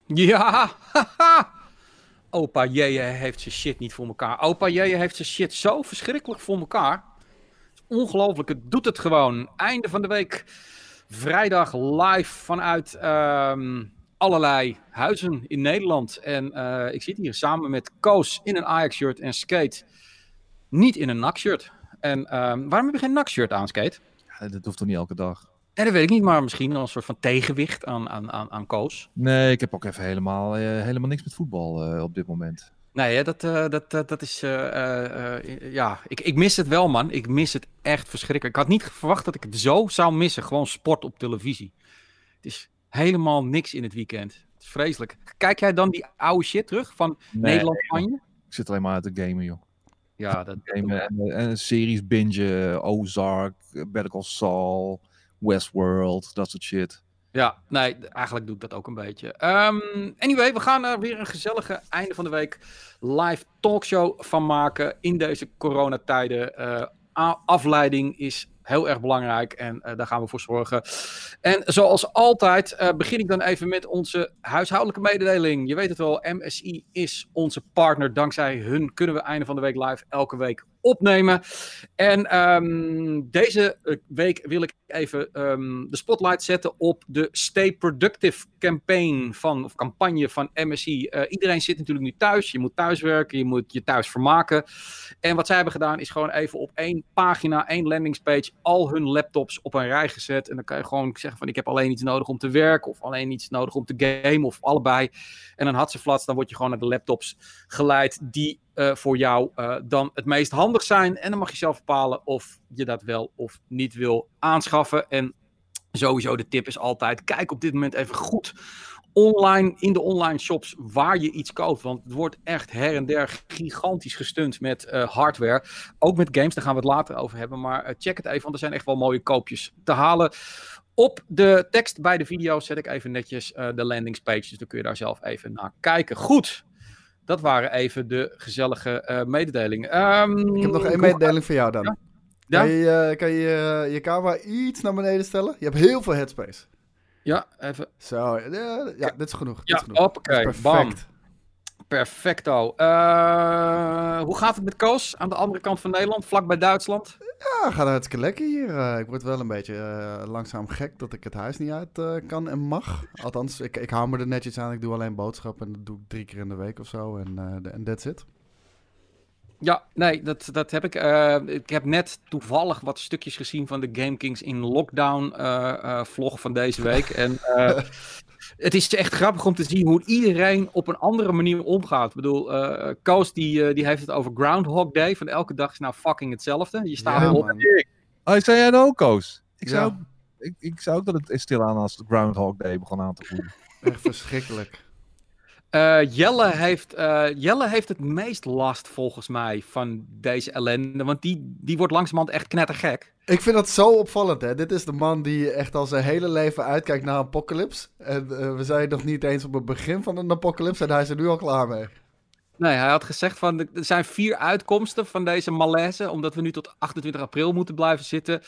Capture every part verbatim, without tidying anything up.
Ja, haha. Opa Jeje heeft zijn shit niet voor elkaar. Opa Jeje heeft zijn shit zo verschrikkelijk voor elkaar. Ongelooflijk, het doet het gewoon. Einde van de week, vrijdag live vanuit um, allerlei huizen in Nederland. En uh, ik zit hier samen met Koos in een Ajax-shirt en Skate niet in een N A C-shirt. En um, waarom heb je geen N A C-shirt aan, Skate? Ja, dat hoeft toch niet elke dag? Nee, dat weet ik niet, maar misschien een soort van tegenwicht aan, aan, aan, aan Koos. Nee, ik heb ook even helemaal, uh, helemaal niks met voetbal uh, op dit moment. Nee, hè, dat, uh, dat, uh, dat is... Uh, uh, uh, ja, ik, ik mis het wel, man. Ik mis het echt verschrikkelijk. Ik had niet verwacht dat ik het zo zou missen. Gewoon sport op televisie. Het is helemaal niks in het weekend. Het is vreselijk. Kijk jij dan die oude shit terug van nee, Nederland-Spanje? Ik zit alleen maar uit te gamen, joh. Ja, dat... Gamen en, en series bingen, Ozark, Better Call Saul, Westworld, dat soort shit. Ja, nee, eigenlijk doe ik dat ook een beetje. Um, anyway, we gaan er weer een gezellige einde van de week live talkshow van maken in deze coronatijden. Uh, afleiding is heel erg belangrijk en uh, daar gaan we voor zorgen. En zoals altijd uh, begin ik dan even met onze huishoudelijke mededeling. Je weet het wel, M S I is onze partner. Dankzij hun kunnen we einde van de week live elke week opnemen. En um, deze week wil ik even um, de spotlight zetten op de Stay Productive campaign van, of campagne van M S I. Uh, iedereen zit natuurlijk nu thuis. Je moet thuiswerken, je moet je thuis vermaken. En wat zij hebben gedaan is gewoon even op één pagina, één landingspage, al hun laptops op een rij gezet. En dan kan je gewoon zeggen van ik heb alleen iets nodig om te werken of alleen iets nodig om te gamen of allebei. En dan had ze flats, dan word je gewoon naar de laptops geleid die Uh, voor jou uh, dan het meest handig zijn. En dan mag je zelf bepalen of je dat wel of niet wil aanschaffen. En sowieso de tip is altijd, kijk op dit moment even goed online, in de online shops, waar je iets koopt. Want het wordt echt her en der gigantisch gestund met uh, hardware. Ook met games, daar gaan we het later over hebben. Maar uh, check het even, want er zijn echt wel mooie koopjes te halen. Op de tekst bij de video zet ik even netjes uh, de landingspage. Dus dan kun je daar zelf even naar kijken. Goed. Dat waren even de gezellige uh, mededelingen. Um, ik heb nog één mededeling voor jou dan. Ja? Kan Ja? je, uh, kan je uh, je camera iets naar beneden stellen? Je hebt heel veel headspace. Ja, even. Zo, uh, ja, dit is genoeg. Ja, oké. Okay, bam. Perfecto. Uh, hoe gaat het met Koos aan de andere kant van Nederland, vlak bij Duitsland? Ja, gaat hartstikke lekker hier. Uh, ik word wel een beetje uh, langzaam gek dat ik het huis niet uit uh, kan en mag. Althans, ik, ik hou me er netjes aan. Ik doe alleen boodschappen en dat doe ik drie keer in de week of zo. En uh, that's it. Ja, nee, dat, dat heb ik. Uh, ik heb net toevallig wat stukjes gezien van de Game Kings in Lockdown uh, uh, vlog van deze week. En uh, het is echt grappig om te zien hoe iedereen op een andere manier omgaat. Ik bedoel, uh, Koos die, uh, die heeft het over Groundhog Day. Van elke dag is nou fucking hetzelfde. Je staat ja, op. Oh, zei jij dat ook, Koos? Ik, ja. zou, ik, ik zou ook dat het stilaan als Groundhog Day begon aan te voelen. Echt verschrikkelijk. Uh, Jelle, heeft, uh, Jelle heeft het meest last volgens mij van deze ellende. Want die, die wordt langzamerhand echt knettergek. Ik vind dat zo opvallend, hè. Dit is de man die echt al zijn hele leven uitkijkt naar een apocalypse. En uh, we zijn nog niet eens op het begin van een apocalypse en hij is er nu al klaar mee. Nee, hij had gezegd van er zijn vier uitkomsten van deze malaise. Omdat we nu tot achtentwintig april moeten blijven zitten.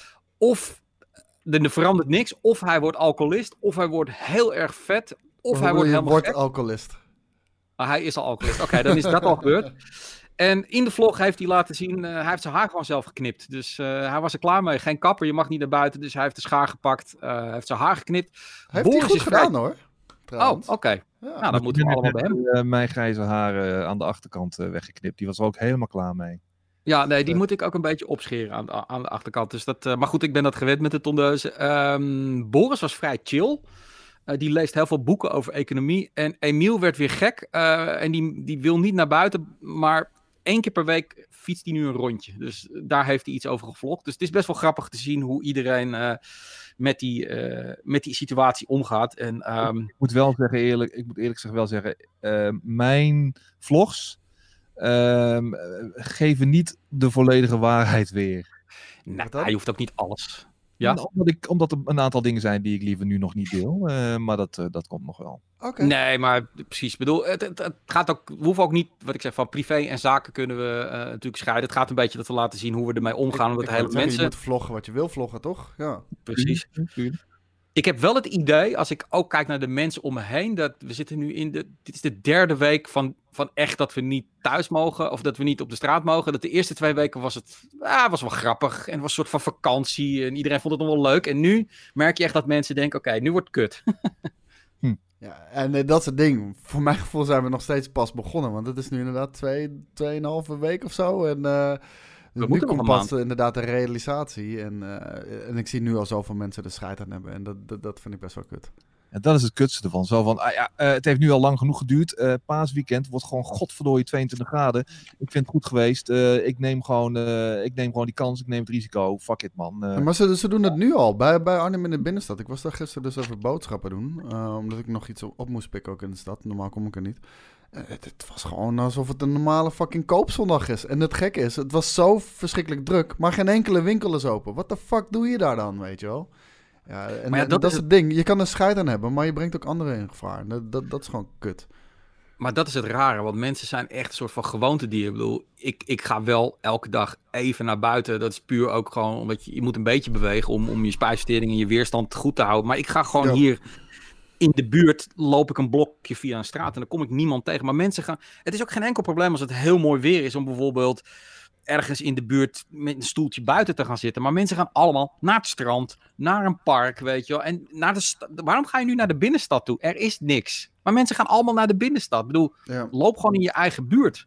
Of er verandert niks. Of hij wordt alcoholist. Of hij wordt heel erg vet. Of Hoe hij wordt helemaal wordt gek. alcoholist. Ah, hij is al alcoholist. Oké, okay, dan is dat al gebeurd. En in de vlog heeft hij laten zien, uh, hij heeft zijn haar gewoon zelf geknipt. Dus uh, hij was er klaar mee. Geen kapper, je mag niet naar buiten. Dus hij heeft de schaar gepakt. Uh, hij heeft zijn haar geknipt. Heeft Boris hij goed is gedaan vrij... hoor. Trouwens. Oh, oké. Okay. Ja. Nou, dan moeten we allemaal bij hem. Uh, mijn grijze haren aan de achterkant uh, weggeknipt. Die was er ook helemaal klaar mee. Ja, nee, die moet ik ook een beetje opscheren aan de, aan de achterkant. Dus dat, uh, maar goed, ik ben dat gewend met de tondeuze. Um, Boris was vrij chill. Uh, die leest heel veel boeken over economie. En Emiel werd weer gek. Uh, en die, die wil niet naar buiten. Maar één keer per week fietst hij nu een rondje. Dus daar heeft hij iets over gevlogd. Dus het is best wel grappig te zien hoe iedereen uh, met, die, uh, met die situatie omgaat. En, um... Ik moet wel zeggen, eerlijk, ik moet eerlijk zeggen wel zeggen, uh, mijn vlogs uh, geven niet de volledige waarheid weer. Nou, hij hoeft ook niet alles. Ja? Omdat, ik, omdat er een aantal dingen zijn die ik liever nu nog niet deel. Uh, maar dat, uh, dat komt nog wel. Okay. Nee, maar precies. Ik bedoel, het, het, het gaat ook, we hoeven ook niet, wat ik zeg, van privé en zaken kunnen we uh, natuurlijk scheiden. Het gaat een beetje dat we laten zien hoe we ermee omgaan. Ik, met ik hele zeggen, mensen. Je moet vloggen wat je wil vloggen, toch? Ja. Precies. Ik heb wel het idee, als ik ook kijk naar de mensen om me heen, dat we zitten nu in de, dit is de derde week van, van echt dat we niet thuis mogen, of dat we niet op de straat mogen. Dat de eerste twee weken was het, ah, was wel grappig en was een soort van vakantie en iedereen vond het nog wel leuk. En nu merk je echt dat mensen denken, oké, okay, nu wordt het kut. Ja, en uh, dat is het ding. Voor mijn gevoel zijn we nog steeds pas begonnen, want het is nu inderdaad twee, tweeënhalve week of zo. En uh, We nu komt pas maand. inderdaad de realisatie. En, uh, en ik zie nu al zoveel mensen de scheid aan hebben. En dat, dat, dat vind ik best wel kut. En dat is het kutste ervan. Zo van, ah ja, uh, het heeft nu al lang genoeg geduurd. Uh, paasweekend wordt gewoon godverdorie tweeëntwintig graden. Ik vind het goed geweest. Uh, ik, neem gewoon, uh, ik neem gewoon die kans. Ik neem het risico. Fuck it, man. Uh, Ja, maar ze, ze doen het nu al. Bij, bij Arnhem in de binnenstad. Ik was daar gisteren dus even boodschappen doen. Uh, omdat ik nog iets op moest pikken ook in de stad. Normaal kom ik er niet. Uh, het, het was gewoon alsof het een normale fucking koopzondag is. En het gekke is, het was zo verschrikkelijk druk. Maar geen enkele winkel is open. Wat de fuck doe je daar dan, weet je wel? Ja, en, Maar ja, en dat dat, is is het ding. Je kan er scheid aan hebben, maar je brengt ook anderen in gevaar. Dat, dat, dat is gewoon kut. Maar dat is het rare, want mensen zijn echt een soort van gewoontedier. Ik bedoel, ik, ik ga wel elke dag even naar buiten. Dat is puur ook gewoon omdat je, je moet een beetje bewegen om, om je spijsvertering en je weerstand goed te houden. Maar ik ga gewoon Ja. hier in de buurt, loop ik een blokje via een straat en dan kom ik niemand tegen. Maar mensen gaan, het is ook geen enkel probleem als het heel mooi weer is om bijvoorbeeld ergens in de buurt met een stoeltje buiten te gaan zitten. Maar mensen gaan allemaal naar het strand, naar een park, weet je wel. En naar de sta- waarom ga je nu naar de binnenstad toe? Er is niks. Maar mensen gaan allemaal naar de binnenstad. Ik bedoel, Ja. loop gewoon in je eigen buurt.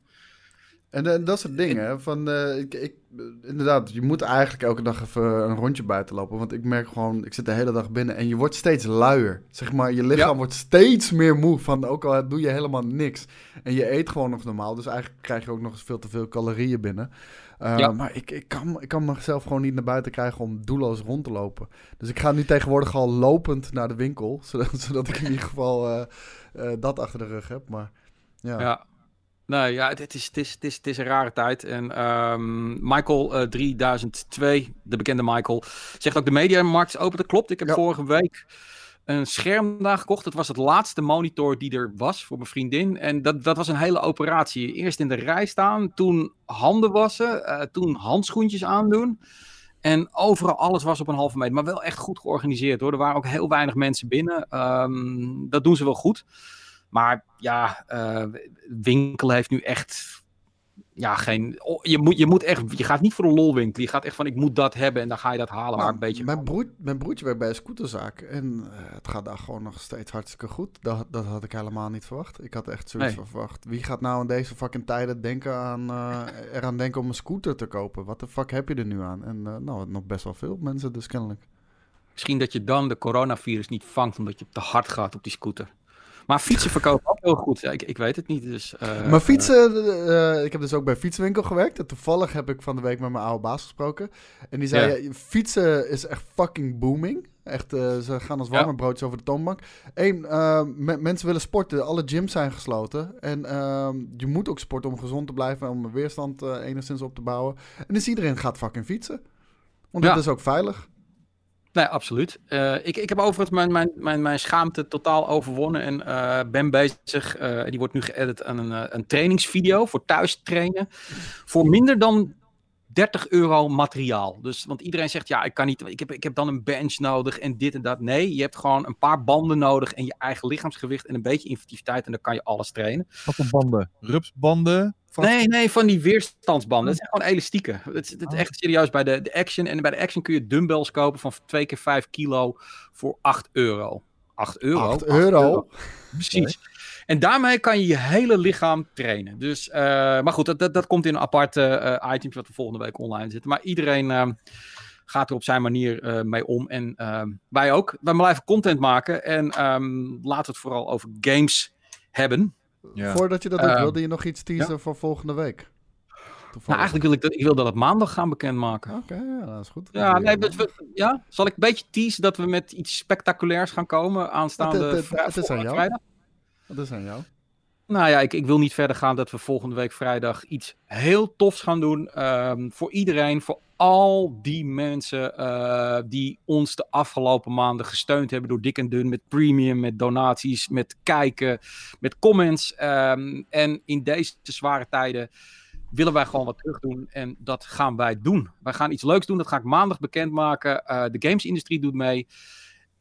En, en dat is het ding, hè. Van, uh, ik, ik, inderdaad, je moet eigenlijk elke dag even een rondje buiten lopen. Want ik merk gewoon, ik zit de hele dag binnen en je wordt steeds luier. Zeg maar, je lichaam Ja. wordt steeds meer moe van, ook al doe je helemaal niks. En je eet gewoon nog normaal, dus eigenlijk krijg je ook nog eens veel te veel calorieën binnen. Uh, Ja. Maar ik, ik, kan, ik kan mezelf gewoon niet naar buiten krijgen om doelloos rond te lopen. Dus ik ga nu tegenwoordig al lopend naar de winkel, zodat, zodat ik in ieder geval uh, uh, dat achter de rug heb. Maar ja. Ja. Nee, ja, het, het, is, het, is, het, is, het is een rare tijd. En um, Michael uh, drieduizend twee, de bekende Michael, zegt ook de mediamarkt is open. Dat klopt. Ik heb Ja. vorige week een scherm daar gekocht. Het was het laatste monitor die er was voor mijn vriendin. En dat, dat was een hele operatie. Eerst in de rij staan, toen handen wassen, uh, toen handschoentjes aandoen. En overal alles was op een halve meter. Maar wel echt goed georganiseerd hoor. Er waren ook heel weinig mensen binnen. Um, dat doen ze wel goed. Maar ja, uh, winkelen heeft nu echt ja, geen... Oh, je, moet, je moet echt... Je gaat niet voor een lolwinkel. Je gaat echt van, ik moet dat hebben en dan ga je dat halen. Maar Nou, een beetje... mijn, broer, mijn broertje werkt bij een scooterzaak en uh, het gaat daar gewoon nog steeds hartstikke goed. Dat, dat had ik helemaal niet verwacht. Ik had echt zoiets Nee. van verwacht. Wie gaat nou in deze fucking tijden denken aan, uh, eraan denken om een scooter te kopen? Wat de fuck heb je er nu aan? En uh, nou, nog best wel veel mensen dus kennelijk. Misschien dat je dan de coronavirus niet vangt omdat je te hard gaat op die scooter. Maar fietsen verkopen ook heel goed. Ja, ik, ik weet het niet. Dus, uh, Maar fietsen, uh, uh, ik heb dus ook bij fietswinkel gewerkt. En toevallig heb ik van de week met mijn oude baas gesproken. En die zei, Ja. ja, fietsen is echt fucking booming. Echt, uh, ze gaan als warme Ja. broodjes over de toonbank. Eén, uh, me- mensen willen sporten. Alle gyms zijn gesloten. En uh, je moet ook sporten om gezond te blijven. Om weerstand uh, enigszins op te bouwen. En dus iedereen gaat fucking fietsen. Want Ja. dat is ook veilig. Nee, absoluut. Uh, ik, ik heb overigens mijn, mijn, mijn, mijn schaamte totaal overwonnen en uh, ben bezig. Uh, die wordt nu geëdit aan een, uh, een trainingsvideo voor thuis trainen. Voor minder dan dertig euro materiaal. Dus, want iedereen zegt, ja, ik kan niet, ik heb, ik heb dan een bench nodig en dit en dat. Nee, je hebt gewoon een paar banden nodig en je eigen lichaamsgewicht en een beetje inventiviteit en dan kan je alles trainen. Wat voor banden? Rupsbanden? Vast- Nee, nee, van die weerstandsbanden. Dat zijn gewoon elastieken. Het, het is Oh. echt serieus bij de, de Action. En bij de Action kun je dumbbells kopen van twee keer vijf kilo voor acht euro. acht euro? acht euro? Precies. En daarmee kan je je hele lichaam trainen. Dus, uh, maar goed, dat, dat, dat komt in een apart uh, item wat we volgende week online zetten. Maar iedereen uh, gaat er op zijn manier uh, mee om. En uh, wij ook. Wij blijven content maken. En um, laten we het vooral over games hebben. Ja. Voordat je dat doet, Uh, wilde je nog iets teasen ja. voor volgende week? Nou, eigenlijk wil ik dat, ik wil dat het maandag gaan bekendmaken. Oké, okay, ja, dat is goed. Ja, nee, we, we, ja, zal ik een beetje teasen dat we met iets spectaculairs gaan komen aanstaande Het- het- het- vri- het is aan jou. vrijdag? Dat is aan jou. Nou ja, ik, ik wil niet verder gaan dat we volgende week vrijdag iets heel tofs gaan doen. Um, voor iedereen, voor al die mensen uh, die ons de afgelopen maanden gesteund hebben door dik en dun. Met premium, met donaties, met kijken, met comments. Um, en in deze zware tijden willen wij gewoon wat terug doen. En dat gaan wij doen. Wij gaan iets leuks doen. Dat ga ik maandag bekendmaken. Uh, de gamesindustrie doet mee.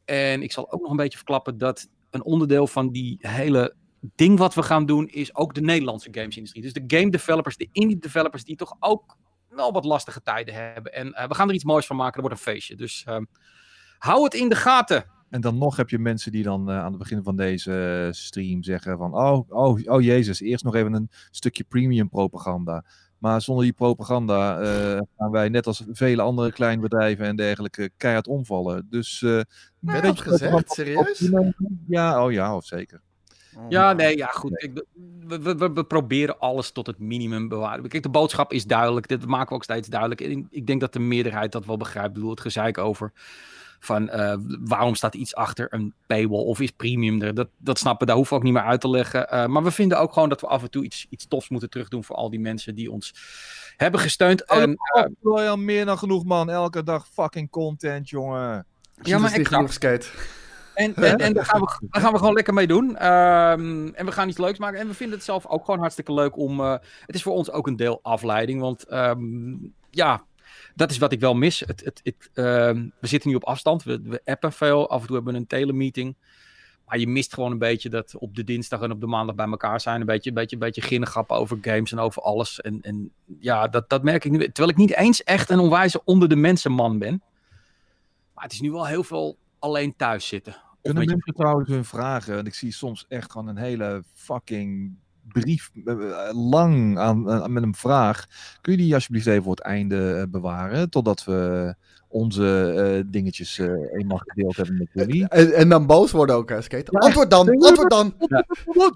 En ik zal ook nog een beetje verklappen dat een onderdeel van die hele ding wat we gaan doen is ook de Nederlandse gamesindustrie. Dus de game developers, de indie developers die toch ook wel wat lastige tijden hebben. En uh, we gaan er iets moois van maken. Er wordt een feestje. Dus uh, hou het in de gaten. En dan nog heb je mensen die dan uh, aan het begin van deze stream zeggen van oh, oh, oh jezus, eerst nog even een stukje premium propaganda. Maar zonder die propaganda uh, gaan wij net als vele andere kleine bedrijven en dergelijke keihard omvallen. Dus uh, werd dat gezegd? Serieus? Ja, oh ja, of zeker. Oh, ja, nee, ja, goed. Ik, we, we, we proberen alles tot het minimum bewaren. Kijk, de boodschap is duidelijk. Dit maken we ook steeds duidelijk. En ik denk dat de meerderheid dat wel begrijpt. Ik bedoel, het gezeik over van uh, waarom staat iets achter een paywall of is premium er. Dat, dat snappen, daar hoeven we ook niet meer uit te leggen. Uh, maar we vinden ook gewoon dat we af en toe iets, iets tofs moeten terugdoen voor al die mensen die ons hebben gesteund. Oh, en, uh, al meer dan genoeg, man. Elke dag fucking content, jongen. Ja, maar ik genoeg skate. En, en, en daar, gaan we, daar gaan we gewoon lekker mee doen. Um, en we gaan iets leuks maken. En we vinden het zelf ook gewoon hartstikke leuk om... Uh, het is voor ons ook een deel afleiding. Want um, ja, dat is wat ik wel mis. Het, het, het, uh, we zitten nu op afstand. We, we appen veel. Af en toe hebben we een telemeeting. Maar je mist gewoon een beetje dat op de dinsdag en op de maandag bij elkaar zijn. Een beetje, een beetje, een beetje ginnegappen over games en over alles. En, en ja, dat, dat merk ik nu. Terwijl ik niet eens echt een onwijze onder de mensen man ben. Maar het is nu wel heel veel... alleen thuis zitten. Kunnen mensen je... trouwens hun vragen? En ik zie soms echt gewoon een hele fucking brief uh, lang aan, uh, met een vraag. Kun je die alsjeblieft even voor het einde uh, bewaren? Totdat we onze uh, dingetjes uh, eenmaal gedeeld hebben met jullie. En, en dan boos worden ook, hè, Skate? Ja. Antwoord dan! Nee, antwoord dan! Ja.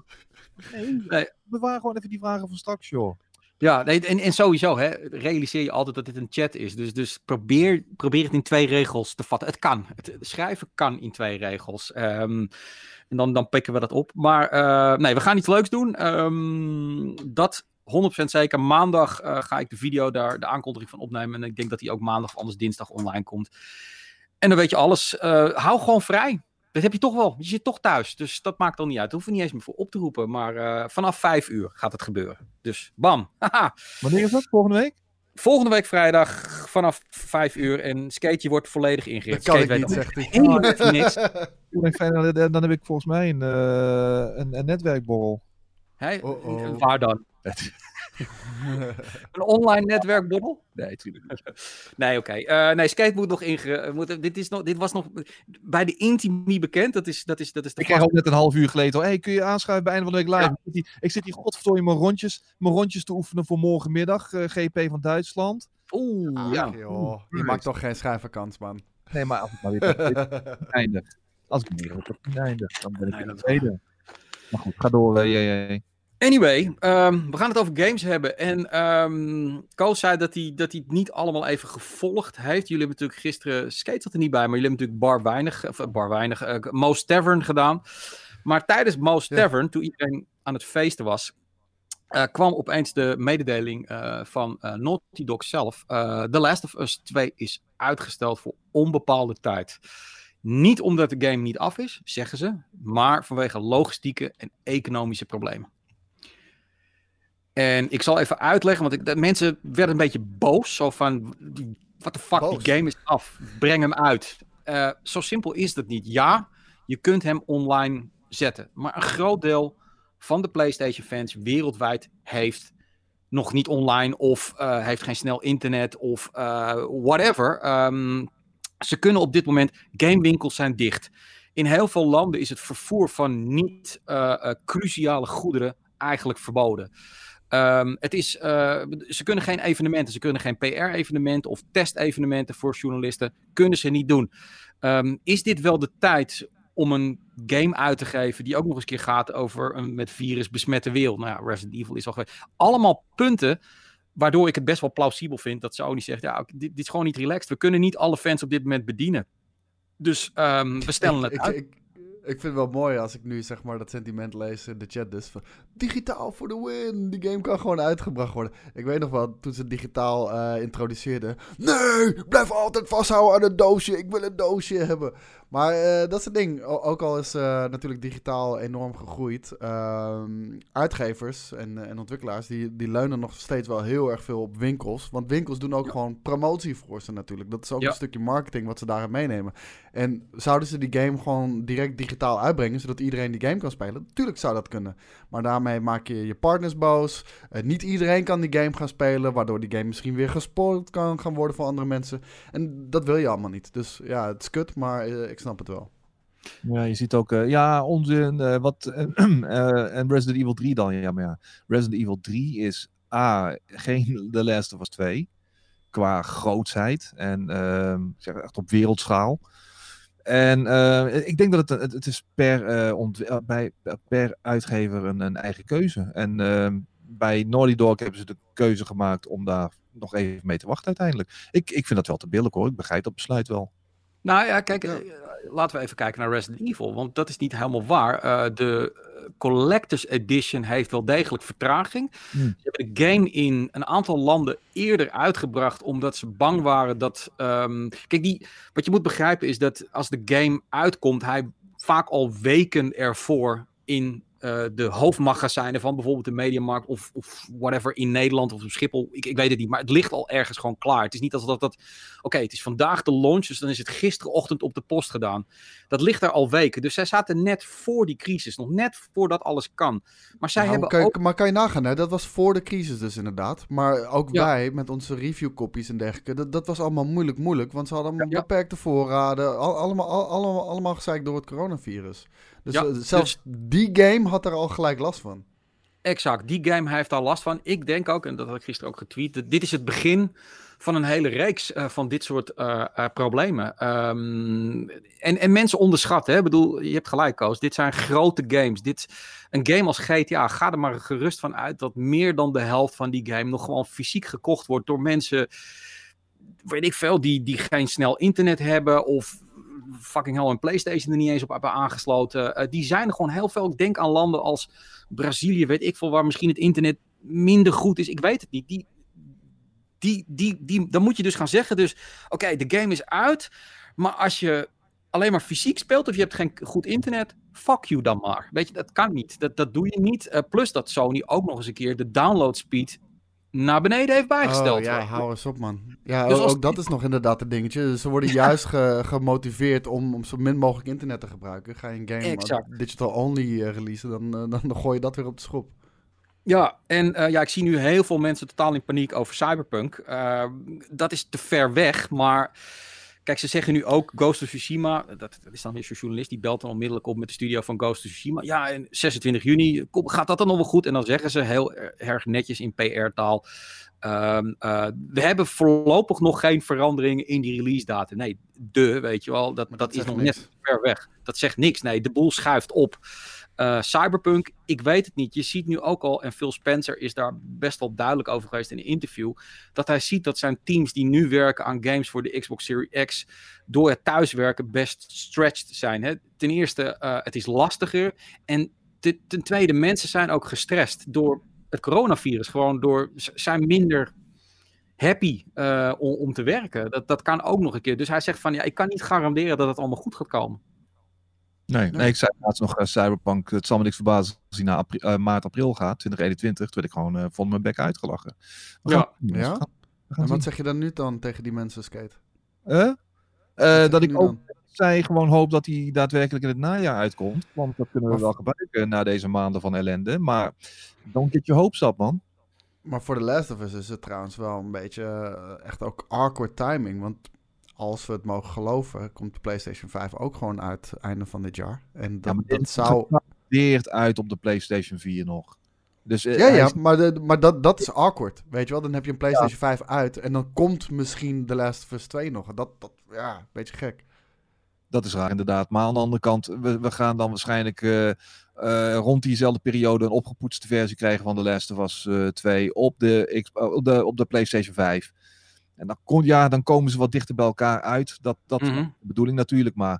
Nee, nee, bewaar gewoon even die vragen van straks, joh. Ja, nee, en, en sowieso, hè, realiseer je altijd dat dit een chat is. Dus, dus probeer, probeer het in twee regels te vatten. Het kan. Het schrijven kan in twee regels. Um, en dan, dan pikken we dat op. Maar uh, nee, we gaan iets leuks doen. Um, dat honderd procent zeker. Maandag uh, ga ik de video daar, de aankondiging van opnemen. En ik denk dat die ook maandag of anders dinsdag online komt. En dan weet je alles. Uh, hou gewoon vrij. Dat heb je toch wel. Je zit toch thuis. Dus dat maakt dan niet uit. Daar hoeven we niet eens meer voor op te roepen. Maar uh, vanaf vijf uur gaat het gebeuren. Dus bam. Haha. Wanneer is dat? Volgende week? Volgende week vrijdag vanaf vijf uur. En Skateje wordt volledig ingericht. Dat kan Skate ik niet, zegt hij. Helemaal niks. Dan, dan heb ik volgens mij een, uh, een, een netwerkborrel. Hey, oh, oh. Waar dan? Een online netwerkborrel? Nee, tuurlijk niet. Nee, oké. Okay. Uh, nee, Skate moet nog inge... Moet, dit, is nog, dit was nog bij de Intimi bekend. Dat is, dat is, dat is de ik kreeg ook net een half uur geleden. Hey, kun je aanschuiven bij einde van de week live? Ja. Ik zit hier, ik zit hier godverdorie mijn rondjes, mijn rondjes te oefenen voor morgenmiddag. Uh, G P van Duitsland. Oeh, ah, ja. Joh. Je maakt toch geen schijnvakans, man. Nee, maar als ik maar weer eindig. Als ik weer op het eindig, dan ben ik in het tweede. Maar goed, ga door. Uh, yeah, yeah. Anyway, um, we gaan het over games hebben. En um, Koos zei dat hij, dat hij het niet allemaal even gevolgd heeft. Jullie hebben natuurlijk gisteren, Skate zat er niet bij, maar jullie hebben natuurlijk Bar Weinig, of Bar Weinig, uh, Mo's Tavern gedaan. Maar tijdens Mo's Tavern, ja. toen iedereen aan het feesten was, uh, kwam opeens de mededeling uh, van uh, Naughty Dog zelf. Uh, The Last of Us twee is uitgesteld voor onbepaalde tijd. Niet omdat de game niet af is, zeggen ze, maar vanwege logistieke en economische problemen. En ik zal even uitleggen, want ik, de mensen werden een beetje boos. Zo van, what the fuck, boos. Die game is af. Breng hem uit. Uh, zo simpel is dat niet. Ja, je kunt hem online zetten. Maar een groot deel van de PlayStation fans wereldwijd heeft nog niet online. Of uh, heeft geen snel internet. Of uh, whatever. Um, ze kunnen op dit moment, gamewinkels zijn dicht. In heel veel landen is het vervoer van niet uh, uh, cruciale goederen eigenlijk verboden. Um, het is, uh, ze kunnen geen evenementen, ze kunnen geen P R-evenementen of testevenementen voor journalisten, kunnen ze niet doen. Um, is dit wel de tijd om een game uit te geven die ook nog eens een keer gaat over een met virus besmette wereld? Nou ja, Resident Evil is al geweest. Allemaal punten waardoor ik het best wel plausibel vind dat Sony zegt, ja, dit, dit is gewoon niet relaxed. We kunnen niet alle fans op dit moment bedienen. Dus um, we stellen ik, het ik, uit. Ik, Ik vind het wel mooi als ik nu zeg maar dat sentiment lees in de chat dus. Van, digitaal voor de win. Die game kan gewoon uitgebracht worden. Ik weet nog wel, toen ze het digitaal uh, introduceerden. Nee, blijf altijd vasthouden aan het doosje. Ik wil een doosje hebben. Maar uh, dat is het ding. O- ook al is uh, natuurlijk digitaal enorm gegroeid. Uh, uitgevers en, en ontwikkelaars die, die leunen nog steeds wel heel erg veel op winkels. Want winkels doen ook ja. gewoon promotie voor ze natuurlijk. Dat is ook ja. een stukje marketing wat ze daarin meenemen. En zouden ze die game gewoon direct digitaal uitbrengen, zodat iedereen die game kan spelen? Natuurlijk zou dat kunnen. Maar daarmee maak je je partners boos. Uh, niet iedereen kan die game gaan spelen, waardoor die game misschien weer gespoord kan gaan worden voor andere mensen. En dat wil je allemaal niet. Dus ja, het is kut, maar uh, ik snap het wel. Ja, je ziet ook, uh, ja, onzin, uh, wat, uh, uh, en Resident Evil drie dan, ja, maar ja, Resident Evil drie is A, geen The Last of Us twee, qua grootsheid en uh, zeg echt op wereldschaal. En uh, ik denk dat het, het, het is per, uh, ont- bij, per uitgever een, een eigen keuze. En uh, bij Naughty Dog hebben ze de keuze gemaakt om daar nog even mee te wachten uiteindelijk. Ik, ik vind dat wel te billig hoor, ik begrijp dat besluit wel. Nou ja, kijk, ja. laten we even kijken naar Resident Evil, want dat is niet helemaal waar. Uh, de Collector's Edition heeft wel degelijk vertraging. Hmm. Ze hebben de game in een aantal landen eerder uitgebracht, omdat ze bang waren dat... Um, kijk, die, wat je moet begrijpen is dat als de game uitkomt, hij vaak al weken ervoor in... Uh, de hoofdmagazijnen van bijvoorbeeld de Mediamarkt of, of whatever in Nederland of op Schiphol, ik, ik weet het niet, maar het ligt al ergens gewoon klaar. Het is niet als dat, dat oké, okay, het is vandaag de launch, dus dan is het gisterochtend op de post gedaan. Dat ligt er al weken, dus zij zaten net voor die crisis, nog net voordat alles kan. Maar zij nou, hebben kan je, ook... Maar kan je nagaan, hè? Dat was voor de crisis dus inderdaad. Maar ook ja. wij met onze reviewcopies en dergelijke, dat, dat was allemaal moeilijk moeilijk, want ze hadden ja, ja. beperkte voorraden, al, allemaal, al, allemaal, allemaal gezeikt door het coronavirus. Dus ja, uh, zelfs dus... die game had er al gelijk last van. Exact, die game heeft daar last van. Ik denk ook, en dat had ik gisteren ook getweet, dat dit is het begin van een hele reeks uh, van dit soort uh, uh, problemen. Um, en, en mensen onderschatten, hè? Ik bedoel, je hebt gelijk, Koos. Dit zijn grote games. Dit, een game als G T A, ga er maar gerust van uit dat meer dan de helft van die game nog gewoon fysiek gekocht wordt door mensen, weet ik veel, die, die geen snel internet hebben of fucking hell een PlayStation er niet eens op hebben aangesloten. Uh, die zijn er gewoon heel veel. Ik denk aan landen als Brazilië, weet ik veel, waar misschien het internet minder goed is. Ik weet het niet. Die, die, die, die, dan moet je dus gaan zeggen, dus oké, okay, de game is uit, maar als je alleen maar fysiek speelt of je hebt geen goed internet, fuck you dan maar. Weet je, dat kan niet. Dat, dat doe je niet. Uh, plus dat Sony ook nog eens een keer de download speed naar beneden heeft bijgesteld. Oh ja, hou eens op man. Ja, dus ook, ook dat is nog inderdaad het dingetje. Ze worden juist ge, gemotiveerd om, om zo min mogelijk internet te gebruiken. Ga je een game exact. digital only uh, releasen, dan, uh, dan, dan gooi je dat weer op de schop. Ja, en uh, ja, ik zie nu heel veel mensen totaal in paniek over Cyberpunk. Uh, dat is te ver weg, maar kijk, ze zeggen nu ook Ghost of Tsushima, dat, dat is dan weer zo'n journalist, die belt dan onmiddellijk op met de studio van Ghost of Tsushima. Ja, en zesentwintig juni, kom, gaat dat dan nog wel goed? En dan zeggen ze heel erg netjes in P R-taal, um, uh, we hebben voorlopig nog geen veranderingen in die release datum. Nee, de, weet je wel, dat, dat, dat is nog niks. Net ver weg. Dat zegt niks, nee, de boel schuift op. Uh, Cyberpunk, ik weet het niet. Je ziet nu ook al, en Phil Spencer is daar best wel duidelijk over geweest in een interview, dat hij ziet dat zijn teams die nu werken aan games voor de Xbox Series X door het thuiswerken best stretched zijn. Hè? Ten eerste, uh, het is lastiger. En te, ten tweede, mensen zijn ook gestrest door het coronavirus. Gewoon door, zijn minder happy uh, om, om te werken. Dat, dat kan ook nog een keer. Dus hij zegt van, ja, ik kan niet garanderen dat het allemaal goed gaat komen. Nee, nee, ik zei laatst nog uh, Cyberpunk, het zal me niks verbazen als hij naar april, uh, maart, april gaat, twintig eenentwintig, toen werd ik gewoon uh, van mijn bek uitgelachen. We ja. Gaan, ja? Gaan, en wat zien. zeg je dan nu dan tegen die mensen, Skate? Uh? Uh, dat ik ook dan? zij gewoon hoop dat hij daadwerkelijk in het najaar uitkomt, want dat kunnen we maar wel gebruiken na deze maanden van ellende, maar don't get your hopes up, man. Maar voor The Last of Us is het trouwens wel een beetje uh, echt ook awkward timing, want als we het mogen geloven, komt de PlayStation vijf ook gewoon uit einde van dit jaar. En dat, ja, dat zou... gegarandeerd uit op de PlayStation vier nog. Dus, uh, ja, ja, is... maar, de, maar dat, dat is awkward. Weet je wel, dan heb je een PlayStation ja. vijf uit en dan komt misschien The Last of Us twee nog. Dat, dat ja, een beetje gek. Dat is raar, inderdaad. Maar aan de andere kant, we, we gaan dan waarschijnlijk uh, uh, rond diezelfde periode een opgepoetste versie krijgen van The Last of Us uh, twee op de, op, de, op de PlayStation vijf. En dan, kon, ja, dan komen ze wat dichter bij elkaar uit. Dat, dat mm-hmm. is de bedoeling natuurlijk, maar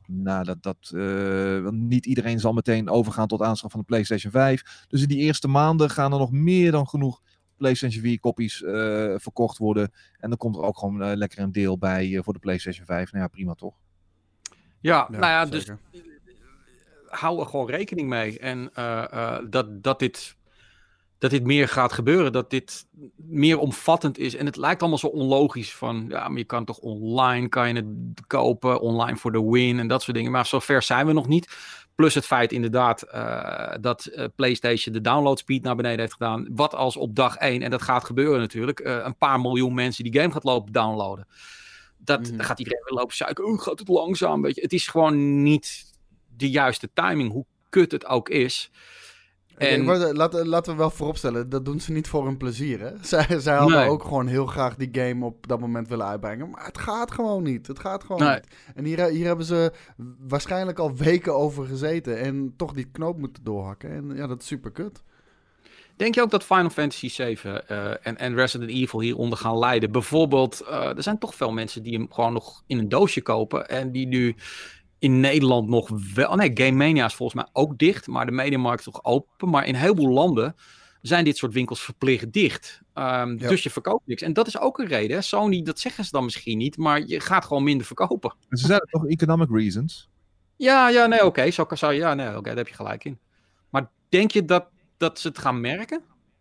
Nou, dat, dat, uh, want niet iedereen zal meteen overgaan tot aanschaf van de PlayStation vijf. Dus in die eerste maanden gaan er nog meer dan genoeg PlayStation vier kopies uh, verkocht worden. En dan komt er ook gewoon uh, lekker een deel bij uh, voor de PlayStation vijf. Nou ja, prima toch? Ja, Ja, nou ja, zeker. dus hou er gewoon rekening mee. En uh, uh, dat, dat dit... dat dit meer gaat gebeuren, dat dit meer omvattend is. En het lijkt allemaal zo onlogisch van, ja, maar je kan toch online, kan je het kopen, online voor de win en dat soort dingen. Maar zover zijn we nog niet. Plus het feit inderdaad uh, dat uh, PlayStation de download speed naar beneden heeft gedaan. Wat als op dag één, en dat gaat gebeuren natuurlijk, uh, een paar miljoen mensen die game gaat lopen downloaden. Dat mm-hmm. Dan gaat iedereen weer lopen zuiken, oh, gaat het langzaam, weet je. Het is gewoon niet de juiste timing, hoe kut het ook is. En... Okay, laten, laten we wel vooropstellen, dat doen ze niet voor hun plezier, hè? Zij, zij hadden nee. ook gewoon heel graag die game op dat moment willen uitbrengen. Maar het gaat gewoon niet. Het gaat gewoon nee. niet. En hier, hier hebben ze waarschijnlijk al weken over gezeten en toch die knoop moeten doorhakken. En ja, dat is super kut. Denk je ook dat Final Fantasy zeven uh, en, en Resident Evil hieronder gaan lijden? Bijvoorbeeld, uh, er zijn toch veel mensen die hem gewoon nog in een doosje kopen en die nu... in Nederland nog wel... Nee, Game Mania is volgens mij ook dicht. Maar de mediamarkt is toch open. Maar in een heleboel landen zijn dit soort winkels verplicht dicht. Um, ja. Dus je verkoopt niks. En dat is ook een reden. Hè? Sony, dat zeggen ze dan misschien niet. Maar je gaat gewoon minder verkopen. Ze zeiden toch economic reasons? Ja, ja, nee, oké. Okay. Zo zou je... Ja, nee, oké. Okay, daar heb je gelijk in. Maar denk je dat, dat ze het gaan merken?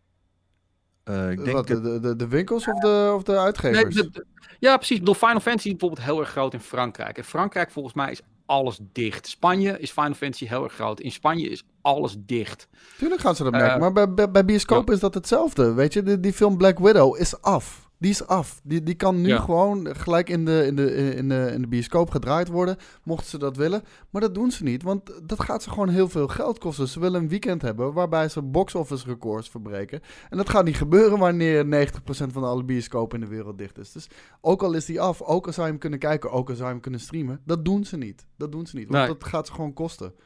Uh, ik denk Wat, de, de, de winkels of de, of de uitgevers? Nee, de, de, ja, precies. Ik bedoel, Final Fantasy is bijvoorbeeld heel erg groot in Frankrijk. En Frankrijk volgens mij is alles dicht. Spanje is Final Fantasy heel erg groot. In Spanje is alles dicht. Tuurlijk gaan ze dat merken. Uh, maar bij, bij, bij bioscoop ja. is dat hetzelfde. Weet je, die, die film Black Widow is af. Die is af. Die, die kan nu ja. gewoon gelijk in de, in, de, in, de, in de bioscoop gedraaid worden. Mochten ze dat willen. Maar dat doen ze niet. Want dat gaat ze gewoon heel veel geld kosten. Ze willen een weekend hebben waarbij ze box-office records verbreken. En dat gaat niet gebeuren wanneer negentig procent van alle bioscopen in de wereld dicht is. Dus ook al is die af, ook al zou je hem kunnen kijken, ook al zou je hem kunnen streamen. Dat doen ze niet. Dat doen ze niet. Want nee. dat gaat ze gewoon kosten.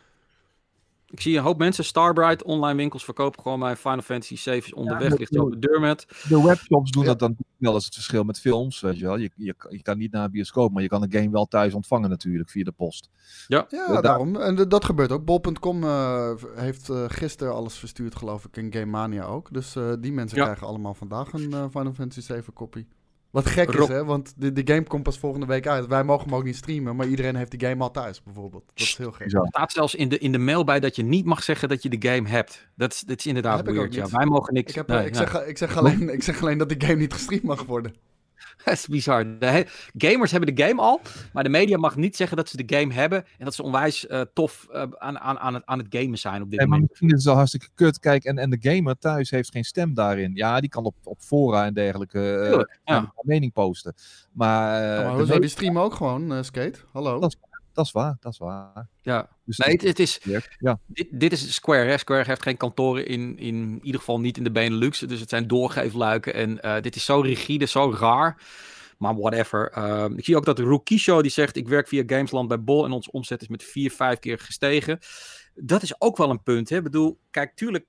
Ik zie een hoop mensen, Starbright, online winkels verkopen gewoon mijn Final Fantasy zeven is onderweg, ja, ligt op de deur met. De webshops doen ja. dat dan wel als het verschil met films, weet je wel. Je, je, je kan niet naar een bioscoop, maar je kan de game wel thuis ontvangen natuurlijk, via de post. Ja, ja dus daarom. En de, dat gebeurt ook. Bol punt com uh, heeft uh, gisteren alles verstuurd, geloof ik, en Game Mania ook. Dus uh, die mensen ja. krijgen allemaal vandaag een uh, Final Fantasy zeven kopie. Wat gek Rob. is, hè? Want de, de game komt pas volgende week uit. Wij mogen hem ook niet streamen, maar iedereen heeft de game al thuis, bijvoorbeeld. Dat is heel gek. Er staat zelfs in de, in de mail bij dat je niet mag zeggen dat je de game hebt. Dat is, dat is inderdaad weird, ja. Wij mogen niks... Ik, heb, nee, ik, ja. zeg, ik, zeg alleen, ik zeg alleen dat de game niet gestreamd mag worden. Dat is bizar. De he- gamers hebben de game al, maar de media mag niet zeggen dat ze de game hebben en dat ze onwijs uh, tof uh, aan, aan, aan, het, aan het gamen zijn op dit nee, moment. Maar misschien is het al hartstikke kut. Kijk, en, en de gamer thuis heeft geen stem daarin. Ja, die kan op, op fora en dergelijke uh, Tuurlijk, ja. mening posten. Maar, uh, oh, maar de die streamen ook gewoon, uh, Skate. Hallo. Dat is, dat is waar, dat is waar. Ja. Dus nee, het, het is... Ja. Dit, dit is Square, hè. Square heeft geen kantoren in, in ieder geval niet in de Benelux. Dus het zijn doorgeefluiken. En uh, dit is zo rigide, zo raar. Maar whatever. Uh, ik zie ook dat de Rukisho die zegt... ik werk via Gamesland bij Bol en onze omzet is met vier, vijf keer gestegen. Dat is ook wel een punt, hè. Ik bedoel, kijk, tuurlijk...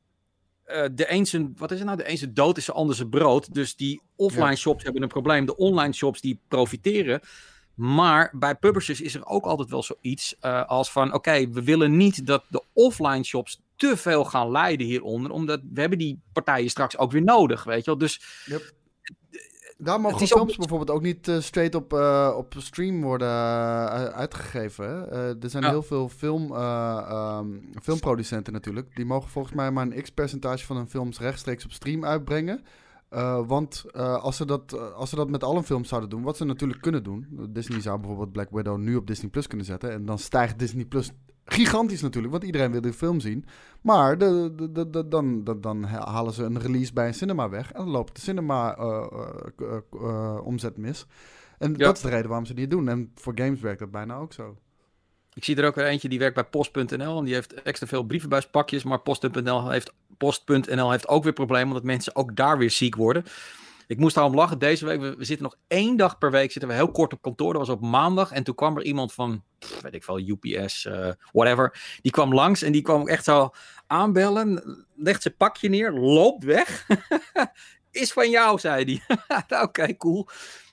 Uh, de een zijn, wat is het nou? De een zijn dood is de ander zijn brood. Dus die offline ja. shops hebben een probleem. De online shops die profiteren... Maar bij publishers is er ook altijd wel zoiets uh, als van... Oké, okay, we willen niet dat de offline shops te veel gaan lijden hieronder. Omdat we hebben die partijen straks ook weer nodig, weet je wel. Dus... Yep. Daar mogen films ook... bijvoorbeeld ook niet uh, straight op, uh, op stream worden uh, uitgegeven. Hè? Uh, er zijn ja. heel veel film, uh, um, filmproducenten natuurlijk. Die mogen volgens mij maar een x-percentage van hun films rechtstreeks op stream uitbrengen. Uh, want uh, als, ze dat, uh, als ze dat met alle films zouden doen, wat ze natuurlijk kunnen doen. Disney zou bijvoorbeeld Black Widow nu op Disney Plus kunnen zetten. En dan stijgt Disney Plus gigantisch natuurlijk, want iedereen wil de film zien. Maar de, de, de, de, dan, de, dan halen ze een release bij een cinema weg. En dan loopt de cinema uh, uh, uh, uh, omzet mis. En ja. dat is de reden waarom ze die doen. En voor games werkt dat bijna ook zo. Ik zie er ook weer eentje die werkt bij Post punt n l en die heeft extra veel brievenbuispakjes, maar Post punt n l heeft, Post punt n l heeft ook weer problemen, omdat mensen ook daar weer ziek worden. Ik moest daarom lachen. Deze week, we, we zitten nog één dag per week, zitten we heel kort op kantoor. Dat was op maandag en toen kwam er iemand van, pff, weet ik veel, U P S, uh, whatever. Die kwam langs en die kwam ook echt zo aanbellen, legt zijn pakje neer, loopt weg. Is van jou, zei hij. Oké, okay, cool.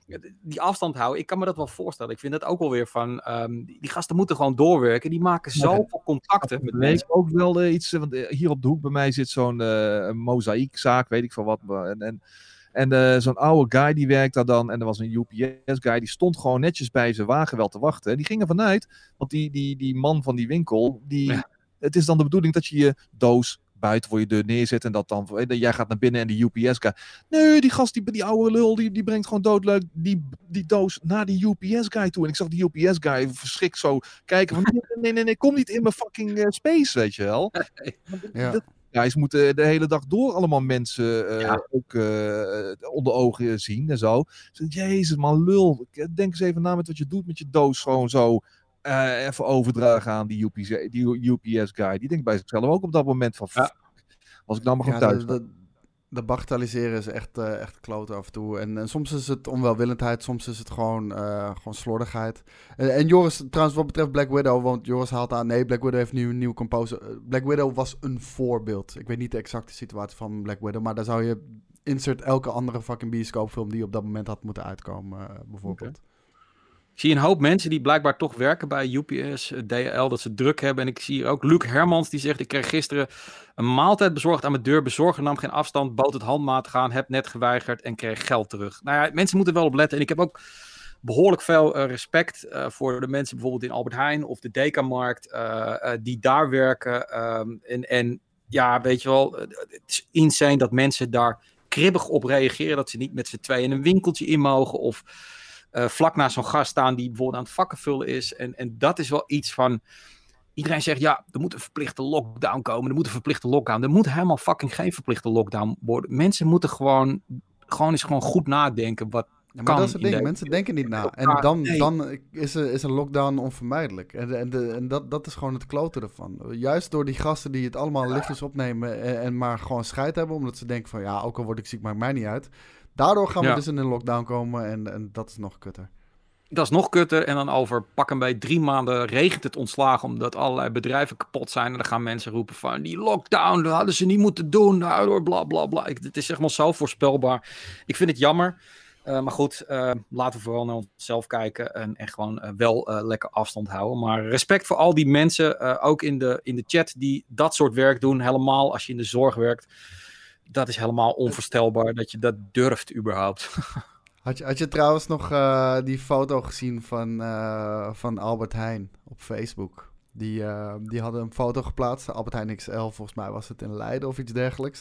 die afstand houden, ik kan me dat wel voorstellen. Ik vind dat ook wel weer van, um, die, die gasten moeten gewoon doorwerken. Die maken zoveel contacten met mensen. Ook wel uh, iets, want uh, hier op de hoek bij mij zit zo'n uh, mozaïekzaak, weet ik veel wat. En, en, en uh, zo'n oude guy die werkt daar dan, en er was een U P S-guy, die stond gewoon netjes bij zijn wagen wel te wachten. En die ging er vanuit, want die, die, die man van die winkel, die, ja. het is dan de bedoeling dat je je doos buiten voor je deur neerzet en dat dan, jij gaat naar binnen en die U P S-guy, nee, die gast, die, die oude lul, die, die brengt gewoon doodleuk die, die doos naar die U P S-guy toe. En ik zag die U P S-guy verschrikt zo kijken van, nee, nee, nee, nee, kom niet in mijn fucking uh, space, weet je wel. Ja. Dat, guys moeten de hele dag door allemaal mensen uh, ja. ook uh, onder ogen zien en zo. Dus, jezus man, lul, denk eens even na met wat je doet met je doos gewoon zo. Uh, even overdragen aan die, U P S, die U P S-guy. Die denkt bij zichzelf ook op dat moment van... Ja. Als ik nou maar gewoon ja, thuis... De, de, de bagatelliseren is echt, uh, echt kloot af en toe. En, en soms is het onwelwillendheid, soms is het gewoon, uh, gewoon slordigheid. En, en Joris, trouwens wat betreft Black Widow, want Joris haalt aan... Nee, Black Widow heeft nu een nieuwe composer. Black Widow was een voorbeeld. Ik weet niet de exacte situatie van Black Widow, maar daar zou je... Insert elke andere fucking bioscoopfilm die op dat moment had moeten uitkomen, uh, bijvoorbeeld. Okay. Ik zie een hoop mensen die blijkbaar toch werken bij U P S, D H L, dat ze druk hebben. En ik zie hier ook Luc Hermans, die zegt, ik kreeg gisteren een maaltijd bezorgd aan mijn deur. Bezorger nam geen afstand, bood het handmatig aan, heb net geweigerd en kreeg geld terug. Nou ja, mensen moeten wel op letten. En ik heb ook behoorlijk veel uh, respect uh, voor de mensen bijvoorbeeld in Albert Heijn of de Dekamarkt, uh, uh, die daar werken. Um, en, en ja, weet je wel, het is insane dat mensen daar kribbig op reageren. Dat ze niet met z'n tweeën een winkeltje in mogen of... Uh, vlak naast zo'n gast staan die bijvoorbeeld aan het vakken vullen is. En, en dat is wel iets van... Iedereen zegt, ja, er moet een verplichte lockdown komen. Er moet een verplichte lockdown. Er moet helemaal fucking geen verplichte lockdown worden. Mensen moeten gewoon, gewoon eens gewoon goed nadenken wat ja, maar kan. Dat is het ding. Mensen denken niet na. En dan, nee. dan is, er, is een lockdown onvermijdelijk. En, en, de, en dat, dat is gewoon het klote ervan. Juist door die gasten die het allemaal ja. lichtjes opnemen... En, en maar gewoon scheid hebben. Omdat ze denken van, ja, ook al word ik ziek, maakt mij niet uit. Daardoor gaan we ja. dus in een lockdown komen en, en dat is nog kutter. Dat is nog kutter en dan over pak een bij drie maanden regent het ontslagen omdat allerlei bedrijven kapot zijn. En dan gaan mensen roepen van die lockdown, dat hadden ze niet moeten doen, daardoor bla bla bla. Ik, het is zeg maar zo voorspelbaar. Ik vind het jammer, uh, maar goed, uh, laten we vooral naar onszelf kijken en, en gewoon uh, wel uh, lekker afstand houden. Maar respect voor al die mensen, uh, ook in de, in de chat, die dat soort werk doen, helemaal als je in de zorg werkt. Dat is helemaal onvoorstelbaar dat je dat durft überhaupt. Had je, had je trouwens nog uh, die foto gezien van, uh, van Albert Heijn op Facebook? Die, uh, die hadden een foto geplaatst. Albert Heijn X L, volgens mij was het in Leiden of iets dergelijks.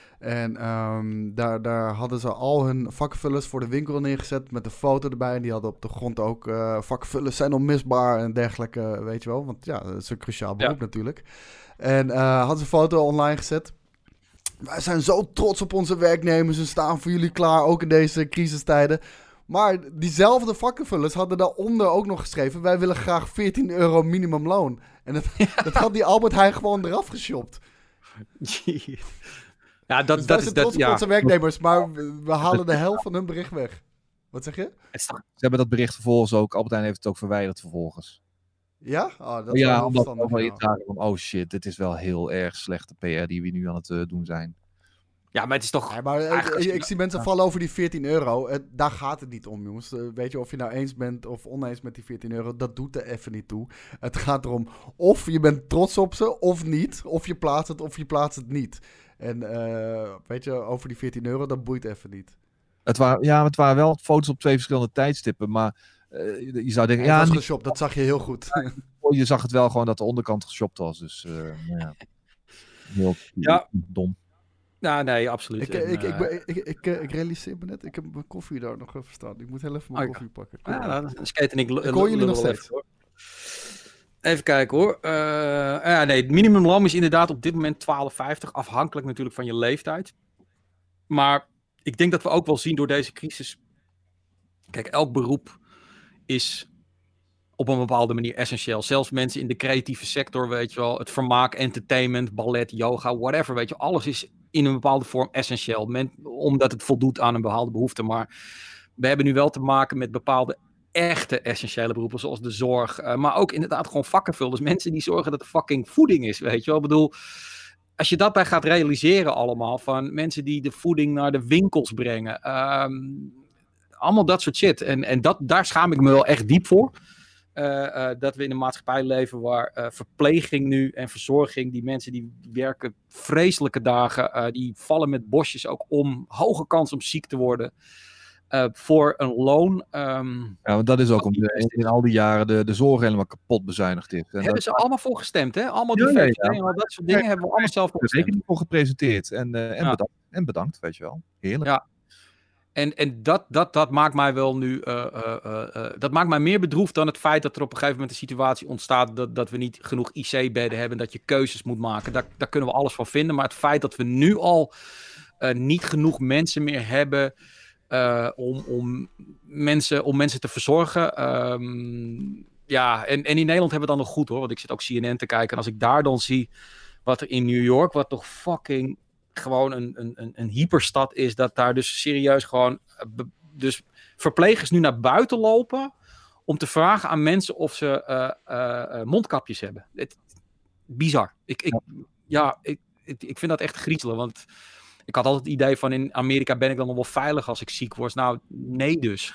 En um, daar, daar hadden ze al hun vakvullers voor de winkel neergezet met een foto erbij. En die hadden op de grond ook uh, vakvullers zijn onmisbaar en dergelijke, weet je wel. Want ja, dat is een cruciaal beroep ja. natuurlijk. En uh, hadden ze een foto online gezet. Wij zijn zo trots op onze werknemers en staan voor jullie klaar, ook in deze crisistijden. Maar diezelfde vakkenvullers hadden daaronder ook nog geschreven, wij willen graag veertien euro minimumloon. En dat, ja. dat had die Albert Heijn gewoon eraf geshopt. Ja, dat, dus dat is trots dat, op ja. onze werknemers, maar we, we halen de helft van hun bericht weg. Wat zeg je? Ze hebben dat bericht vervolgens ook, Albert Heijn heeft het ook verwijderd vervolgens. Ja? Oh, dat is ja, omdat we wel iets zagen van, oh shit, dit is wel heel erg slechte P R die we nu aan het uh, doen zijn. Ja, maar het is toch... Ja, maar ik, ik, ik zie mensen vallen over die veertien euro. Het, daar gaat het niet om, jongens. Uh, weet je, of je nou eens bent of oneens met die veertien euro, dat doet er even niet toe. Het gaat erom of je bent trots op ze of niet. Of je plaatst het of je plaatst het niet. En uh, weet je, over die veertien euro, dat boeit even niet. Het waren, ja, het waren wel foto's op twee verschillende tijdstippen, maar... Uh, je zou denken, ja, ja, het was geshopt, dat zag je heel goed. Je zag het wel gewoon dat de onderkant geshopt was, dus uh, ja, heel ja. dom. Ja, nee, absoluut. Ik, en, ik, uh, ik, ik, ik, ik, ik realiseer me net, ik heb mijn koffie daar nog even staan. Ik moet heel even mijn oh, koffie pakken. Kom ja, nou, skate en ik, ik hoor jullie nog steeds. Even, even kijken hoor. Uh, ja, nee, het minimumloon is inderdaad op dit moment twaalf vijftig, afhankelijk natuurlijk van je leeftijd. Maar ik denk dat we ook wel zien door deze crisis. Kijk, elk beroep is op een bepaalde manier essentieel. Zelfs mensen in de creatieve sector, weet je wel, het vermaak, entertainment, ballet, yoga, whatever, weet je, alles is in een bepaalde vorm essentieel, Men, omdat het voldoet aan een bepaalde behoefte. Maar we hebben nu wel te maken met bepaalde echte essentiële beroepen, zoals de zorg, uh, maar ook inderdaad gewoon vakkenvullers, mensen die zorgen dat er fucking voeding is, weet je wel. Ik bedoel, als je dat bij gaat realiseren allemaal, van mensen die de voeding naar de winkels brengen, um, allemaal dat soort shit. En, en dat, daar schaam ik me wel echt diep voor. Uh, uh, dat we in een maatschappij leven waar uh, verpleging nu en verzorging, die mensen die werken vreselijke dagen, uh, die vallen met bosjes ook om, hoge kans om ziek te worden. Uh, voor een loon. Um, ja, want dat is ook omdat in, in al die jaren de, de zorg helemaal kapot bezuinigd is. En hebben dat... ze allemaal voor gestemd, hè? Allemaal die ja, V V D ja, ja. en al dat soort dingen ja, hebben we allemaal zelf voor gestemd. rekening voor gepresenteerd. En, uh, en, ja. bedankt, en bedankt, weet je wel. Heerlijk. Ja. En, en dat, dat, dat maakt mij wel nu. Uh, uh, uh, uh, dat maakt mij meer bedroefd dan het feit dat er op een gegeven moment een situatie ontstaat. Dat, dat we niet genoeg I C-bedden hebben. Dat je keuzes moet maken. Daar, daar kunnen we alles van vinden. Maar het feit dat we nu al uh, niet genoeg mensen meer hebben. Uh, om, om, mensen, om mensen te verzorgen. Um, ja, en, en in Nederland hebben we het dan nog goed hoor. Want ik zit ook C N N te kijken. En als ik daar dan zie wat er in New York, wat toch fucking gewoon een, een, een hyperstad is, dat daar dus serieus gewoon be, dus verplegers nu naar buiten lopen om te vragen aan mensen of ze uh, uh, mondkapjes hebben. Het, bizar. Ik, ik, ja, ik, ik, ik vind dat echt griezelig, want ik had altijd het idee van in Amerika ben ik dan nog wel veilig als ik ziek word. Nou, nee dus.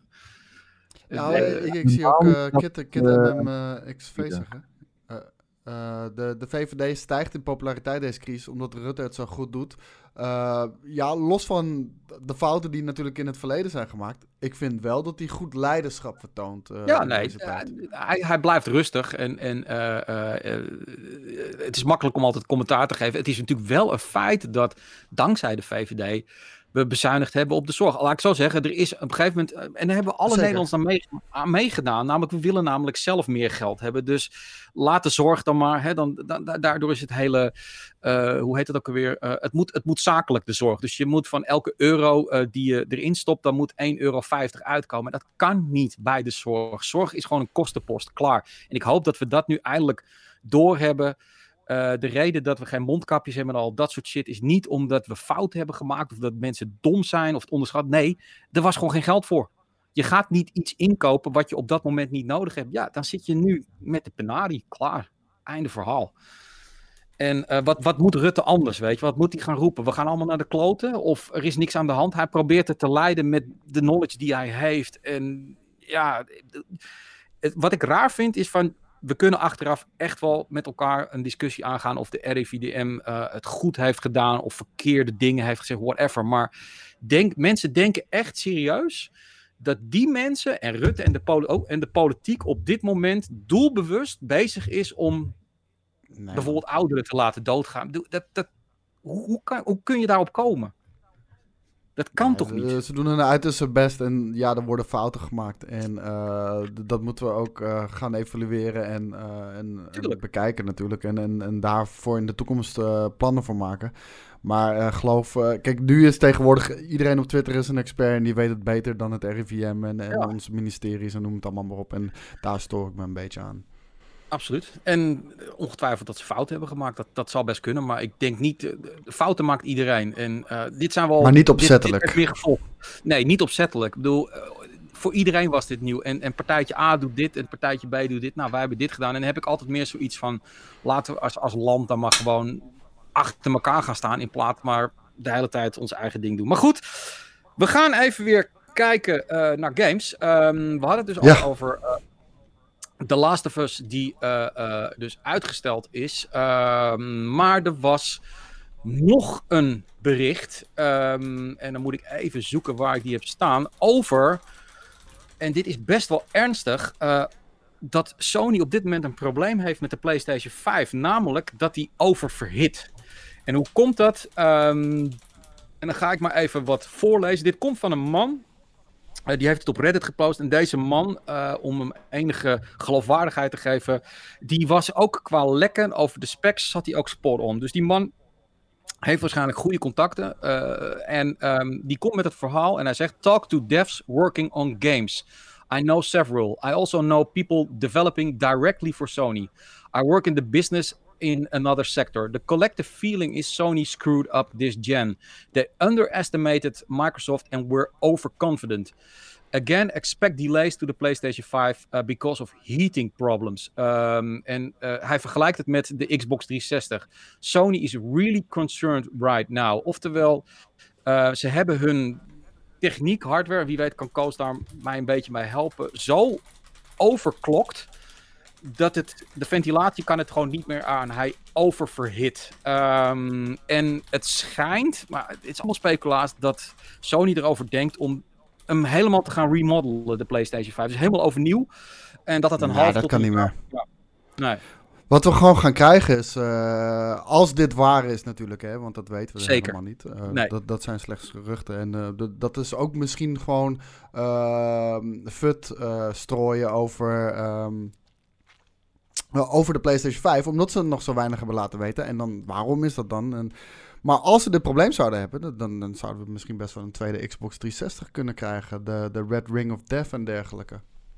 Ja, nee, ik, ik zie ook uh, Kit, Kit uh, M M uh, X V zeggen. Uh, uh, de, de V V D stijgt in populariteit deze crisis omdat Rutte het zo goed doet. Uh, ja, los van de fouten die natuurlijk in het verleden zijn gemaakt. Ik vind wel dat hij goed leiderschap vertoont. Uh, ja, nee. Uh, hij, hij blijft rustig. En, en uh, uh, uh, het is makkelijk om altijd commentaar te geven. Het is natuurlijk wel een feit dat dankzij de V V D we bezuinigd hebben op de zorg. Laat ik zo zeggen, er is op een gegeven moment, en daar hebben alle Zeker. Nederlanders aan, mee, aan meegedaan. Namelijk, we willen namelijk zelf meer geld hebben. Dus laat de zorg dan maar. Hè, dan, da, da, daardoor is het hele, uh, hoe heet het ook alweer? Uh, het, moet, het moet zakelijk, de zorg. Dus je moet van elke euro uh, die je erin stopt, dan moet één euro vijftig uitkomen. Dat kan niet bij de zorg. Zorg is gewoon een kostenpost, klaar. En ik hoop dat we dat nu eindelijk doorhebben. Uh, de reden dat we geen mondkapjes hebben en al dat soort shit is niet omdat we fouten hebben gemaakt of dat mensen dom zijn of het onderschat. Nee, er was gewoon geen geld voor. Je gaat niet iets inkopen wat je op dat moment niet nodig hebt. Ja, dan zit je nu met de penarie. Klaar. Einde verhaal. En uh, wat, wat moet Rutte anders, weet je? Wat moet hij gaan roepen? We gaan allemaal naar de kloten of er is niks aan de hand. Hij probeert het te leiden met de knowledge die hij heeft. En ja, het, wat ik raar vind is van we kunnen achteraf echt wel met elkaar een discussie aangaan of de R I V D M uh, het goed heeft gedaan of verkeerde dingen heeft gezegd, whatever. Maar denk, mensen denken echt serieus dat die mensen en Rutte en de, poli- oh, en de politiek op dit moment doelbewust bezig is om nee, bijvoorbeeld ouderen te laten doodgaan. Dat, dat, hoe, hoe, kan, hoe kun je daarop komen? Dat kan ja, toch niet? Ze, ze doen hun uiterste best en ja, er worden fouten gemaakt. En uh, d- dat moeten we ook uh, gaan evalueren en, uh, en, en bekijken natuurlijk. En, en, en daarvoor in de toekomst uh, plannen voor maken. Maar uh, geloof, uh, kijk, nu is tegenwoordig iedereen op Twitter is een expert en die weet het beter dan het R I V M en, en ja. onze ministeries en noem het allemaal maar op. En daar stoor ik me een beetje aan. Absoluut. En ongetwijfeld dat ze fouten hebben gemaakt. Dat, dat zal best kunnen. Maar ik denk niet... Uh, fouten maakt iedereen. En uh, dit zijn wel... Maar niet opzettelijk. Dit, dit weer gevolg. Nee, niet opzettelijk. Ik bedoel, uh, voor iedereen was dit nieuw. En, en partijtje A doet dit en partijtje B doet dit. Nou, wij hebben dit gedaan. En dan heb ik altijd meer zoiets van... Laten we als, als land dan maar gewoon achter elkaar gaan staan. In plaats maar de hele tijd ons eigen ding doen. Maar goed, we gaan even weer kijken uh, naar games. Um, we hadden het dus ja. al over... Uh, The Last of Us die uh, uh, dus uitgesteld is. Uh, maar er was nog een bericht. Um, en dan moet ik even zoeken waar ik die heb staan. Over, en dit is best wel ernstig, uh, dat Sony op dit moment een probleem heeft met de PlayStation vijf. Namelijk dat die oververhit. En hoe komt dat? Um, en dan ga ik maar even wat voorlezen. Dit komt van een man... Uh, die heeft het op Reddit gepost. En deze man, uh, om hem enige geloofwaardigheid te geven... die was ook qua lekken over de specs... zat hij ook spot on. Dus die man heeft waarschijnlijk goede contacten. Uh, en um, die komt met het verhaal en hij zegt... Talk to devs working on games. I know several. I also know people developing directly for Sony. I work in the business... in another sector. The collective feeling is Sony screwed up this gen. They underestimated Microsoft and were overconfident. Again, expect delays to the PlayStation vijf uh, because of heating problems. Um, en uh, hij vergelijkt het met de Xbox driehonderdzestig. Sony is really concerned right now. Oftewel, uh, ze hebben hun techniek, hardware, wie weet kan Koos daar mij een beetje bij helpen, zo overklokt dat het, de ventilatie kan het gewoon niet meer aan. Hij oververhit. Um, en het schijnt, maar het is allemaal speculatie, dat Sony erover denkt om hem helemaal te gaan remodelen, de PlayStation vijf. Dus helemaal overnieuw. En dat het een Ja, half dat tot kan een niet meer. Ja. Nee. Wat we gewoon gaan krijgen is, uh, als dit waar is natuurlijk, hè, want dat weten we Zeker. helemaal niet. Uh, Nee. dat, dat zijn slechts geruchten. En uh, d- dat is ook misschien gewoon uh, fut uh, strooien over, um, over de PlayStation vijf, omdat ze het nog zo weinig hebben laten weten. En dan, waarom is dat dan? En, maar als ze dit probleem zouden hebben, dan, dan zouden we misschien best wel een tweede Xbox driehonderdzestig kunnen krijgen. De, de Red Ring of Death en dergelijke.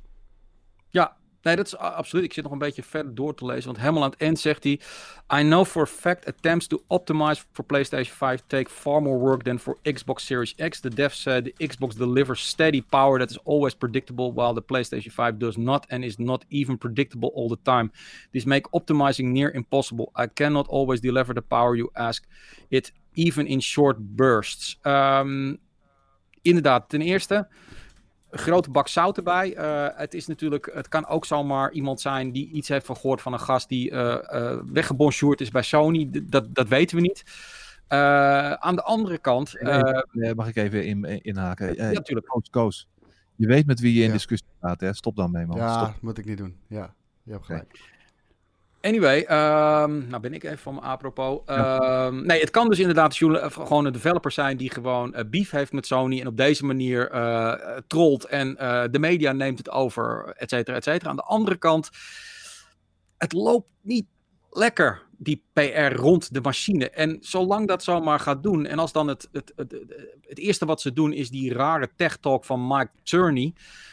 Ja, nee, dat is a- absoluut. Ik zit nog een beetje verder door te lezen, want helemaal aan het eind zegt hij: I know for a fact attempts to optimize for PlayStation vijf take far more work than for Xbox Series X. The dev said the Xbox delivers steady power that is always predictable, while the PlayStation vijf does not and is not even predictable all the time. This make optimizing near impossible. I cannot always deliver the power you ask it, even in short bursts. Um, inderdaad, ten eerste een grote bak zout erbij. Uh, het is natuurlijk, het kan ook zomaar iemand zijn die iets heeft van gehoord van een gast die uh, uh, weggebonjourd is bij Sony. D- dat, dat weten we niet. Uh, aan de andere kant. Uh, Uh, mag ik even in, inhaken? Uh, ja, natuurlijk. Koos, Koos. Je weet met wie je in Ja. discussie gaat, hè? Stop dan mee, man. Ja, Stop. moet ik niet doen. Ja, je hebt gelijk. Anyway, um, nou ben ik even van me apropos. Um, nee, het kan dus inderdaad journal- gewoon een developer zijn die gewoon uh, beef heeft met Sony en op deze manier uh, trolt en uh, de media neemt het over, et cetera, et cetera. Aan de andere kant, het loopt niet lekker, die P R rond de machine. En zolang dat zomaar gaat doen, en als dan het, het, het, het, het eerste wat ze doen is die rare tech talk van Mike Cerny,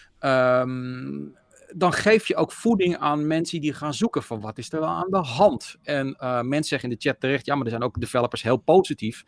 um, dan geef je ook voeding aan mensen die gaan zoeken van wat is er aan de hand. En uh, mensen zeggen in de chat terecht, ja, maar er zijn ook developers heel positief.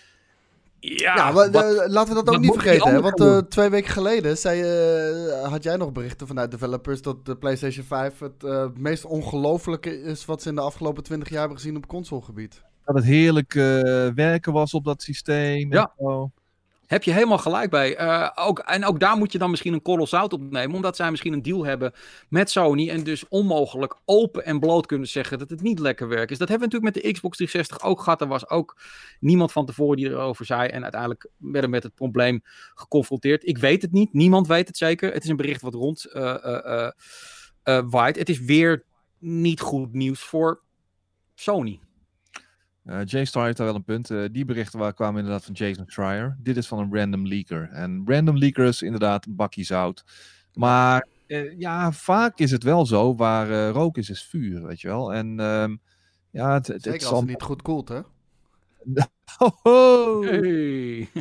Ja, Ja, maar wat, uh, laten we dat ook wat niet moet die vergeten, hè? ander Want gaan uh, doen? twee weken geleden zei, uh, had jij nog berichten vanuit developers dat de PlayStation vijf het uh, meest ongelofelijke is wat ze in de afgelopen twintig jaar hebben gezien op consolegebied. Dat het heerlijk uh, werken was op dat systeem. Ja. En zo. Heb je helemaal gelijk bij. Uh, ook, en ook daar moet je dan misschien een korrel zout opnemen, omdat zij misschien een deal hebben met Sony en dus onmogelijk open en bloot kunnen zeggen dat het niet lekker werkt is. Dat hebben we natuurlijk met de Xbox driehonderdzestig ook gehad. Er was ook niemand van tevoren die erover zei en uiteindelijk werden we met het probleem geconfronteerd. Ik weet het niet. Niemand weet het zeker. Het is een bericht wat rond uh, uh, uh, uh, waait. Het is weer niet goed nieuws voor Sony. Uh, J-Star heeft daar wel een punt. Uh, die berichten waar kwamen inderdaad van Jason Schreier. Dit is van een random leaker. En random leakers inderdaad een bakje zout. Maar uh, ja, vaak is het wel zo. Waar uh, rook is, is vuur, weet je wel. En um, ja, het, het, Zeker het als zal... het niet goed koelt, hè? ho, ho! Hey.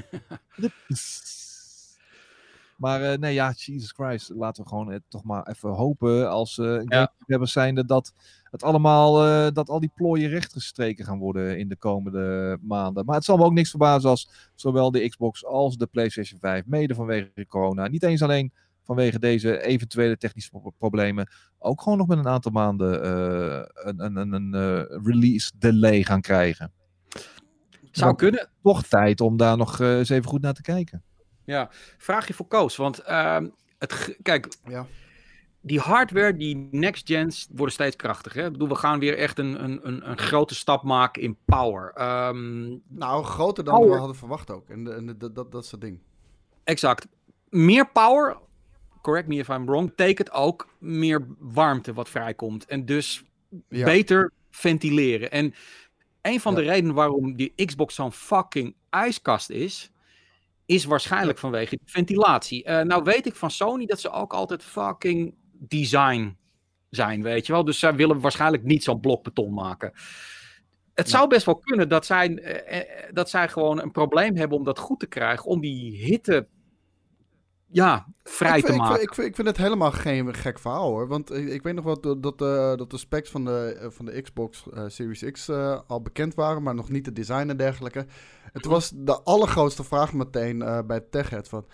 Maar uh, nee, ja, Jesus Christ. Laten we gewoon uh, toch maar even hopen als uh, Ja. gamehebbers zijnde dat het allemaal, uh, dat al die plooien rechtgestreken gaan worden in de komende maanden. Maar het zal me ook niks verbazen als zowel de Xbox als de PlayStation vijf, mede vanwege corona, niet eens alleen vanwege deze eventuele technische pro- problemen, ook gewoon nog met een aantal maanden uh, een, een, een, een uh, release delay gaan krijgen. Zou kunnen. Toch tijd om daar nog uh, eens even goed naar te kijken. Ja, vraagje voor Koos. Want uh, het, g- kijk, Ja. die hardware, die next gens worden steeds krachtiger. Hè? Ik bedoel, we gaan weer echt een, een, een, een grote stap maken in power. Um, Nou, groter dan Power. we hadden verwacht ook. En, de, en de, dat, dat, dat is het ding. exact. Meer power, correct me if I'm wrong, betekent ook meer warmte wat vrijkomt. En dus Ja. beter ventileren. En een van Ja. de redenen waarom die Xbox zo'n fucking ijskast is, is waarschijnlijk vanwege de ventilatie. Uh, nou weet ik van Sony dat ze ook altijd fucking design zijn, weet je wel. Dus zij willen waarschijnlijk niet zo'n blok beton maken. Het Ja. zou best wel kunnen dat zij, uh, uh, dat zij gewoon een probleem hebben om dat goed te krijgen, om die hitte ja, vrij ik, te vind, maken. ik, vind, ik, vind, ik vind het helemaal geen gek verhaal, hoor. Want ik, ik weet nog wel dat, dat, uh, dat de specs van de, uh, van de Xbox uh, Series X uh, al bekend waren, maar nog niet de design en dergelijke. Het was de allergrootste vraag meteen uh, bij TechHead van,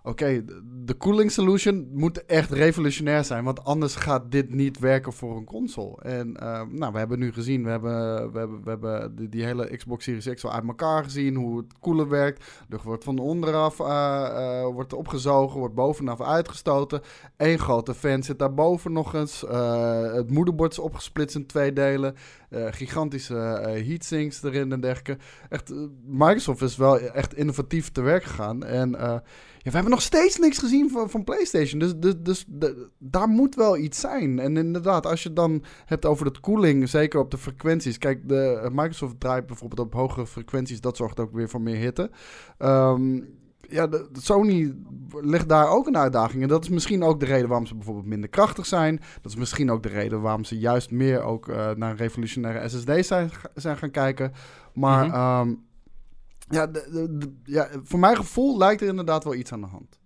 oké, okay, de cooling solution moet echt revolutionair zijn, want anders gaat dit niet werken voor een console. En uh, nou, we hebben nu gezien, we hebben, we hebben, we hebben die, die hele Xbox Series X al uit elkaar gezien, hoe het koelen werkt. De lucht wordt van onderaf uh, uh, wordt opgezogen, wordt bovenaf uitgestoten. Eén grote fan zit daarboven nog eens. Uh, het moederbord is opgesplitst in twee delen. Uh, gigantische uh, heatsinks erin en dergelijke. Echt, uh, Microsoft is wel echt innovatief te werk gegaan. En uh, ja, we hebben nog steeds niks gezien van, van PlayStation. Dus, dus, dus de, daar moet wel iets zijn. En inderdaad, als je het dan hebt over dat koeling, zeker op de frequenties. Kijk, de, uh, Microsoft draait bijvoorbeeld op hogere frequenties. Dat zorgt ook weer voor meer hitte. Um, Ja, de, de Sony ligt daar ook een uitdaging. En dat is misschien ook de reden waarom ze bijvoorbeeld minder krachtig zijn. Dat is misschien ook de reden waarom ze juist meer ook uh, naar revolutionaire S S D's zijn, zijn gaan kijken. Maar mm-hmm. um, ja, de, de, de, ja, voor mijn gevoel lijkt er inderdaad wel iets aan de hand.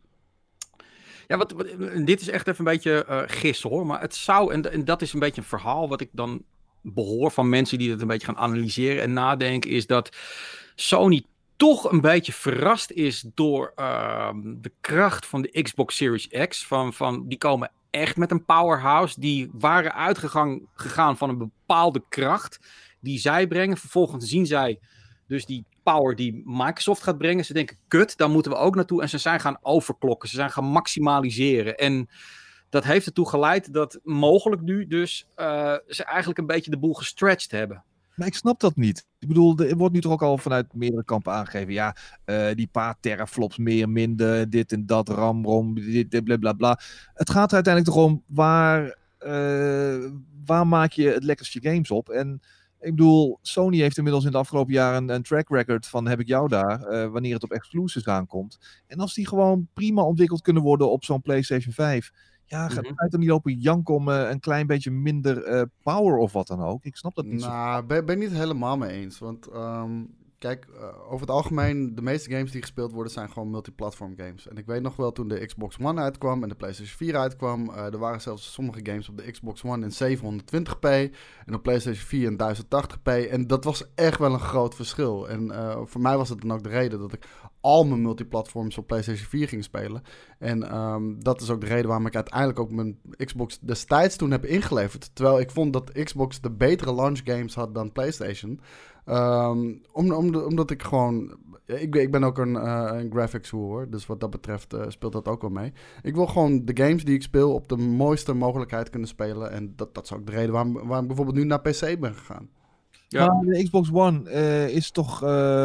Ja, wat, wat, dit is echt even een beetje uh, gissen hoor. Maar het zou, en, en dat is een beetje een verhaal wat ik dan behoor van mensen die het een beetje gaan analyseren en nadenken, is dat Sony toch een beetje verrast is door uh, de kracht van de Xbox Series X. Van, van, die komen echt met een powerhouse. Die waren uitgegaan gegaan van een bepaalde kracht die zij brengen. Vervolgens zien zij dus die power die Microsoft gaat brengen. Ze denken, kut, daar moeten we ook naartoe. En ze zijn gaan overklokken. Ze zijn gaan maximaliseren. En dat heeft ertoe geleid dat mogelijk nu dus uh, ze eigenlijk een beetje de boel gestretched hebben. Maar ik snap dat niet. Ik bedoel, er wordt nu toch ook al vanuit meerdere kampen aangegeven. Ja, uh, die paar teraflops meer, minder, dit en dat, ram, rom, dit, dit, bla, bla, bla. Het gaat er uiteindelijk toch om waar, uh, waar maak je het lekkerste games op? En ik bedoel, Sony heeft inmiddels in de afgelopen jaren een, een track record van heb ik jou daar, uh, wanneer het op exclusives aankomt. En als die gewoon prima ontwikkeld kunnen worden op zo'n PlayStation vijf... Ja, gaat mm-hmm. het er niet lopen janken om uh, een klein beetje minder uh, power of wat dan ook? Ik snap dat niet nou, zo. Ben, ben ik niet helemaal mee eens. Want um, kijk, uh, over het algemeen, de meeste games die gespeeld worden zijn gewoon multiplatform games. En ik weet nog wel, toen de Xbox One uitkwam en de PlayStation vier uitkwam, uh, er waren zelfs sommige games op de Xbox One in zevenhonderdtwintig p en op PlayStation vier in duizend tachtig p. En dat was echt wel een groot verschil. En uh, voor mij was het dan ook de reden dat ik al mijn multiplatforms op PlayStation vier ging spelen. En um, dat is ook de reden waarom ik uiteindelijk ook mijn Xbox destijds toen heb ingeleverd. Terwijl ik vond dat Xbox de betere launch games had dan PlayStation. Um, om, om de, omdat ik gewoon... Ik, ik ben ook een, uh, een graphics hoer, dus wat dat betreft uh, speelt dat ook wel mee. Ik wil gewoon de games die ik speel op de mooiste mogelijkheid kunnen spelen. En dat, dat is ook de reden waarom, waarom ik bijvoorbeeld nu naar P C ben gegaan. Ja. Maar de Xbox One uh, is toch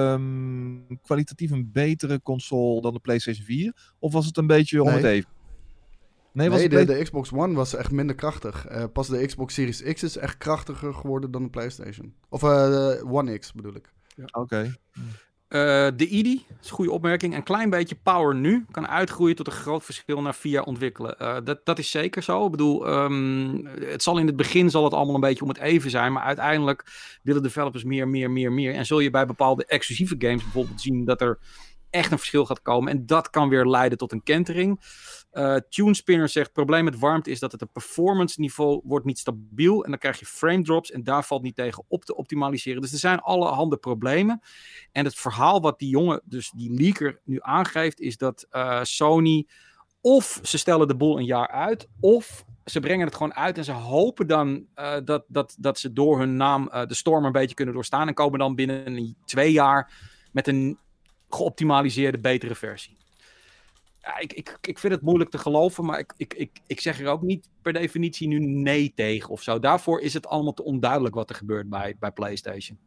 um, kwalitatief een betere console dan de PlayStation vier? Of was het een beetje om nee. het even? Nee, was nee de, play... de Xbox One was echt minder krachtig. Uh, pas de Xbox Series X is echt krachtiger geworden dan de PlayStation. Of uh, de One X bedoel ik. Ja. Oké. Okay. Uh, de I D I, dat is een goede opmerking. Een klein beetje power nu kan uitgroeien tot een groot verschil na vier jaar ontwikkelen. Uh, dat, dat is zeker zo. Ik bedoel, um, het zal in het begin zal het allemaal een beetje om het even zijn. Maar uiteindelijk willen developers meer, meer, meer, meer. En zul je bij bepaalde exclusieve games bijvoorbeeld zien dat er echt een verschil gaat komen. En dat kan weer leiden tot een kentering. Uh, TuneSpinner zegt, het probleem met warmte is dat het een performance niveau wordt niet stabiel. En dan krijg je frame drops en daar valt niet tegen op te optimaliseren. Dus er zijn allerhande problemen. En het verhaal wat die jongen, dus die leaker nu aangeeft, is dat uh, Sony, of ze stellen de boel een jaar uit, of ze brengen het gewoon uit en ze hopen dan uh, dat, dat, dat ze door hun naam uh, de storm een beetje kunnen doorstaan. En komen dan binnen een, twee jaar met een geoptimaliseerde, betere versie. Ja, ik, ik, ik vind het moeilijk te geloven, maar ik, ik, ik, ik zeg er ook niet per definitie nu nee tegen of zo. Daarvoor is het allemaal te onduidelijk wat er gebeurt bij, bij PlayStation.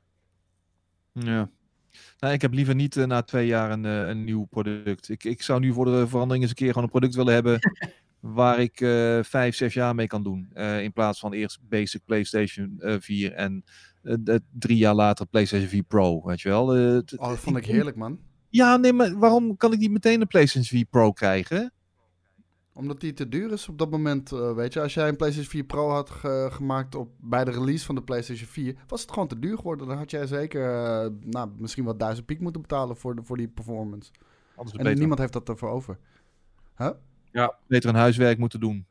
Ja. Nou, ik heb liever niet uh, na twee jaar een, uh, een nieuw product. Ik, ik zou nu voor de verandering eens een keer gewoon een product willen hebben waar ik uh, vijf, zes jaar mee kan doen. Uh, in plaats van eerst basic PlayStation uh, vier en uh, de, drie jaar later PlayStation vier Pro, weet je wel. Uh, t- oh, dat vond ik heerlijk, man. Ja, nee, maar waarom kan ik niet meteen een PlayStation vier Pro krijgen? Omdat die te duur is op dat moment, uh, weet je. Als jij een PlayStation vier Pro had ge- gemaakt op, bij de release van de PlayStation vier, was het gewoon te duur geworden. Dan had jij zeker, uh, nou, misschien wat duizend piek moeten betalen voor, de, voor die performance. En beter. Niemand heeft dat ervoor over. Huh? Ja, beter een huiswerk moeten doen.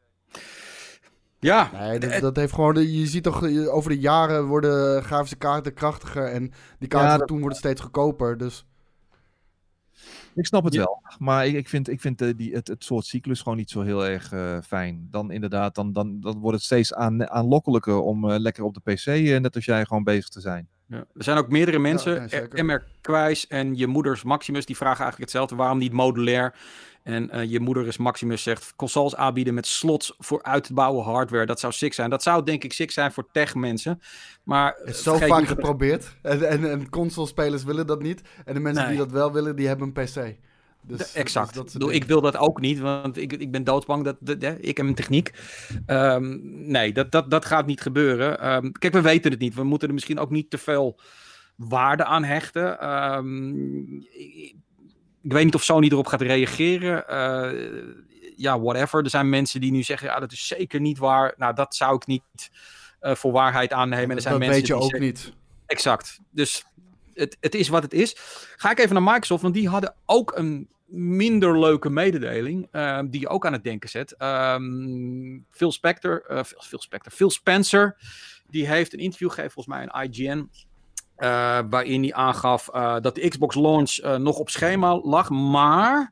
Ja. Nee, dat, dat heeft gewoon, je ziet toch, over de jaren worden grafische kaarten krachtiger en die kaarten ja, van dat... toen worden steeds goedkoper, dus... Ik snap het Ja. wel, maar ik, ik vind, ik vind uh, die, het, het soort cyclus gewoon niet zo heel erg uh, fijn. Dan inderdaad, dan, dan, dan wordt het steeds aan, aanlokkelijker om uh, lekker op de P C, uh, net als jij, gewoon bezig te zijn. Ja. Er zijn ook meerdere mensen, Ja, nee, M R Kwijs en je moeders Maximus, die vragen eigenlijk hetzelfde. Waarom niet modulair? En uh, je moeder is Maximus zegt, consoles aanbieden met slots voor uit te bouwen hardware. Dat zou sick zijn. Dat zou denk ik sick zijn voor tech mensen. Maar het is zo vaak geprobeerd. En, en, en console-spelers willen dat niet. En de mensen nee. die dat wel willen, die hebben een P C. Dus, de, exact. Dus dat ik wil dat ook niet, want ik, ik ben doodsbang dat de, de, ik heb een techniek. Um, nee, dat, dat, dat gaat niet gebeuren. Um, kijk, we weten het niet. We moeten er misschien ook niet te veel waarde aan hechten. Um, ik, ik weet niet of Sony erop gaat reageren. Uh, ja, whatever. Er zijn mensen die nu zeggen, ja, dat is zeker niet waar. Nou, dat zou ik niet uh, voor waarheid aannemen. En er zijn dat mensen weet je die ook zeggen, niet. Exact. Dus het, het is wat het is. Ga ik even naar Microsoft, want die hadden ook een minder leuke mededeling, uh, die je ook aan het denken zet. Um, Phil Spector, uh, Phil, Phil Spector, Phil Spencer, die heeft een interview gegeven, volgens mij in I G N, uh, waarin hij aangaf uh, dat de Xbox launch uh, nog op schema lag, maar,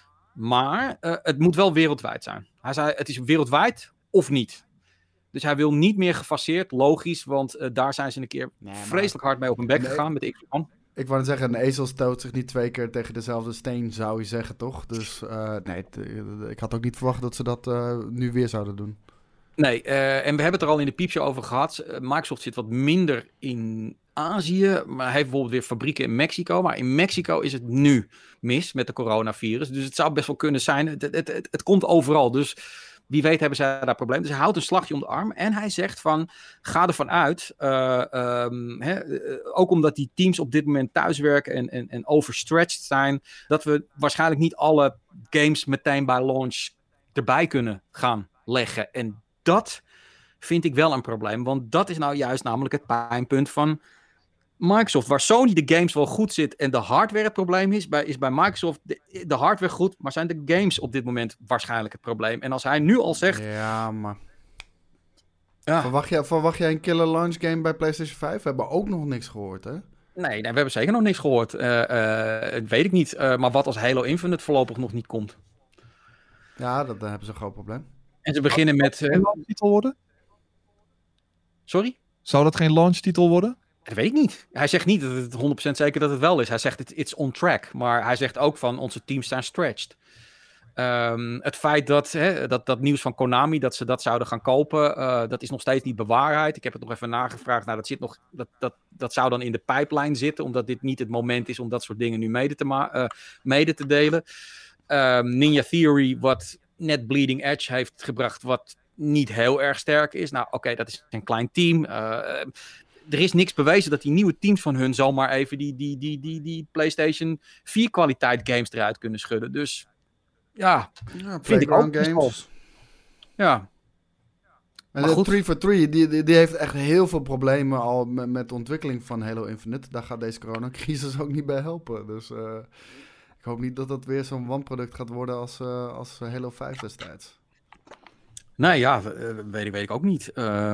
maar uh, het moet wel wereldwijd zijn. Hij zei, het is wereldwijd of niet. Dus hij wil niet meer gefaseerd, logisch, want uh, daar zijn ze een keer nee, maar... vreselijk hard mee op hun bek nee. gegaan met de Xbox One. Ik wou zeggen, een ezel stoot zich niet twee keer tegen dezelfde steen, zou je zeggen, toch? Dus uh, nee, t- ik had ook niet verwacht dat ze dat uh, nu weer zouden doen. Nee, uh, en we hebben het er al in de piepshow over gehad. Uh, Microsoft zit wat minder in Azië, maar hij heeft bijvoorbeeld weer fabrieken in Mexico. Maar in Mexico is het nu mis met de coronavirus. Dus het zou best wel kunnen zijn, het, het, het, het komt overal. Dus wie weet hebben zij daar problemen. Dus hij houdt een slagje om de arm. En hij zegt van, ga ervan uit. Uh, um, hè, uh, ook omdat die teams op dit moment thuiswerken en, en, en overstretched zijn. Dat we waarschijnlijk niet alle games meteen bij launch erbij kunnen gaan leggen. En dat vind ik wel een probleem. Want dat is nou juist namelijk het pijnpunt van Microsoft. Waar Sony de games wel goed zit en de hardware het probleem is, bij, is bij Microsoft de, de hardware goed, maar zijn de games op dit moment waarschijnlijk het probleem. En als hij nu al zegt... Ja, maar... Ja. Verwacht, jij, verwacht jij een killer launch game bij PlayStation vijf? We hebben ook nog niks gehoord, hè? Nee, nee we hebben zeker nog niks gehoord. Uh, uh, weet ik niet. Uh, maar wat als Halo Infinite voorlopig nog niet komt? Ja, dat, dan hebben ze een groot probleem. En ze beginnen met... Zou dat geen launchtitel worden? Sorry? Zou dat geen launchtitel worden? Dat weet ik niet. Hij zegt niet dat het honderd procent zeker dat het wel is. Hij zegt het it's on track. Maar hij zegt ook van onze teams zijn stretched. Um, het feit dat, hè, dat dat nieuws van Konami, dat ze dat zouden gaan kopen, uh, dat is nog steeds niet bewaarheid. Ik heb het nog even nagevraagd. Nou, dat, zit nog, dat, dat, dat zou dan in de pipeline zitten, omdat dit niet het moment is om dat soort dingen nu mede te, ma- uh, mede te delen. Um, Ninja Theory, wat net Bleeding Edge heeft gebracht, wat niet heel erg sterk is. Nou, oké, okay, dat is een klein team. Uh, er is niks bewezen dat die nieuwe teams van hun zomaar even die, die, die, die, die PlayStation vier kwaliteit games eruit kunnen schudden. Dus ja, ja vind ik ook games. Ja. En de three for three, die, die, die heeft echt heel veel problemen al met, met de ontwikkeling van Halo Infinite. Daar gaat deze coronacrisis ook niet bij helpen. Dus uh, ik hoop niet dat dat weer zo'n wanproduct gaat worden als, uh, als Halo vijf destijds. Nee, ja, weet, weet ik ook niet.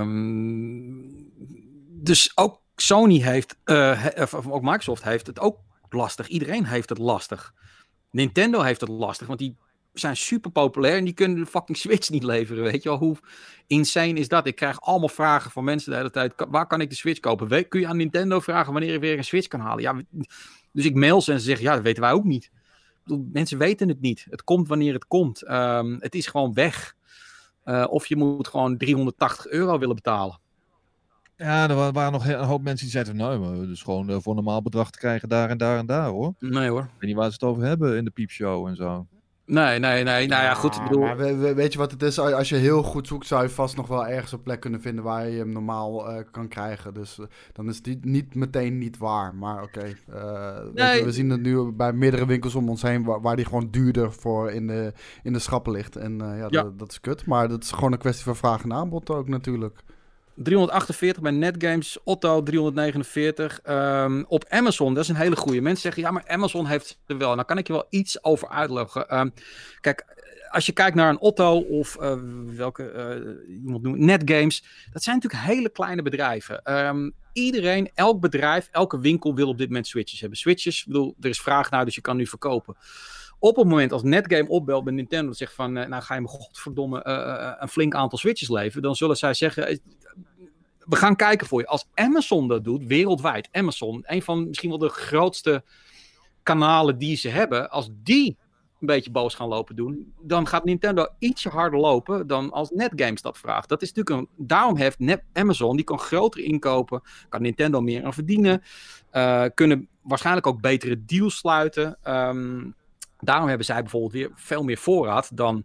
Um, dus ook Sony heeft, uh, of ook Microsoft heeft het ook lastig. Iedereen heeft het lastig. Nintendo heeft het lastig, want die zijn super populair en die kunnen de fucking Switch niet leveren. Weet je wel, hoe insane is dat? Ik krijg allemaal vragen van mensen de hele tijd. Waar kan ik de Switch kopen? We, kun je aan Nintendo vragen wanneer je weer een Switch kan halen? Ja, dus ik mail ze en ze zeggen, ja, dat weten wij ook niet. Ik bedoel, mensen weten het niet. Het komt wanneer het komt. Um, het is gewoon weg. Uh, of je moet gewoon driehonderdtachtig euro willen betalen. Ja, er waren nog een hoop mensen die zeiden, nou, maar dus gewoon uh, voor een normaal bedrag te krijgen daar en daar en daar, hoor. Nee, hoor. Ik weet niet waar ze het over hebben in de piepshow en zo. Nee, nee, nee. Nou ja, goed. Ik bedoel... Maar we, we, weet je wat het is? Als je heel goed zoekt, zou je vast nog wel ergens een plek kunnen vinden waar je hem normaal uh, kan krijgen. Dus uh, dan is die niet meteen niet waar. Maar oké, okay, uh, nee. we zien het nu bij meerdere winkels om ons heen waar, waar die gewoon duurder voor in de, in de schappen ligt. En uh, ja, ja. Dat, dat is kut. Maar dat is gewoon een kwestie van vraag en aanbod ook natuurlijk. driehonderdachtenveertig bij Netgames, Otto driehonderdnegenenveertig. Um, op Amazon, dat is een hele goeie. Mensen zeggen, ja, maar Amazon heeft er wel. Nou kan ik je wel iets over uitleggen. Um, kijk, als je kijkt naar een Otto of uh, welke uh, iemand noemt, Netgames, dat zijn natuurlijk hele kleine bedrijven. Um, iedereen, elk bedrijf, elke winkel wil op dit moment switches hebben. Switches, ik bedoel, er is vraag naar, dus je kan nu verkopen. Op het moment als Netgame opbelt bij Nintendo en zegt van, uh, nou ga je me godverdomme uh, uh, een flink aantal switches leveren, dan zullen zij zeggen, uh, we gaan kijken voor je. Als Amazon dat doet, wereldwijd, Amazon, een van misschien wel de grootste kanalen die ze hebben, als die een beetje boos gaan lopen doen, dan gaat Nintendo ietsje harder lopen dan als Netgames dat vraagt. Dat is natuurlijk een, daarom heeft Net, Amazon, die kan groter inkopen, kan Nintendo meer aan verdienen, uh, kunnen waarschijnlijk ook betere deals sluiten. Um, daarom hebben zij bijvoorbeeld weer veel meer voorraad dan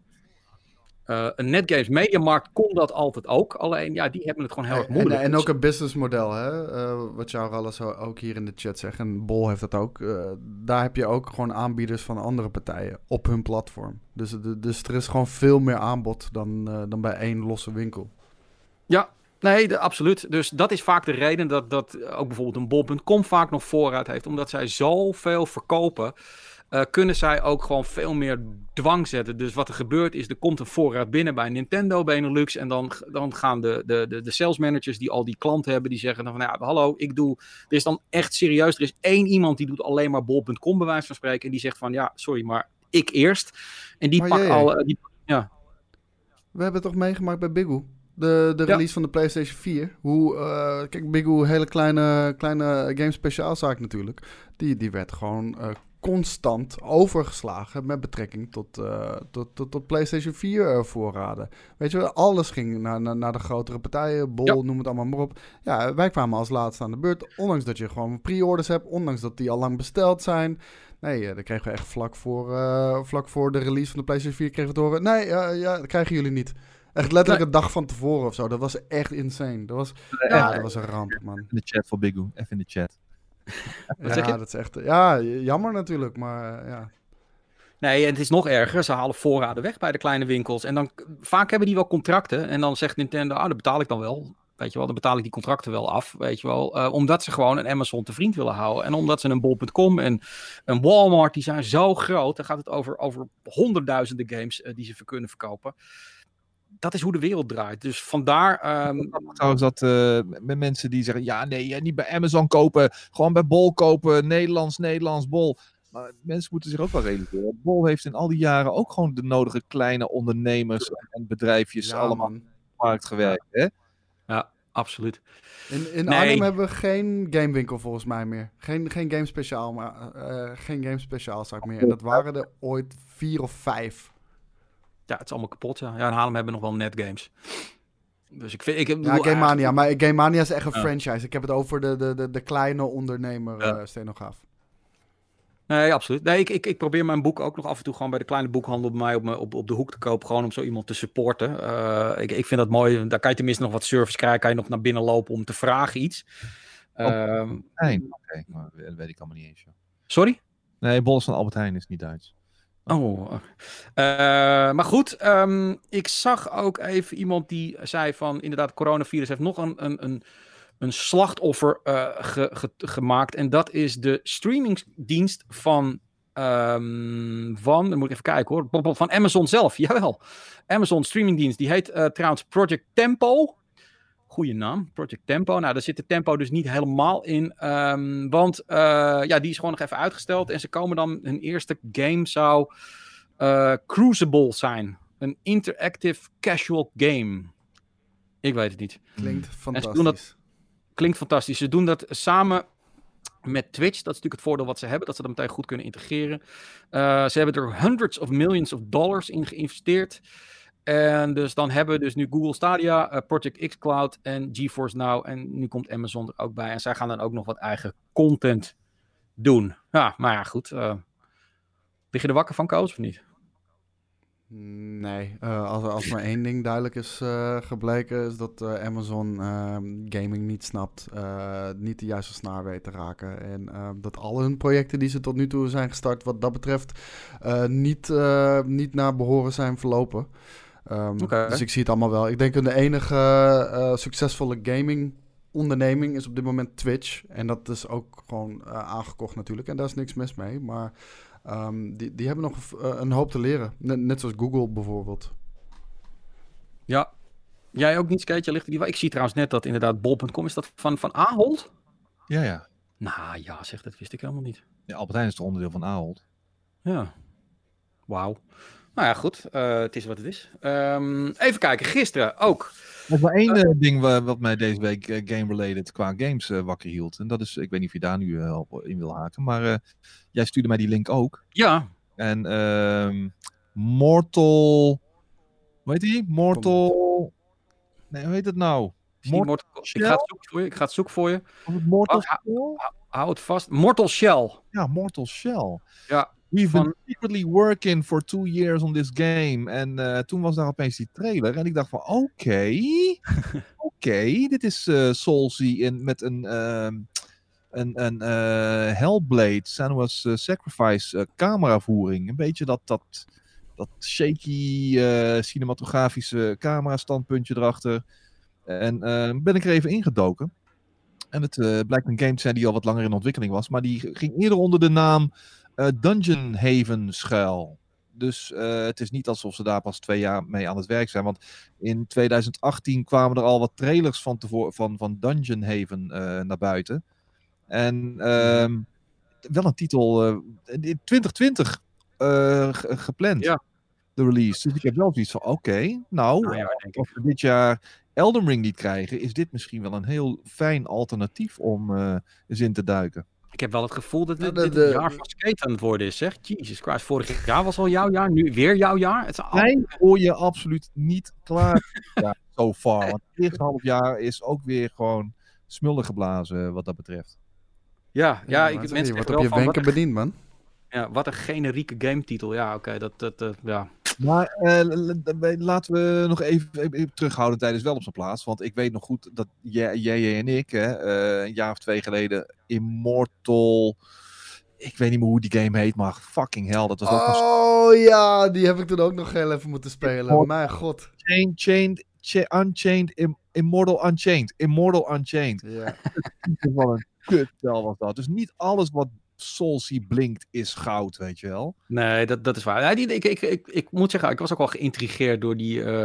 Uh, een Netgames Mediamarkt kon dat altijd ook. Alleen, ja, die hebben het gewoon heel erg moeilijk. En, en ook een businessmodel, hè? Uh, wat jou alles ook hier in de chat zegt. En Bol heeft dat ook. Uh, daar heb je ook gewoon aanbieders van andere partijen op hun platform. Dus, de, dus er is gewoon veel meer aanbod dan, uh, dan bij één losse winkel. Ja, nee, de, absoluut. Dus dat is vaak de reden dat, dat ook bijvoorbeeld een bol punt com vaak nog voorraad heeft. Omdat zij zoveel verkopen, Uh, kunnen zij ook gewoon veel meer dwang zetten. Dus wat er gebeurt is, er komt een voorraad binnen bij Nintendo, Benelux. En dan, dan gaan de, de, de, de sales managers die al die klanten hebben, die zeggen dan van, ja, hallo, ik doe... Er is dan echt serieus, er is één iemand die doet alleen maar bol punt com bij wijze van spreken. En die zegt van, ja, sorry, maar ik eerst. En die pakt al... Uh, die, ja. We hebben het toch meegemaakt bij Bigoo? De, de release ja. van de PlayStation vier. Hoe, uh, kijk, Bigoo, hele kleine, kleine game speciaalzaak natuurlijk. Die, die werd gewoon... Uh, constant overgeslagen met betrekking tot, uh, tot, tot, tot PlayStation vier uh, voorraden. Weet je, alles ging naar, naar, naar de grotere partijen, Bol, ja. noem het allemaal maar op. Ja, wij kwamen als laatste aan de beurt, ondanks dat je gewoon pre-orders hebt, ondanks dat die al lang besteld zijn. Nee, uh, dat kregen we echt vlak voor, uh, vlak voor de release van de PlayStation vier kregen we te horen. Nee, uh, ja, dat krijgen jullie niet. Echt letterlijk nee. een dag van tevoren of zo. Dat was echt insane. Dat was, ja, ja, dat was een ramp, man. In de chat voor Bigoo, even in de chat. Ja, dat is echt... Ja, jammer natuurlijk, maar uh, ja. Nee, en het is nog erger. Ze halen voorraden weg bij de kleine winkels. En dan vaak hebben die wel contracten. En dan zegt Nintendo, ah, dat betaal ik dan wel. Weet je wel, dan betaal ik die contracten wel af. Weet je wel, uh, omdat ze gewoon een Amazon te vriend willen houden. En omdat ze een bol punt com en een Walmart, die zijn zo groot. Dan gaat het over, over honderdduizenden games uh, die ze kunnen verkopen. Dat is hoe de wereld draait. Dus vandaar... Um... Trouwens dat uh, met mensen die zeggen... Ja, nee, niet bij Amazon kopen. Gewoon bij Bol kopen. Nederlands, Nederlands, Bol. Maar mensen moeten zich ook wel realiseren. Bol heeft in al die jaren ook gewoon de nodige kleine ondernemers en bedrijfjes ja, allemaal in de markt gewerkt. Hè? Ja, absoluut. In, in nee. Arnhem hebben we geen gamewinkel volgens mij meer. Geen, geen game speciaal, maar uh, geen game speciaalzaak meer. En dat waren er ooit vier of vijf. Ja, het is allemaal kapot, ja. Ja, in Haarlem hebben we nog wel Netgames. Dus ik vind... Ik, ik ja, Game Mania. Eigenlijk... Maar Game Mania is echt een ja. franchise. Ik heb het over de, de, de, de kleine ondernemer, ja. uh, stenograaf. Nee, absoluut. Nee, ik, ik, ik probeer mijn boek ook nog af en toe gewoon bij de kleine boekhandel bij mij op, me, op, op de hoek te kopen. Gewoon om zo iemand te supporten. Uh, ik, ik vind dat mooi. Daar kan je tenminste nog wat service krijgen. Kan je nog naar binnen lopen om te vragen iets. Uh, Albert Heijn. Oké, okay. Maar dat weet ik allemaal niet eens. Joh. Sorry? Nee, Bols van Albert Heijn is niet Duits. Oh, uh, maar goed, um, ik zag ook even iemand die zei van, inderdaad, het coronavirus heeft nog een, een, een, een slachtoffer uh, ge, ge, gemaakt. En dat is de streamingsdienst van, um, van, dan moet ik even kijken hoor, van Amazon zelf. Jawel, Amazon streamingdienst, die heet uh, trouwens Project Tempo. Goeie naam, Project Tempo. Nou, daar zit de Tempo dus niet helemaal in. Um, want uh, ja, die is gewoon nog even uitgesteld. En ze komen dan, hun eerste game zou uh, Crucible zijn. Een interactive casual game. Ik weet het niet. Klinkt fantastisch. Doen dat, klinkt fantastisch. Ze doen dat samen met Twitch. Dat is natuurlijk het voordeel wat ze hebben. Dat ze dat meteen goed kunnen integreren. Uh, ze hebben er hundreds of millions of dollars in geïnvesteerd. En dus dan hebben we dus nu Google Stadia, uh, Project xCloud en GeForce Now. En nu komt Amazon er ook bij. En zij gaan dan ook nog wat eigen content doen. Ja, maar ja, goed. Uh, lig je er wakker van, Koos, of niet? Nee, uh, als, als maar één ding duidelijk is uh, gebleken, is dat uh, Amazon uh, gaming niet snapt, uh, niet de juiste snaar weet te raken. En uh, dat al hun projecten die ze tot nu toe zijn gestart, wat dat betreft, uh, niet, uh, niet naar behoren zijn verlopen. Um, okay. Dus ik zie het allemaal wel. Ik denk dat de enige uh, succesvolle gaming onderneming is op dit moment Twitch. En dat is ook gewoon uh, aangekocht natuurlijk. En daar is niks mis mee. Maar um, die, die hebben nog uh, een hoop te leren. Net, net zoals Google bijvoorbeeld. Ja. Jij ook niet, Skate? Ligt er die... Ik zie trouwens net dat inderdaad bol punt com, is dat van, van Ahold? Ja, ja. Nou ja, zeg, dat wist ik helemaal niet. Ja, Albert Heijn is toch onderdeel van Ahold? Ja. Wauw. Nou ja, goed. Uh, het is wat het is. Um, even kijken. Gisteren ook. Er is maar één uh, ding wat, wat mij deze week uh, game-related qua games uh, wakker hield. En dat is, ik weet niet of je daar nu uh, op in wil haken, maar uh, jij stuurde mij die link ook. Ja. En uh, Mortal... Hoe heet die? Mortal... Nee, hoe heet het nou? Mortal... Mortal... Ik ga het zoeken voor je. Ik ga het zoeken voor je. Mortal oh, hou, hou het vast. Mortal Shell. Ja, Mortal Shell. Ja. We've van... been secretly working for two years on this game. En uh, toen was daar opeens die trailer. En ik dacht van, oké. Okay, oké, okay, dit is uh, Soulsy in, met een, uh, een, een uh, Hellblade, Senua's uh, Sacrifice uh, cameravoering. Een beetje dat, dat, dat shaky uh, cinematografische camera standpuntje erachter. En uh, ben ik er even ingedoken. En het uh, blijkt een game te zijn die al wat langer in ontwikkeling was. Maar die ging eerder onder de naam uh, Dungeon Haven schuil. Dus uh, het is niet alsof ze daar pas twee jaar mee aan het werk zijn. Want in twintig achttien kwamen er al wat trailers van, tevoor, van, van Dungeon Haven uh, naar buiten. En uh, wel een titel uh, in twintig twintig uh, g- gepland. Ja. De release. Dus ik heb wel zoiets van, oké, okay, nou, nou ja, als we dit jaar Elden Ring niet krijgen, is dit misschien wel een heel fijn alternatief om uh, eens in te duiken. Ik heb wel het gevoel dat dit, Ja, de, dit de, een jaar van skate aan het worden is, zeg. Jesus Christ, vorig jaar was al jouw jaar, nu weer jouw jaar. Het is al... Wij hoor je absoluut niet klaar. Ja, so far. Want het eerste half jaar is ook weer gewoon smullen geblazen wat dat betreft. Ja, ja, ja ik, mensen mensen wordt zeggen op je wel van, wenken wat, bediend, man. ja, wat een generieke gametitel. Ja, oké, okay, dat, dat, uh, ja. Maar uh, laten we nog even, even terughouden tijdens wel op zijn plaats. Want ik weet nog goed dat jij, jij en ik hè, uh, een jaar of twee geleden Immortal... Ik weet niet meer hoe die game heet, maar fucking hell. Dat was ook oh een... ja, die heb ik toen ook nog heel even moeten spelen. Immortal, mijn god. Chained, chained, cha- Unchained, Im- Immortal Unchained. Immortal Unchained. Ja. Wat een kutspel was dat. Dus niet alles wat Soulsy blinkt is goud, weet je wel. Nee, dat, dat is waar. Ja, die, ik, ik, ik, ik moet zeggen, ik was ook wel geïntrigeerd door die... Uh,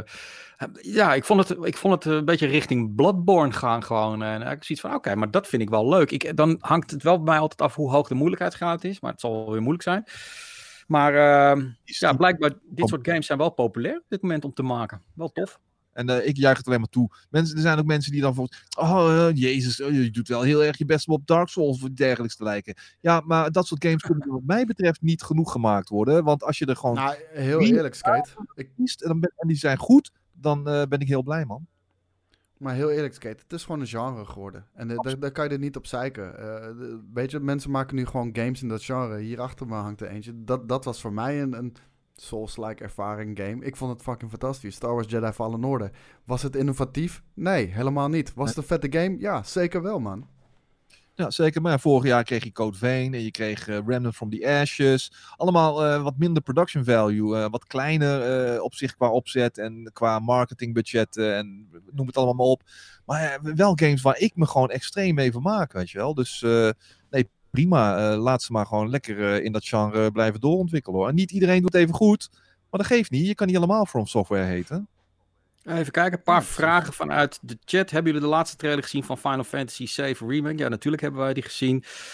ja, ik vond, het, ik vond het een beetje richting Bloodborne gaan gewoon. En ik zoiets van, oké, okay, maar dat vind ik wel leuk. Ik, dan hangt het wel bij mij altijd af hoe hoog de moeilijkheidsgraad is. Maar het zal wel weer moeilijk zijn. Maar uh, ja, blijkbaar, dit soort games zijn wel populair op dit moment om te maken. Wel tof. En uh, ik juich het alleen maar toe. Mensen, er zijn ook mensen die dan bijvoorbeeld... Oh, uh, jezus, uh, je doet wel heel erg je best om op Dark Souls of dergelijks te lijken. Ja, maar dat soort games kunnen wat mij betreft niet genoeg gemaakt worden. Want als je er gewoon... Nou, heel eerlijk, Skate. Ik kiest en, dan ben, en die zijn goed, dan uh, ben ik heel blij, man. Maar heel eerlijk, Skate, het is gewoon een genre geworden. En uh, daar, daar kan je er niet op zeiken. Uh, weet je, mensen maken nu gewoon games in dat genre. Hier achter me hangt er eentje. Dat, dat was voor mij een... een Souls-like ervaring game. Ik vond het fucking fantastisch. Star Wars Jedi Fallen Order. Was het innovatief? Nee, helemaal niet. Was het een vette game? Ja, zeker wel, man. Ja, zeker. Maar ja, vorig jaar kreeg je Code Vein en je kreeg uh, Remnant from the Ashes. Allemaal uh, wat minder production value. Uh, wat kleiner uh, op zich qua opzet en qua marketingbudget uh, en noem het allemaal maar op. Maar uh, wel games waar ik me gewoon extreem mee vermaak, weet je wel. Dus uh, nee, prima. Uh, laat ze maar gewoon lekker uh, in dat genre blijven doorontwikkelen, hoor. En niet iedereen doet het even goed, maar dat geeft niet. Je kan niet allemaal From Software heten. Even kijken, een paar ja, vragen vanuit de chat. Hebben jullie de laatste trailer gezien van Final Fantasy zeven Remake? Ja, natuurlijk hebben wij die gezien.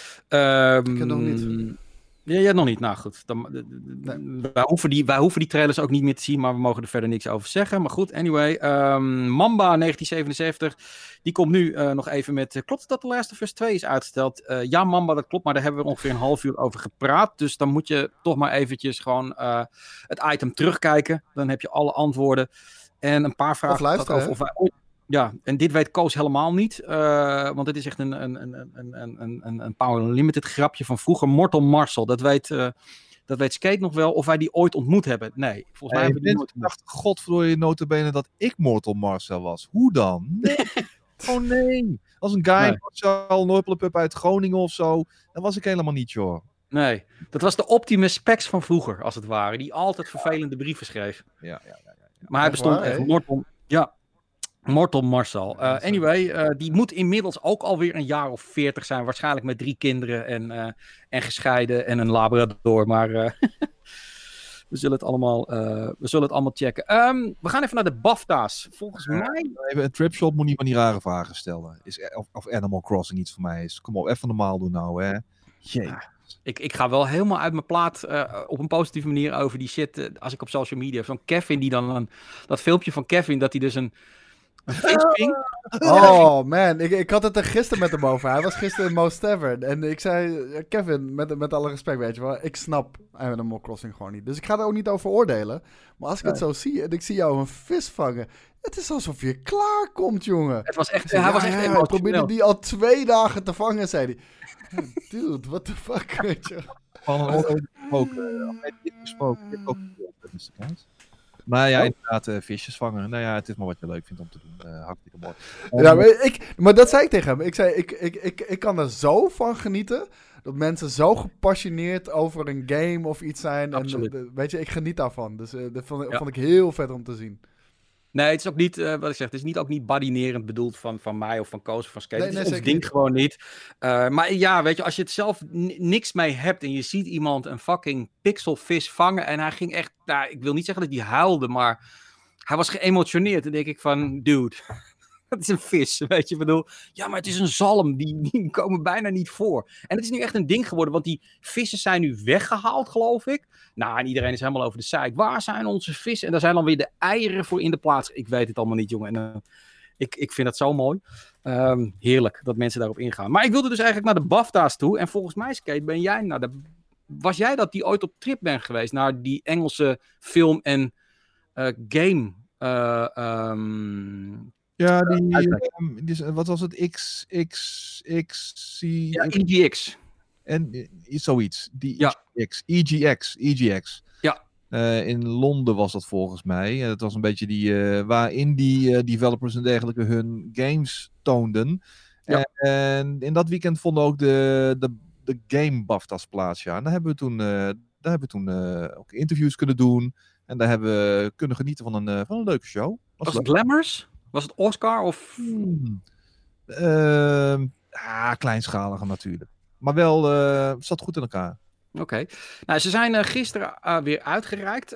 Um, ik heb nog niet. Ja, jij nog niet. Nou goed, dan, nee. wij, hoeven die, wij hoeven die trailers ook niet meer te zien, maar we mogen er verder niks over zeggen. Maar goed, anyway. Um, Mamba negentien zevenenzeventig, die komt nu uh, nog even met... Uh, klopt het dat The Last of Us twee is uitgesteld? Uh, ja, Mamba, dat klopt, maar daar hebben we ongeveer een half uur over gepraat. Dus dan moet je toch maar eventjes gewoon uh, het item terugkijken. Dan heb je alle antwoorden. En een paar vragen... Of luisteren, over, of wij ooit... Ja, en dit weet Koos helemaal niet. Uh, want dit is echt een, een, een, een, een, een, een Power Limited grapje van vroeger. Mortal Marcel, dat weet, uh, dat weet Skate nog wel. Of wij die ooit ontmoet hebben. Nee, volgens mij hey, hebben we die nooit ontmoet. Ik dacht, godverdorie nota bene dat ik Mortal Marcel was. Hoe dan? Nee. Oh nee. Als een guy nee. Marcel, Noorpelpup uit Groningen of zo. Dat was ik helemaal niet, joh. Nee, dat was de Optimus Spex van vroeger, als het ware. Die altijd vervelende brieven schreef. Ja, ja, ja. ja, ja. Maar hij bestond waar, echt. He? Mortal... Ja. Mortal Marcel. Uh, anyway, uh, die moet inmiddels ook alweer een jaar of veertig zijn. Waarschijnlijk met drie kinderen en, uh, en gescheiden en een labrador. Maar uh, we, zullen het allemaal, uh, we zullen het allemaal checken. Um, we gaan even naar de BAFTA's. Volgens uh, mij... Even, een Tripshot moet niet van die rare vragen stellen. Is, of, of Animal Crossing iets voor mij is. Kom op, even normaal doen nou, hè. Jee. Uh, ik, ik ga wel helemaal uit mijn plaat uh, op een positieve manier over die shit. Uh, als ik op social media... Zo'n Kevin die dan... Een, dat filmpje van Kevin dat hij dus een... Een visving? Oh man, ik, ik had het er gisteren met hem over. Hij was gisteren in Most Tavern. En ik zei, Kevin, met, met alle respect, weet je wel, ik snap Animal Crossing gewoon niet. Dus ik ga er ook niet over oordelen. Maar als ik nee. het zo zie en ik zie jou een vis vangen, het is alsof je klaar komt, jongen. Het was echt, zei, hij ja, was echt ja, emotioneel. Ik probeerde die al twee dagen te vangen, zei hij. Dude, what the fuck, weet je. Van een oorlog gesproken. gesproken. Maar ja, oh. inderdaad, uh, visjes vangen. Nou ja, het is maar wat je leuk vindt om te doen. Uh, hartstikke mooi. Um, ja, maar, ik, maar dat zei ik tegen hem. Ik zei, ik, ik, ik, ik kan er zo van genieten. Dat mensen zo gepassioneerd over een game of iets zijn. Absoluut. En, uh, weet je, ik geniet daarvan. Dus uh, dat vond, ja. vond ik heel vet om te zien. Nee, het is ook niet, uh, wat ik zeg, het is niet ook niet badinerend bedoeld van, van mij of van Koos of van Skate. Nee, het is nee, ons ding niet. gewoon niet. Uh, maar ja, weet je, als je het zelf n- niks mee hebt en je ziet iemand een fucking pixelvis vangen en hij ging echt, nou, ik wil niet zeggen dat hij huilde, maar hij was geëmotioneerd. Dan denk ik van, dude, dat is een vis, weet je, ik bedoel, ja, maar het is een zalm, die, die komen bijna niet voor. En het is nu echt een ding geworden, want die vissen zijn nu weggehaald, geloof ik. Nou, en iedereen is helemaal over de zeik. Waar zijn onze vissen? En daar zijn dan weer de eieren voor in de plaats. Ik weet het allemaal niet, jongen. En, uh, ik, ik vind het zo mooi. Um, heerlijk dat mensen daarop ingaan. Maar ik wilde dus eigenlijk naar de BAFTA's toe. En volgens mij, Skate, ben jij naar de... Was jij dat die ooit op trip bent geweest naar die Engelse film en uh, game? Uh, um, ja, die, um, die... Wat was het? X... X... X... C... Ja, E G X. En uh, zoiets. Die ja. E G X. E G X. E G X. Ja. Uh, in Londen was dat volgens mij. Het uh, was een beetje die... Uh, waarin die uh, developers en dergelijke hun games toonden. Ja. En, en in dat weekend vonden ook de, de, de game BAFTA's plaats. Ja. En daar hebben we toen, uh, daar hebben we toen uh, ook interviews kunnen doen. En daar hebben we kunnen genieten van een, uh, van een leuke show. Was, was het Glamours? Was het Oscar? Of... Hmm. Uh, ah, kleinschaliger natuurlijk. Maar wel, uh, zat goed in elkaar. Oké. Okay. Nou, ze zijn uh, gisteren uh, weer uitgereikt.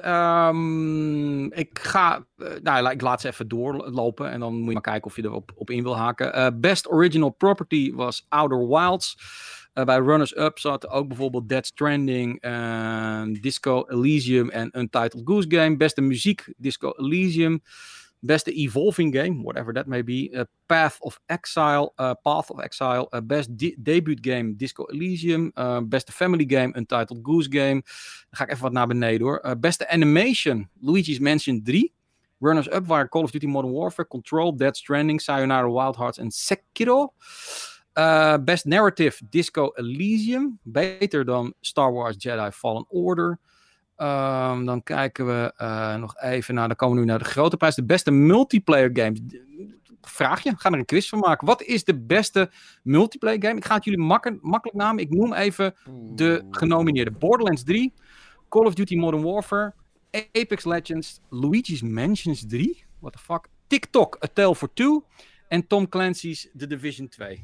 Um, ik ga, uh, nou, ik laat ze even doorlopen en dan moet je maar kijken of je erop op in wil haken. Uh, Best Original Property was Outer Wilds. Uh, bij runners-up zaten ook bijvoorbeeld Dead Stranding, uh, Disco Elysium en Untitled Goose Game. Beste muziek, Disco Elysium. Beste Evolving Game, whatever that may be. Uh, Path of Exile, uh, Path of Exile. Uh, best de- Debut Game, Disco Elysium. Uh, beste Family Game, Untitled Goose Game. Dan ga ik even wat naar beneden hoor. Uh, beste Animation, Luigi's Mansion drie. Runners-up waren Call of Duty Modern Warfare, Control, Dead Stranding, Sayonara Wild Hearts en Sekiro. Uh, best Narrative, Disco Elysium. Beter dan Star Wars Jedi Fallen Order. Um, dan kijken we uh, nog even naar, dan komen we nu naar de grote prijs. De beste multiplayer game. Vraag je, ga er een quiz van maken. Wat is de beste multiplayer game? Ik ga het jullie makkelijk, makkelijk namen. Ik noem even de genomineerden. Borderlands drie, Call of Duty Modern Warfare, Apex Legends, Luigi's Mansions drie, what the fuck, TikTok, A Tale for Two en Tom Clancy's The Division twee.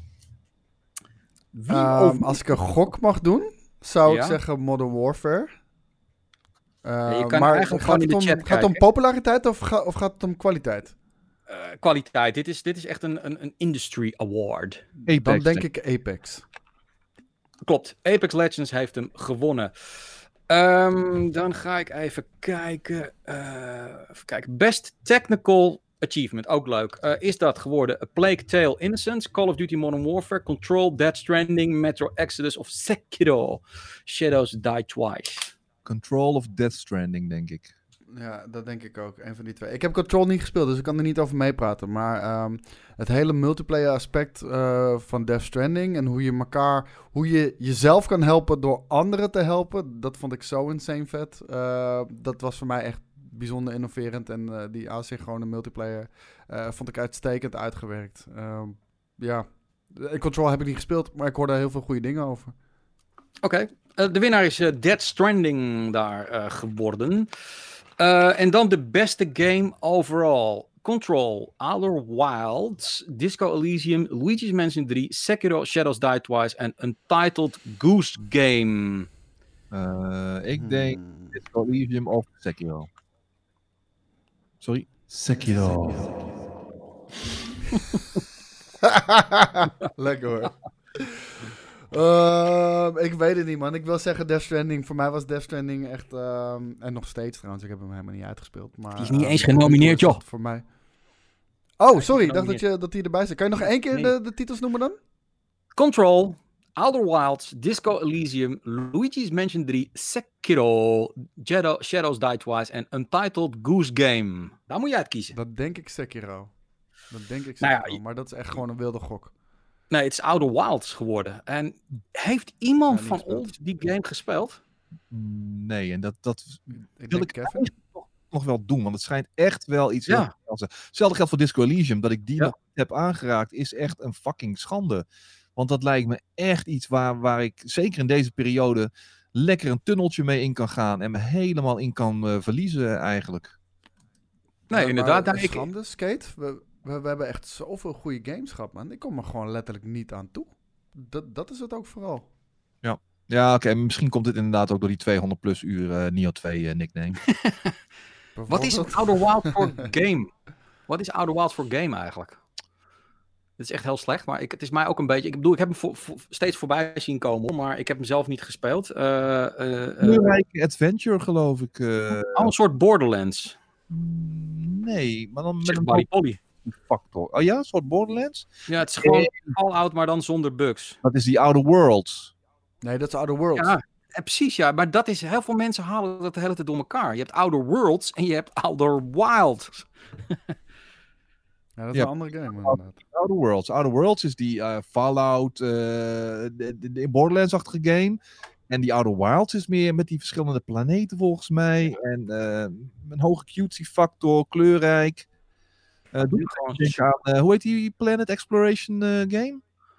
Wie um, als ik een gok mag doen, zou ja? ik zeggen Modern Warfare. Uh, ja, je kan maar eigenlijk gaat, gewoon het in de om, chat gaat het om populariteit of, ga, of gaat het om kwaliteit? Uh, kwaliteit. Dit is, dit is echt een, een, een industry award. Apex, Dan denk ik Apex. Klopt. Apex Legends heeft hem gewonnen. Um, dan ga ik even kijken. Uh, even kijken. Best Technical Achievement. Ook leuk. Uh, is dat geworden A Plague Tale Innocence, Call of Duty Modern Warfare, Control, Dead Stranding, Metro Exodus of Sekiro? Shadows Die Twice. Control of Death Stranding, denk ik. Ja, dat denk ik ook. Een van die twee. Ik heb Control niet gespeeld, dus ik kan er niet over meepraten. Maar um, het hele multiplayer aspect uh, van Death Stranding en hoe je elkaar, hoe je jezelf kan helpen door anderen te helpen, dat vond ik zo insane vet. Uh, dat was voor mij echt bijzonder innoverend en uh, die asynchrone multiplayer uh, vond ik uitstekend uitgewerkt. Uh, ja, Control heb ik niet gespeeld, maar ik hoorde heel veel goede dingen over. Oké, okay. uh, de winnaar is uh, Dead Stranding daar uh, geworden. Uh, en dan de beste game overall. Control, Outer Wilds, Disco Elysium, Luigi's Mansion drie, Sekiro, Shadows Die Twice en Untitled Goose Game. Uh, ik denk Hmm. Disco Elysium of Sekiro. Sorry? Sekiro. Lekker hoor. Ehm, ik weet het niet, man. Ik wil zeggen Death Stranding. Voor mij was Death Stranding echt... ehm, en nog steeds trouwens. Ik heb hem helemaal niet uitgespeeld. Maar, Die is niet ehm, eens genomineerd, joh. Voor mij. Oh, is sorry. Ik dacht dat, genomineerd. je, dat die erbij zit. Kan je nog één keer Nee. de, de titels noemen dan? Control, Outer Wilds, Disco Elysium, Luigi's Mansion drie, Sekiro, Jado- Shadows Die Twice en Untitled Goose Game. Daar moet je uitkiezen. Dat denk ik Sekiro. Dat denk ik Nou ja, Sekiro. Maar dat is echt gewoon een wilde gok. Nee, het is Outer Wilds geworden. En heeft iemand Ja, niet van gespeeld. ons die game gespeeld? Nee, en dat, dat Ik wil denk ik Kevin. eigenlijk nog, nog wel doen, want het schijnt echt wel iets... Ja. heel speciaals te zijn. Hetzelfde geldt voor Disco Elysium, dat ik die Ja. nog niet heb aangeraakt, is echt een fucking schande. Want dat lijkt me echt iets waar, waar ik, zeker in deze periode, lekker een tunneltje mee in kan gaan en me helemaal in kan uh, verliezen eigenlijk. Nee, Maar- inderdaad. Maar nou, ik, schande, Skate. We, we, we hebben echt zoveel goede games gehad, man. Ik kom er gewoon letterlijk niet aan toe. Dat, dat is het ook vooral. Ja, oké, misschien komt dit inderdaad ook door die tweehonderd plus uur uh, Nioh twee uh, nickname. wat is een Bijvoorbeeld. Outer Wilds voor game? Wat is Outer Wilds voor game eigenlijk? Het is echt heel slecht, maar ik, het is mij ook een beetje... Ik bedoel, ik heb hem voor, voor- steeds voorbij zien komen, maar ik heb hem zelf niet gespeeld. Eh eh, eh, Kleurrijke adventure, geloof ik. uh, al een soort Borderlands, nee, maar dan met zegt een Barry Polly. factor. Oh ja, een soort Borderlands? Ja, het is gewoon Fallout, maar dan zonder bugs. Dat is die Outer Worlds. Nee, dat is Outer Worlds. Ja, eh, precies, ja. Maar dat is... Heel veel mensen halen dat de hele tijd door elkaar. Je hebt Outer Worlds en je hebt Outer Wilds. Ja, dat is Ja. een andere game inderdaad. Outer Worlds. Outer Worlds is die uh, Fallout, uh, de, de, de Borderlands-achtige game. En die Outer Wilds is meer met die verschillende planeten volgens mij. En uh, een hoge cutie factor, kleurrijk. Uh, doe Dit gewoon- denken aan, uh, hoe heet die Planet Exploration uh, game?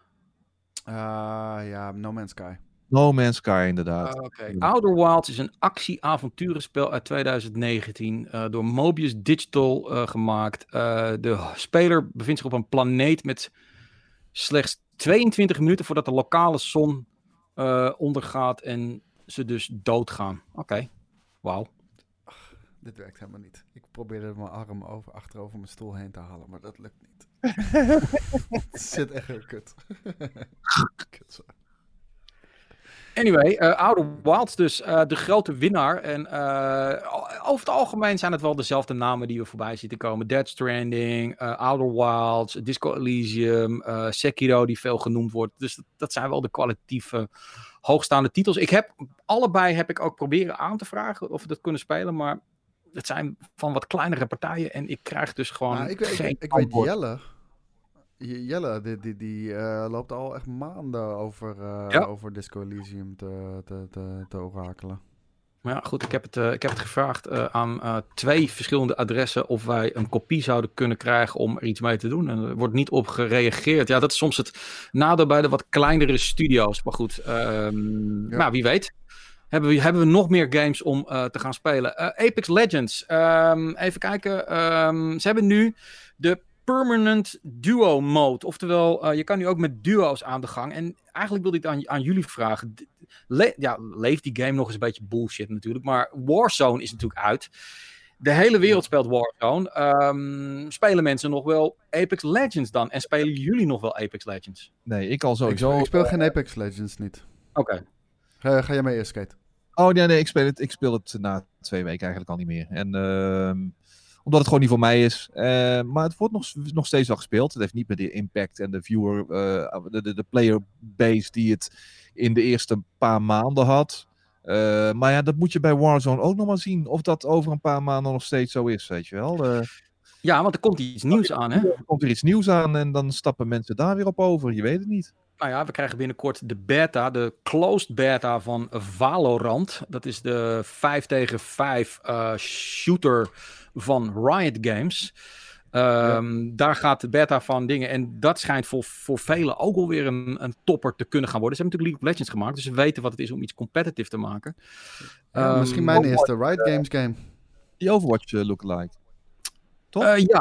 Uh, ja, No Man's Sky. No Man's Sky, inderdaad. Uh, Oké. Outer Wilds is een actie-avonturenspel uit twintig negentien. Uh, door Mobius Digital uh, gemaakt. Uh, de speler bevindt zich op een planeet met slechts tweeëntwintig minuten voordat de lokale zon uh, ondergaat en ze dus doodgaan. Oké. Okay. Wauw. Dit werkt helemaal niet. Ik probeerde mijn arm over, achterover mijn stoel heen te halen, maar dat lukt niet. Het zit echt heel kut. Kut zo. Anyway, uh, Outer Wilds dus uh, de grote winnaar. En uh, over het algemeen zijn het wel dezelfde namen die we voorbij zien komen. Death Stranding, uh, Outer Wilds, Disco Elysium, uh, Sekiro die veel genoemd wordt. Dus dat, dat zijn wel de kwalitatieve hoogstaande titels. Ik heb allebei heb ik ook proberen aan te vragen of we dat kunnen spelen, maar het zijn van wat kleinere partijen en ik krijg dus gewoon Nou, ik, weet- geen ik, ik weet antwoord. Jelle. J- Jelle, die, die, die uh, loopt al echt maanden over, uh, Ja. over Disco Elysium te, te, te, te orakelen. Maar ja, goed, ik heb het, uh, ik heb het gevraagd uh, aan uh, twee verschillende adressen of wij een kopie zouden kunnen krijgen om er iets mee te doen. En er wordt niet op gereageerd. Ja, dat is soms het nadeel bij de wat kleinere studio's. Maar goed, um, Ja. nou, wie weet. Hebben we, hebben we nog meer games om uh, te gaan spelen? Uh, Apex Legends. Um, even kijken. Um, ze hebben nu de Permanent Duo Mode. Oftewel, uh, je kan nu ook met duo's aan de gang. En eigenlijk wilde ik aan, aan jullie vragen. Le- ja, leeft die game nog eens een beetje bullshit natuurlijk. Maar Warzone is natuurlijk uit. De hele wereld speelt Warzone. Um, spelen mensen nog wel Apex Legends dan? En spelen jullie nog wel Apex Legends? Nee, ik al Ik, sowieso. ik speel geen Apex Legends niet. Oké. Okay. Ga, ga jij mee eerst, Skate? Oh nee, nee ik, speel het, ik speel het na twee weken eigenlijk al niet meer. En, uh, omdat het gewoon niet voor mij is. Uh, maar het wordt nog, nog steeds wel gespeeld. Het heeft niet meer de impact en de viewer, uh, de, de, de player base die het in de eerste paar maanden had. Uh, maar ja, dat moet je bij Warzone ook nog maar zien. Of dat over een paar maanden nog steeds zo is, weet je wel. Uh, ja, want er komt iets nieuws aan, hè? Er komt er iets nieuws aan en dan stappen mensen daar weer op over. Je weet het niet. Nou ja, we krijgen binnenkort de beta, de closed beta van Valorant. Dat is de vijf tegen vijf uh, shooter van Riot Games. Um, ja. Daar gaat de beta van dingen. En dat schijnt voor, voor velen ook alweer een, een topper te kunnen gaan worden. Ze hebben natuurlijk League of Legends gemaakt, dus ze weten wat het is om iets competitive te maken. Ja, um, misschien mijn Overwatch, eerste Riot Games game. Die Overwatch uh, lookalike. Toch? Uh, ja. ja.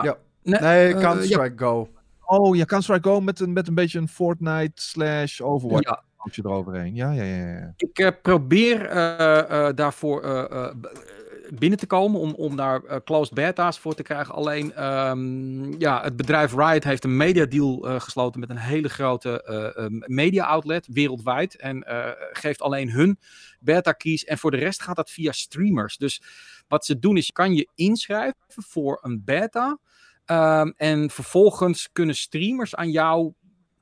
Nee, Nee, eh, Counter-Strike Go. Oh, ja, Counter-Strike Go met een, met een beetje een Fortnite slash Overwatch Ja. je eroverheen. Ja, ja, ja. ja. Ik uh, probeer uh, uh, daarvoor uh, uh, binnen te komen om, om daar uh, closed beta's voor te krijgen. Alleen um, ja, het bedrijf Riot heeft een media deal uh, gesloten met een hele grote uh, uh, media outlet wereldwijd. En uh, geeft alleen hun beta keys. En voor de rest gaat dat via streamers. Dus wat ze doen is, je kan je inschrijven voor een beta. Um, en vervolgens kunnen streamers aan jou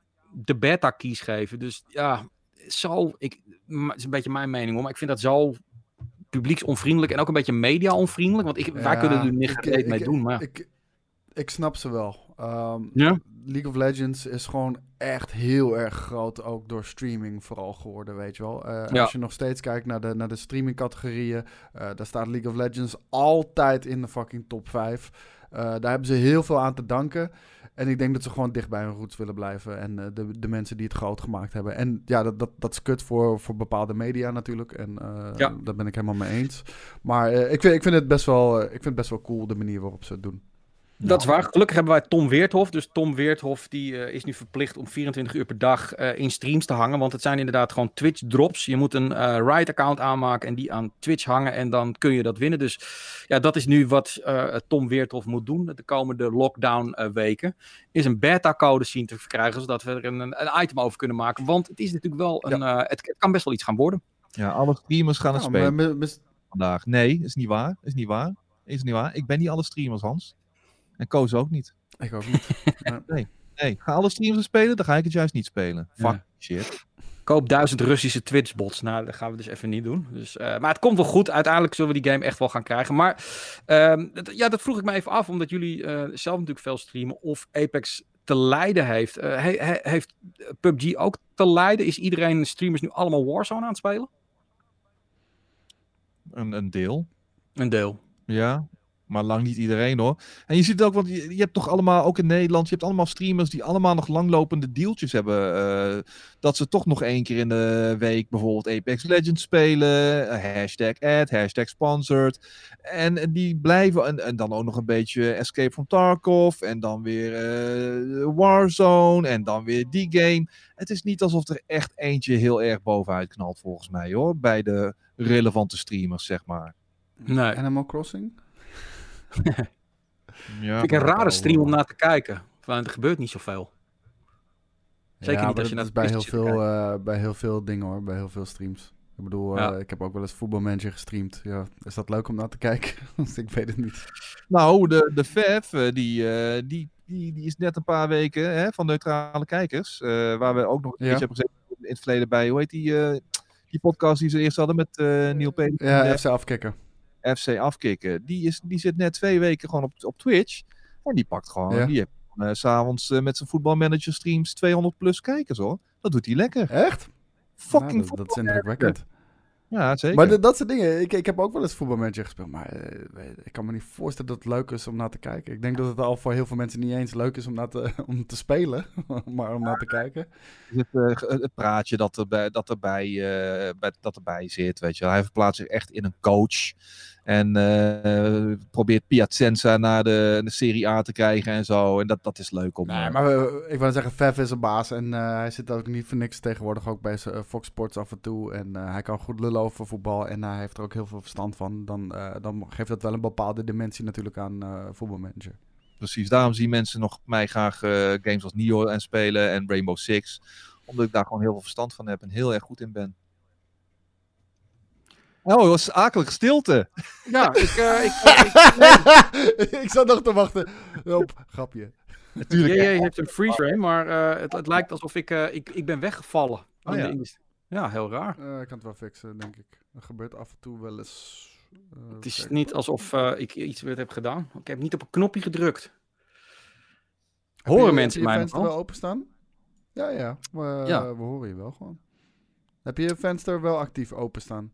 de beta keys geven. Dus ja... Zo, ik, het is een beetje mijn mening hoor, maar ik vind dat zo publieksonvriendelijk en ook een beetje media-onvriendelijk, want ik, ja, wij kunnen er niet gereed mee doen. Maar... Ik, ik, ik snap ze wel. Um, ja? League of Legends is gewoon echt heel erg groot, ook door streaming vooral geworden, weet je wel. Uh, ja. Als je nog steeds kijkt naar de, naar de streaming-categorieën, uh, daar staat League of Legends altijd in de fucking top vijf. Uh, daar hebben ze heel veel aan te danken. En ik denk dat ze gewoon dicht bij hun roots willen blijven. En uh, de, de mensen die het groot gemaakt hebben. En ja, dat, dat, dat is kut voor, voor bepaalde media natuurlijk. En uh, ja. daar ben ik helemaal mee eens. Maar uh, ik, vind, ik, vind het best wel, uh, ik vind het best wel cool de manier waarop ze het doen. Dat is waar. Gelukkig hebben wij Tom Weerthof. Dus Tom Weerthof die, uh, is nu verplicht om vierentwintig uur per dag uh, in streams te hangen. Want het zijn inderdaad gewoon Twitch drops. Je moet een uh, Riot-account aanmaken en die aan Twitch hangen. En dan kun je dat winnen. Dus ja, dat is nu wat uh, Tom Weerthof moet doen de komende lockdown uh, weken. Is een beta-code zien te verkrijgen. Zodat we er een, een item over kunnen maken. Want het is natuurlijk wel een... Ja. Uh, het, het kan best wel iets gaan worden. Ja, alle streamers gaan het ja, spelen maar, mis... vandaag. Nee, is niet waar. Is niet waar. Is niet waar. Ik ben niet alle streamers, Hans. En Koos ook niet. Ik ook niet. Ja. Nee, nee. Ga alle streamers spelen, dan ga ik het juist niet spelen. Fuck ja. shit. Koop duizend Russische Twitch-bots. Nou, dat gaan we dus even niet doen. Dus, uh, maar het komt wel goed. Uiteindelijk zullen we die game echt wel gaan krijgen. Maar uh, dat, ja, dat vroeg ik me even af. Omdat jullie uh, zelf natuurlijk veel streamen. Of Apex te lijden heeft. Uh, he, he, heeft P U B G ook te lijden? Is iedereen, streamers, nu allemaal Warzone aan het spelen? Een, een deel. Een deel. Ja. Maar lang niet iedereen hoor. En je ziet het ook, want je, je hebt toch allemaal, ook in Nederland, je hebt allemaal streamers die allemaal nog langlopende dealtjes hebben. Uh, dat ze toch nog één keer in de week bijvoorbeeld Apex Legends spelen. Hashtag ad, hashtag sponsored. En, en die blijven, en, en dan ook nog een beetje Escape from Tarkov. En dan weer uh, Warzone. En dan weer die game. Het is niet alsof er echt eentje heel erg bovenuit knalt volgens mij hoor. Bij de relevante streamers, zeg maar. Nee. Animal Crossing? Ja, vind ik een rare stream om naar te kijken. Want er gebeurt niet zoveel. Zeker ja, niet als je naar het bij heel veel uh, bij heel veel dingen hoor, bij heel veel streams. Ik bedoel, uh, ja. ik heb ook wel eens voetbalmanager gestreamd. Ja, is dat leuk om naar te kijken? Ik weet het niet. Nou, de, de Vev, die, uh, die, die, die is net een paar weken hè, van neutrale kijkers. Uh, waar we ook nog een ja. beetje hebben gezeten in het verleden bij. Hoe heet die, uh, die podcast die ze eerst hadden met uh, Neil Peder? Ja, F C Afkikken. F C Afkikken. Die, is, die zit net twee weken gewoon op, op Twitch. En die pakt gewoon, ja. die heeft uh, s'avonds uh, met zijn voetbalmanager streams tweehonderd plus kijkers hoor. Dat doet hij lekker. Echt? Fucking nou, dat, dat is indrukwekkend. Ja, zeker. Maar de, dat soort dingen. Ik, ik heb ook wel eens voetbalmanager gespeeld. Maar uh, ik kan me niet voorstellen dat het leuk is om naar te kijken. Ik denk dat het al voor heel veel mensen niet eens leuk is om, naar te, om te spelen. Maar om naar te kijken. Het, uh, het praatje dat, er bij, dat, erbij, uh, bij, dat erbij zit. Weet je. Hij verplaatst zich echt in een coach. En uh, probeert Piacenza naar de, de Serie A te krijgen en zo. En dat, dat is leuk om... Nee, maar uh, ik wou zeggen, Vev is een baas. En uh, hij zit ook niet voor niks tegenwoordig ook bij uh, Fox Sports af en toe. En uh, hij kan goed lullen over voetbal. En hij heeft er ook heel veel verstand van. Dan, uh, dan geeft dat wel een bepaalde dimensie natuurlijk aan uh, voetbalmanager. Precies, daarom zien mensen nog mij graag uh, games als Nioh en spelen en Rainbow Six. Omdat ik daar gewoon heel veel verstand van heb en heel erg goed in ben. Oh, het was akelig stilte. Ja, ik... Uh, ik, uh, ik, ik zat nog te wachten op grapje. Natuurlijk. J J heeft een freeze frame, maar uh, het, het lijkt alsof ik, uh, ik... Ik ben weggevallen. Oh, ja. In de, ja, heel raar. Uh, ik kan het wel fixen, denk ik. Dat gebeurt af en toe wel eens. Uh, het is kijk. niet alsof uh, ik iets weer heb gedaan. Ik heb niet op een knopje gedrukt. Heb horen je, mensen mij nog? Heb je je venster wel openstaan? Ja, ja. We, ja. we horen je wel gewoon. Heb je je venster wel actief openstaan?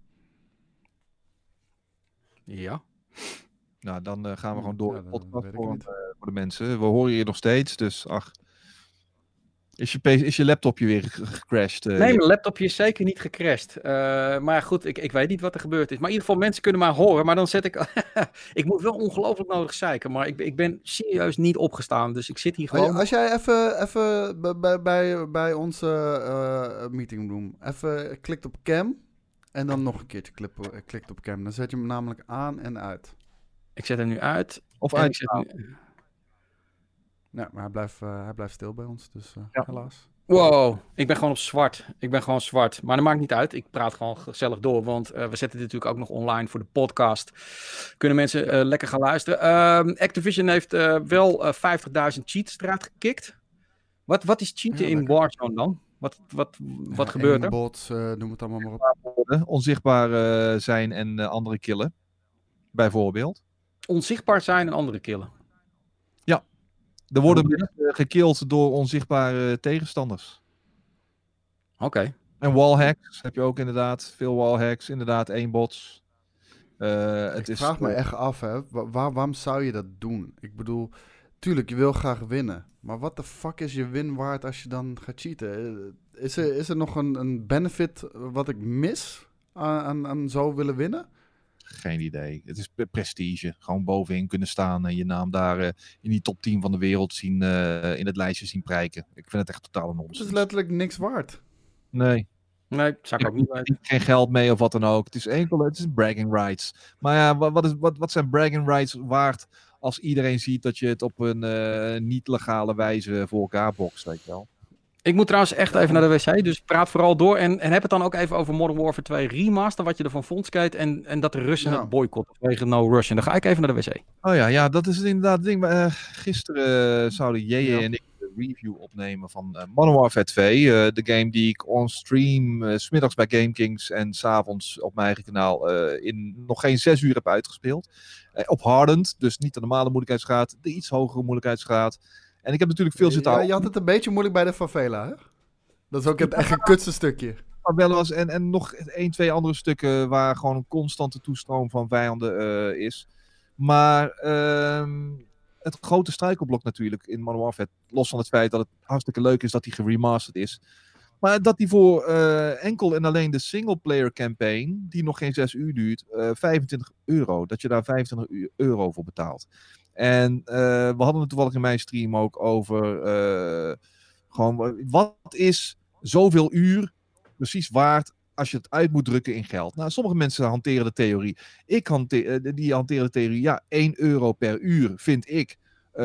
Ja. Nou, dan uh, gaan we gewoon door ja, de podcast voor, uh, voor de mensen. We horen je nog steeds, dus ach. Is je, P C, is je laptopje weer gecrashed? Uh, nee, mijn laptopje is zeker niet gecrashed. Uh, maar goed, ik, ik weet niet wat er gebeurd is. Maar in ieder geval, mensen kunnen maar horen. Maar dan zet ik... ik moet wel ongelooflijk nodig zeiken. Maar ik, ik ben serieus niet opgestaan. Dus ik zit hier gewoon... Als jij even, even bij, bij, bij onze uh, meeting room... even klikt op cam... en dan nog een keertje klikt, klikt op cam. Dan zet je hem namelijk aan en uit. Ik zet hem nu uit. Of uit. uit. Ik zet nu... Ja, maar hij blijft, uh, hij blijft stil bij ons, dus uh, ja. helaas. Wow, ik ben gewoon op zwart. Ik ben gewoon zwart. Maar dat maakt niet uit. Ik praat gewoon gezellig door, want uh, we zetten dit natuurlijk ook nog online voor de podcast. Kunnen mensen uh, lekker gaan luisteren. Uh, Activision heeft uh, wel uh, vijftigduizend cheats eruit gekikt. Wat, wat is cheaten ja, in lekker. Warzone dan? Wat, wat, wat ja, gebeurt er? Bots, uh, noem het allemaal maar op. Onzichtbaar uh, zijn en uh, andere killen, bijvoorbeeld. Onzichtbaar zijn en andere killen? Ja. Er worden mensen gekilld door onzichtbare tegenstanders. Oké. Okay. En wallhacks heb je ook inderdaad. Veel wallhacks, inderdaad aimbots. Uh, het ik is, vraag me echt af, hè. Waar, waarom zou je dat doen? Ik bedoel, tuurlijk, je wil graag winnen. Maar wat de fuck is je win waard als je dan gaat cheaten? Is er, is er nog een, een benefit wat ik mis aan, aan, aan zo willen winnen? Geen idee. Het is prestige. Gewoon bovenin kunnen staan en je naam daar uh, in die top tien van de wereld zien, uh, in het lijstje zien prijken. Ik vind het echt totaal nonsens. Het is letterlijk niks waard. Nee. Nee, zou ik ook niet weten. Geen geld mee of wat dan ook. Het is enkel, het is bragging rights. Maar ja, wat, is, wat, wat zijn bragging rights waard als iedereen ziet dat je het op een uh, niet-legale wijze voor elkaar bokst, weet je wel? Ik moet trouwens echt even naar de wc, dus praat vooral door. En, en heb het dan ook even over Modern Warfare twee Remaster, wat je ervan vond, Skate. En, en dat de Russen ja. het boycotten vanwege No Russian. Dan ga ik even naar de wc. Oh ja, ja dat is inderdaad het ding. Uh, gisteren uh, zouden J J ja. en ik de review opnemen van uh, Modern Warfare twee. Uh, de game die ik on stream, uh, 's middags bij GameKings en 's avonds op mijn eigen kanaal uh, in nog geen zes uur heb uitgespeeld. Uh, op hardened, dus niet de normale moeilijkheidsgraad, de iets hogere moeilijkheidsgraad. En ik heb natuurlijk veel zitten... Ja, je had het een beetje moeilijk bij de favela, hè? Dat is ook het echt een kutste stukje. Favelas en, en nog één, twee andere stukken waar gewoon een constante toestroom van vijanden uh, is. Maar uh, het grote struikelblok natuurlijk in Modern Warfare, los van het feit dat het hartstikke leuk is dat hij geremasterd is. Maar dat die voor uh, enkel en alleen de singleplayer campaign, die nog geen zes uur duurt, uh, vijfentwintig euro. Dat je daar vijfentwintig euro voor betaalt. En uh, we hadden het toevallig in mijn stream ook over... Uh, gewoon, wat is zoveel uur precies waard als je het uit moet drukken in geld? Nou, sommige mensen hanteren de theorie. Ik hanteer, die hanteren de theorie, ja, één euro per uur vind ik.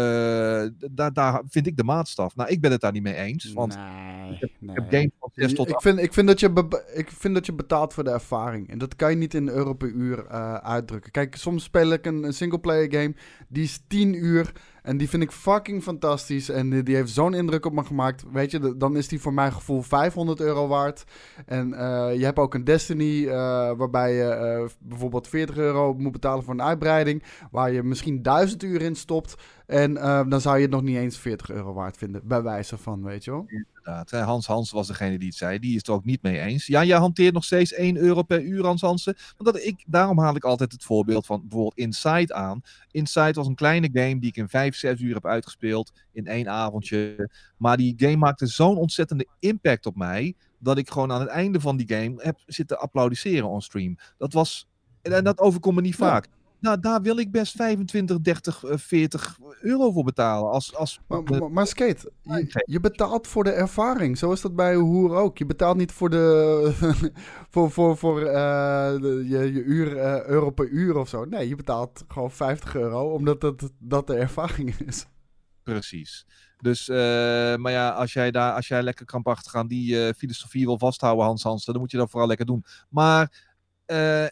Uh, daar, daar vind ik de maatstaf. Nou, ik ben het daar niet mee eens. Want nee, ik heb, nee. ik heb games van zes tot ik vind, ik, vind dat je be- ik vind dat je betaalt voor de ervaring. En dat kan je niet in euro per uur uh, uitdrukken. Kijk, soms speel ik een, een singleplayer game. Die is tien uur. En die vind ik fucking fantastisch. En die, die heeft zo'n indruk op me gemaakt. Weet je, de, dan is die voor mijn gevoel vijfhonderd euro waard. En uh, je hebt ook een Destiny. Uh, waarbij je uh, bijvoorbeeld veertig euro moet betalen voor een uitbreiding. Waar je misschien duizend uur in stopt. En uh, dan zou je het nog niet eens veertig euro waard vinden. Bij wijze van, weet je wel. Inderdaad. Hans Hansen was degene die het zei. Die is het er ook niet mee eens. Ja, jij hanteert nog steeds één euro per uur, Hans Hansen. Want dat ik, daarom haal ik altijd het voorbeeld van bijvoorbeeld Inside aan. Inside was een kleine game die ik in vijf, zes uur heb uitgespeeld. In één avondje. Maar die game maakte zo'n ontzettende impact op mij. Dat ik gewoon aan het einde van die game heb zitten applaudisseren on stream. Dat was... En dat overkomt me niet ja. vaak. Nou, daar wil ik best vijfentwintig, dertig, veertig euro voor betalen. Als, als maar, maar, maar Skate, je, je betaalt voor de ervaring. Zo is dat bij Hoer ook. Je betaalt niet voor de voor, voor, voor uh, de, je, je uur, uh, euro per uur of zo. Nee, je betaalt gewoon vijftig euro, omdat dat, dat de ervaring is. Precies. Dus, uh, maar ja, als jij, daar, als jij lekker krampachtig aan die uh, filosofie wil vasthouden, Hans Hansen, dan moet je dat vooral lekker doen. Maar uh,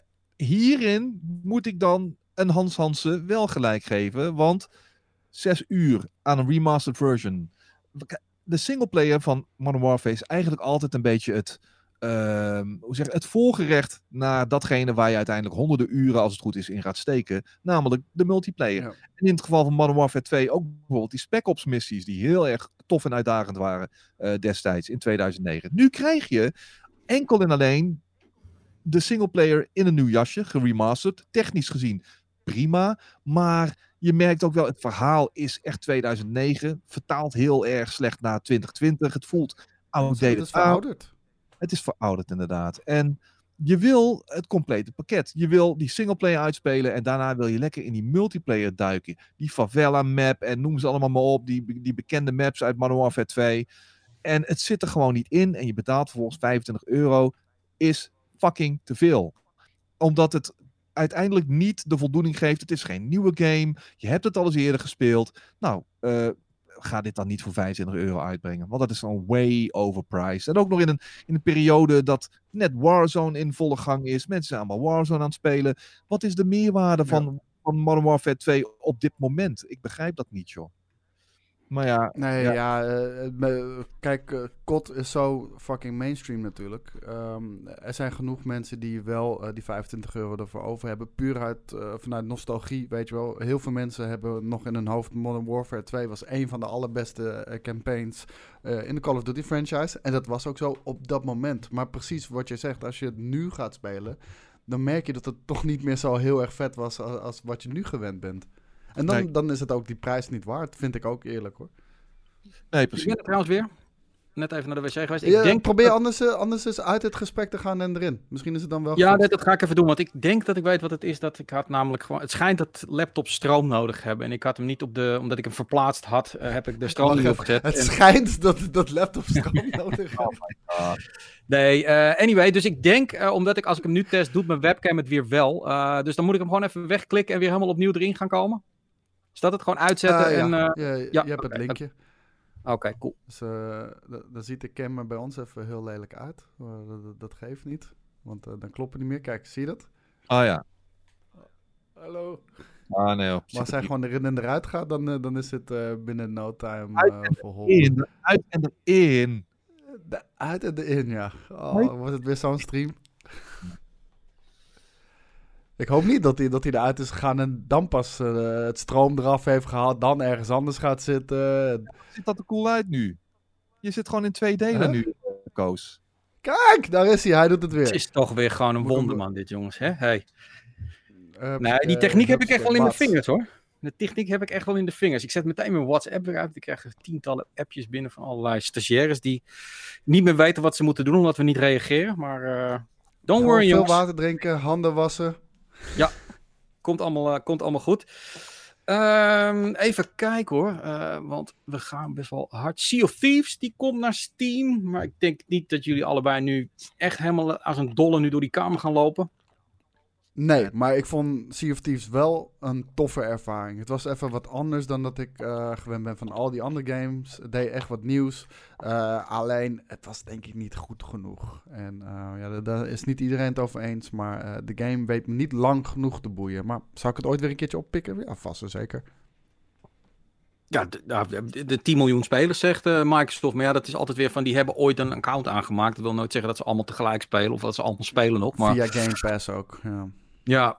hierin moet ik dan een Hans Hansen wel gelijk geven, want zes uur aan een remastered version. De singleplayer van Modern Warfare is eigenlijk altijd een beetje het, uh, hoe zeg, het voorgerecht naar datgene waar je uiteindelijk honderden uren, als het goed is, in gaat steken. Namelijk de multiplayer. Ja. En in het geval van Modern Warfare twee ook bijvoorbeeld die Spec Ops missies, die heel erg tof en uitdagend waren uh, destijds in tweeduizend negen. Nu krijg je enkel en alleen de singleplayer in een nieuw jasje, geremasterd, technisch gezien prima, maar Je merkt ook wel, het verhaal is echt tweeduizend negen. Vertaald heel erg slecht naar twintig twintig. Het voelt outdated. Het is verouderd. Het is verouderd inderdaad. En je wil het complete pakket. Je wil die singleplayer uitspelen en daarna wil je lekker in die multiplayer duiken. Die favela map en noem ze allemaal maar op. Die, die bekende maps uit Modern Warfare twee. En het zit er gewoon niet in. En je betaalt vervolgens vijfentwintig euro. Is fucking te veel. Omdat het uiteindelijk niet de voldoening geeft. Het is geen nieuwe game. Je hebt het al eens eerder gespeeld. Nou, uh, ga dit dan niet voor vijfentwintig euro uitbrengen. Want dat is gewoon way overpriced. En ook nog in een, in een periode dat net Warzone in volle gang is. Mensen zijn allemaal Warzone aan het spelen. Wat is de meerwaarde van, ja. van Modern Warfare twee op dit moment? Ik begrijp dat niet, joh. Maar ja... Nee, ja, ja uh, kijk, uh, C O D is zo fucking mainstream natuurlijk. Um, er zijn genoeg mensen die wel uh, die vijfentwintig euro ervoor over hebben. Puur uit, uh, vanuit nostalgie, weet je wel. Heel veel mensen hebben nog in hun hoofd... Modern Warfare twee was een van de allerbeste uh, campaigns uh, in de Call of Duty franchise. En dat was ook zo op dat moment. Maar precies wat je zegt, als je het nu gaat spelen... dan merk je dat het toch niet meer zo heel erg vet was als, als wat je nu gewend bent. En dan, nee. dan is het ook die prijs niet waard, vind ik ook eerlijk hoor. Nee, precies. Ik ben er trouwens weer net even naar de wc geweest. Ik ja, denk probeer dat... anders, anders eens uit het gesprek te gaan en erin. Misschien is het dan wel Ja, goed. dat, dat ga ik even doen, want ik denk dat ik weet wat het is. Dat ik had namelijk gewoon... Het schijnt dat laptops stroom nodig hebben. En ik had hem niet op de... Omdat ik hem verplaatst had, uh, heb ik de stroom niet opgezet. Het en... schijnt dat, dat laptops stroom nodig hebben. Oh my god. Nee, uh, anyway, dus ik denk, uh, omdat ik als ik hem nu test, doet mijn webcam het weer wel. Uh, dus dan moet ik hem gewoon even wegklikken en weer helemaal opnieuw erin gaan komen. Is dat het? Gewoon uitzetten Uh, ja. en... Uh... Ja, je, ja, je hebt okay. het linkje. Oké, okay, cool. Dus uh, d- dan ziet de cam er bij ons even heel lelijk uit. Uh, dat, dat geeft niet. Want uh, dan klopt het niet meer. Kijk, zie je dat? Ah ja. Hallo. Ah nee. Op Maar als hij gewoon erin en eruit gaat, dan, uh, dan is het uh, binnen no time uit uh, en verholpen. in, uit en erin. De uit en erin, ja. Oh, wordt het weer zo'n stream? Ik hoop niet dat hij, dat hij eruit is gegaan en dan pas uh, het stroom eraf heeft gehaald, dan ergens anders gaat zitten. Ziet dat er cool uit nu? Je zit gewoon in twee delen huh? nu, Koos. Kijk, daar is hij. Hij doet het weer. Het is toch weer gewoon een Moet wonderman, hem... dit jongens. Hè? Hey. Uh, nee, die techniek uh, heb ik echt wel in Bats. mijn vingers, hoor. De techniek heb ik echt wel in de vingers. Ik zet meteen mijn WhatsApp weer uit. Ik krijg tientallen appjes binnen van allerlei stagiaires die niet meer weten wat ze moeten doen omdat we niet reageren. Maar uh, don't Gewoon worry, veel jongens. water drinken, handen wassen. Ja, komt allemaal, uh, komt allemaal goed. Um, even kijken hoor, uh, want we gaan best wel hard. Sea of Thieves, die komt naar Steam. Maar ik denk niet dat jullie allebei nu echt helemaal als een dolle nu door die kamer gaan lopen. Nee, maar ik vond Sea of Thieves wel een toffe ervaring. Het was even wat anders dan dat ik uh, gewend ben van al die andere games. Het deed echt wat nieuws. Uh, alleen, het was denk ik niet goed genoeg. En uh, ja, daar is niet iedereen het over eens. Maar uh, de game weet me niet lang genoeg te boeien. Maar zou ik het ooit weer een keertje oppikken? Ja, vast en zeker. Ja, de, de, de tien miljoen spelers zegt uh, Microsoft. Maar ja, dat is altijd weer van, die hebben ooit een account aangemaakt. Dat wil nooit zeggen dat ze allemaal tegelijk spelen. Of dat ze allemaal spelen nog. Maar... Via Game Pass ook, ja. Ja.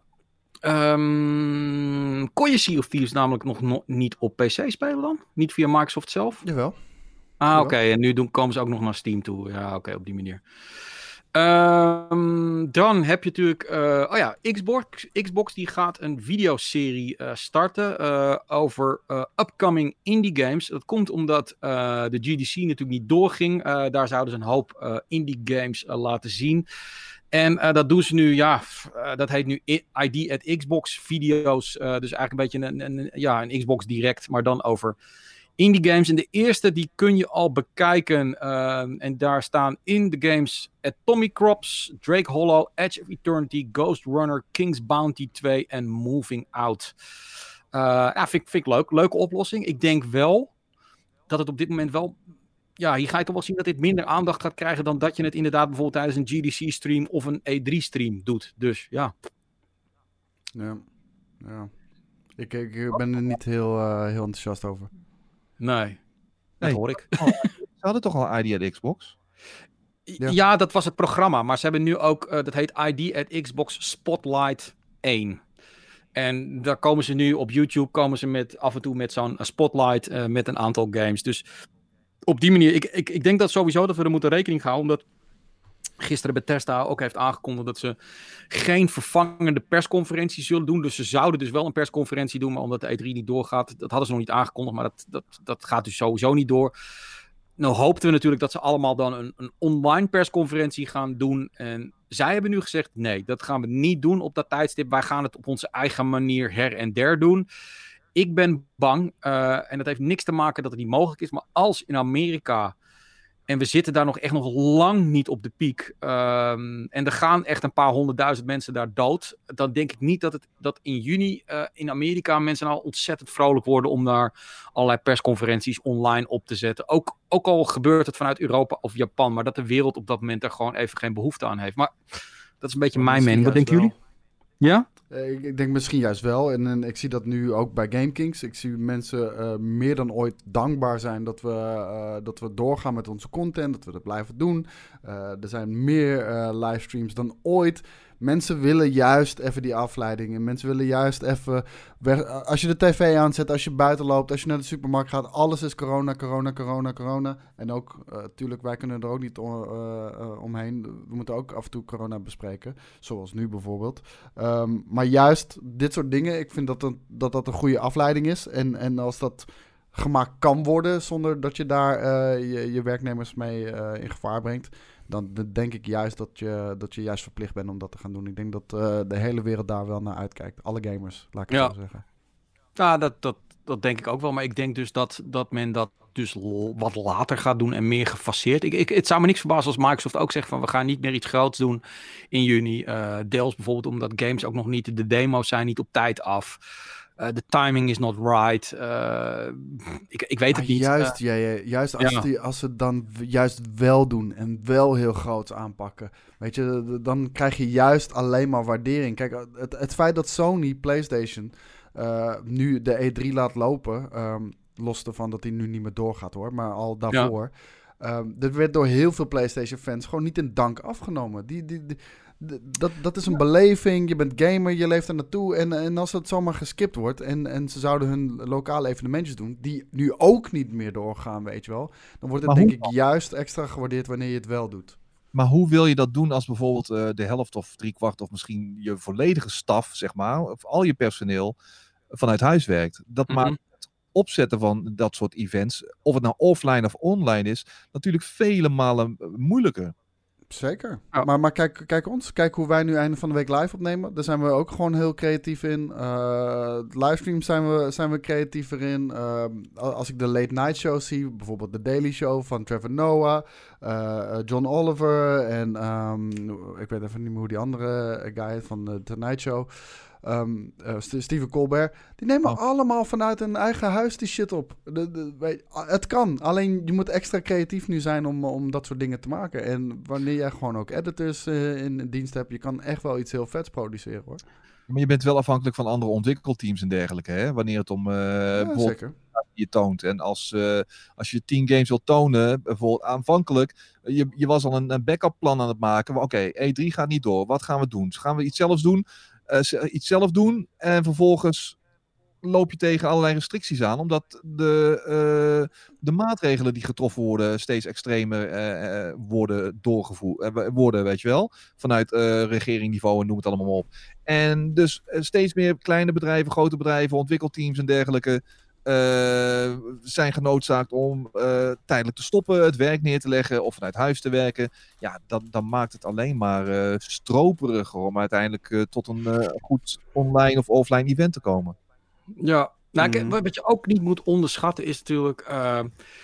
Um, kon je Sea of Thieves namelijk nog no- niet op P C spelen dan? Niet via Microsoft zelf? Jawel. Ah, oké. Okay. En nu doen, komen ze ook nog naar Steam toe. Ja, oké, okay, op die manier. Um, dan heb je natuurlijk... Uh, oh ja, Xbox. Xbox die gaat een videoserie uh, starten uh, over uh, upcoming indie games. Dat komt omdat uh, de G D C natuurlijk niet doorging. Uh, daar zouden ze een hoop uh, indie games uh, laten zien. En uh, dat doen ze nu, ja, uh, dat heet nu I D at Xbox video's. Uh, dus eigenlijk een beetje een, een, een, ja, een Xbox Direct, maar dan over indie games. En de eerste, die kun je al bekijken. Uh, en daar staan in de games Atomic Crops, Drake Hollow, Edge of Eternity, Ghost Runner, King's Bounty twee en Moving Out. Uh, ja, vind, vind ik leuk. Leuke oplossing. Ik denk wel dat het op dit moment wel... Ja, hier ga je toch wel zien dat dit minder aandacht gaat krijgen dan dat je het inderdaad bijvoorbeeld tijdens een G D C-stream of een E drie stream doet. Dus ja. Ja, ja. Ik, ik ben er niet heel, uh, heel enthousiast over. Nee, dat nee. hoor ik. Ze hadden toch al I D at Xbox? Ja. ja, dat was het programma. Maar ze hebben nu ook, uh, dat heet I D at Xbox Spotlight één. En daar komen ze nu op YouTube, komen ze met af en toe met zo'n uh, spotlight uh, met een aantal games. Dus... Op die manier, ik, ik, ik denk dat sowieso dat we er moeten rekening houden, omdat gisteren Bethesda ook heeft aangekondigd dat ze geen vervangende persconferentie zullen doen. Dus ze zouden dus wel een persconferentie doen, maar omdat de E drie niet doorgaat, dat hadden ze nog niet aangekondigd, maar dat, dat, dat gaat dus sowieso niet door. Nou hoopten we natuurlijk dat ze allemaal dan een, een online persconferentie gaan doen. En zij hebben nu gezegd, nee, dat gaan we niet doen op dat tijdstip. Wij gaan het op onze eigen manier her en der doen. Ik ben bang, uh, en dat heeft niks te maken dat het niet mogelijk is, maar als in Amerika, en we zitten daar nog echt nog lang niet op de piek, um, en er gaan echt een paar honderdduizend mensen daar dood, dan denk ik niet dat het dat in juni uh, in Amerika mensen nou ontzettend vrolijk worden om daar allerlei persconferenties online op te zetten. Ook, ook al gebeurt het vanuit Europa of Japan, maar dat de wereld op dat moment daar gewoon even geen behoefte aan heeft. Maar dat is een beetje mijn mening. Wat denken jullie? Ja? Ik, ik denk misschien juist wel. En, en ik zie dat nu ook bij GameKings. Ik zie mensen uh, meer dan ooit dankbaar zijn dat we, uh, dat we doorgaan met onze content. Dat we dat blijven doen. Uh, er zijn meer uh, livestreams dan ooit. Mensen willen juist even die afleiding. En mensen willen juist even weg. Als je de tv aanzet, als je buiten loopt, als je naar de supermarkt gaat. Alles is corona, corona, corona, corona. En ook, natuurlijk, uh, wij kunnen er ook niet om, uh, uh, omheen. We moeten ook af en toe corona bespreken. Zoals nu bijvoorbeeld. Um, maar juist dit soort dingen, ik vind dat dat, dat, dat een goede afleiding is. En, en als dat gemaakt kan worden zonder dat je daar uh, je, je werknemers mee uh, in gevaar brengt, dan denk ik juist dat je, dat je juist verplicht bent om dat te gaan doen. Ik denk dat uh, de hele wereld daar wel naar uitkijkt. Alle gamers, laat ik het ja. zo zeggen. Ja, dat, dat, dat denk ik ook wel. Maar ik denk dus dat, dat men dat dus l- wat later gaat doen en meer gefaseerd. Ik, ik, het zou me niks verbazen als Microsoft ook zegt van we gaan niet meer iets groots doen in juni. Uh, deels bijvoorbeeld omdat games ook nog niet, de demo's zijn niet op tijd af. Uh, de timing is not right. Uh, ik, ik weet maar het niet. Juist, uh, ja, ja, juist als, ja. die, als ze het dan juist wel doen en wel heel groots aanpakken. Weet je, dan krijg je juist alleen maar waardering. Kijk, het, het feit dat Sony PlayStation uh, nu de E drie laat lopen, um, los ervan dat hij nu niet meer doorgaat hoor, maar al daarvoor. Ja. Um, dat werd door heel veel PlayStation-fans gewoon niet in dank afgenomen. Die, die, die, Dat, dat is een beleving, je bent gamer, je leeft er naartoe. En, en als het zomaar geskipt wordt en, en ze zouden hun lokale evenementjes doen, die nu ook niet meer doorgaan, weet je wel. Dan wordt het maar denk ik juist extra gewaardeerd wanneer je het wel doet. Maar hoe wil je dat doen als bijvoorbeeld uh, de helft of driekwart of misschien je volledige staf, zeg maar, of al je personeel vanuit huis werkt? Dat mm-hmm. maakt het opzetten van dat soort events, of het nou offline of online is, natuurlijk vele malen moeilijker. Zeker. Oh. Maar, maar kijk, kijk ons. Kijk hoe wij nu einde van de week live opnemen. Daar zijn we ook gewoon heel creatief in. Uh, livestreams zijn we, zijn we creatiever in. Uh, als ik de late night show zie, bijvoorbeeld de Daily Show van Trevor Noah, uh, John Oliver en um, ik weet even niet meer hoe die andere guy heet van de Tonight Show. Um, uh, Stephen Colbert, die nemen oh. allemaal vanuit hun eigen huis die shit op. De, de, weet, het kan, alleen je moet extra creatief nu zijn om, om dat soort dingen te maken. En wanneer jij gewoon ook editors uh, in dienst hebt, je kan echt wel iets heel vets produceren hoor. Maar je bent wel afhankelijk van andere ontwikkelteams en dergelijke, hè? Wanneer het om uh, ja, zeker. je toont. En als, uh, als je tien games wilt tonen, bijvoorbeeld aanvankelijk, je, je was al een, een backup plan aan het maken. Oké, okay, E drie gaat niet door, wat gaan we doen? Gaan we iets zelfs doen? Uh, iets zelf doen en vervolgens loop je tegen allerlei restricties aan, omdat de, uh, de maatregelen die getroffen worden steeds extremer uh, uh, worden doorgevoerd, uh, worden, weet je wel, vanuit uh, regeringniveau en noem het allemaal op. En dus uh, steeds meer kleine bedrijven, grote bedrijven, ontwikkelteams en dergelijke uh, zijn genoodzaakt om uh, tijdelijk te stoppen, het werk neer te leggen of vanuit huis te werken. Ja, dan, dan maakt het alleen maar uh, stroperiger om uiteindelijk uh, tot een uh, goed online of offline event te komen. Ja, nou, mm. wat je ook niet moet onderschatten is natuurlijk uh,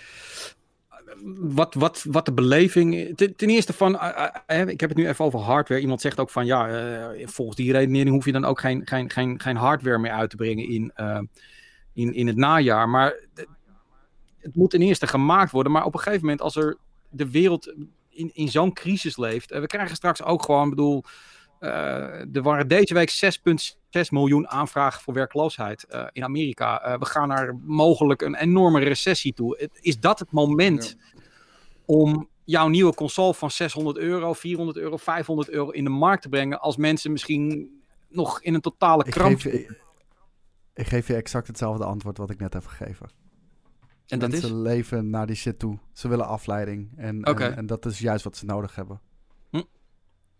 wat, wat, wat de beleving... Ten, ten eerste van, uh, uh, ik heb het nu even over hardware. Iemand zegt ook van, ja, uh, volgens die redenering hoef je dan ook geen, geen, geen, geen hardware meer uit te brengen in, uh, in, in het najaar. Maar d- het moet ten eerste gemaakt worden. Maar op een gegeven moment, als er de wereld in, in zo'n crisis leeft... Uh, we krijgen straks ook gewoon, bedoel... Uh, er waren deze week zes komma zes miljoen aanvragen voor werkloosheid uh, in Amerika. Uh, we gaan naar mogelijk een enorme recessie toe. Het, is dat het moment ja. om jouw nieuwe console van zeshonderd euro, vierhonderd euro, vijfhonderd euro in de markt te brengen als mensen misschien nog in een totale kramp... Ik geef je, ik geef je exact hetzelfde antwoord wat ik net heb gegeven. En dat mensen is? leven naar die shit toe. Ze willen afleiding. En, okay. en, en dat is juist wat ze nodig hebben. Hm.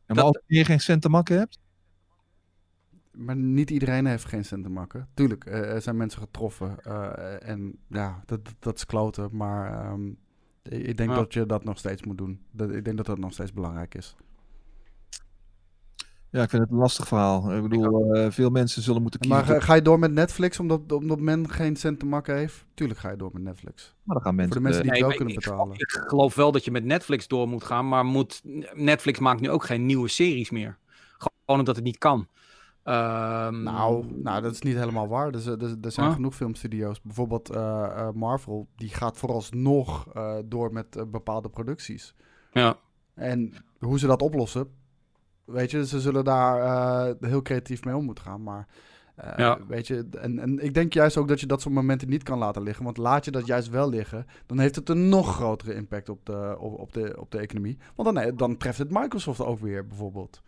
maar dat- als je geen cent te makken hebt? Maar niet iedereen heeft geen cent te makken. Tuurlijk, eh, er zijn mensen getroffen. eh, en ja, dat, dat, dat is kloten. Maar ehm, ik ik denk Ja. dat je dat nog steeds moet doen. Dat, ik denk dat dat nog steeds belangrijk is. Ja, ik vind het een lastig verhaal. Ik bedoel, eh, veel mensen zullen moeten kiezen. Maar ga, ga je door met Netflix omdat, omdat men geen cent te makken heeft? Tuurlijk ga je door met Netflix. maar dan gaan Voor mensen... de mensen die Nee, het wel maar kunnen ik, betalen. ik geloof wel dat je met Netflix door moet gaan, maar moet, Netflix maakt nu ook geen nieuwe series meer. Gewoon omdat het niet kan. Ehm, Nou, nou, dat is niet helemaal waar. Er, z- er, er zijn Huh? genoeg filmstudio's. Bijvoorbeeld eh, eh, Marvel, die gaat vooralsnog eh, door met eh, bepaalde producties. Ja. En hoe ze dat oplossen, weet je, ze zullen daar eh, heel creatief mee om moeten gaan. Maar eh, Ja. weet je, en, en ik denk juist ook dat je dat soort momenten niet kan laten liggen. Want laat je dat juist wel liggen, dan heeft het een nog grotere impact op de, op, op de, op de economie. Want dan, dan treft het Microsoft ook weer, bijvoorbeeld.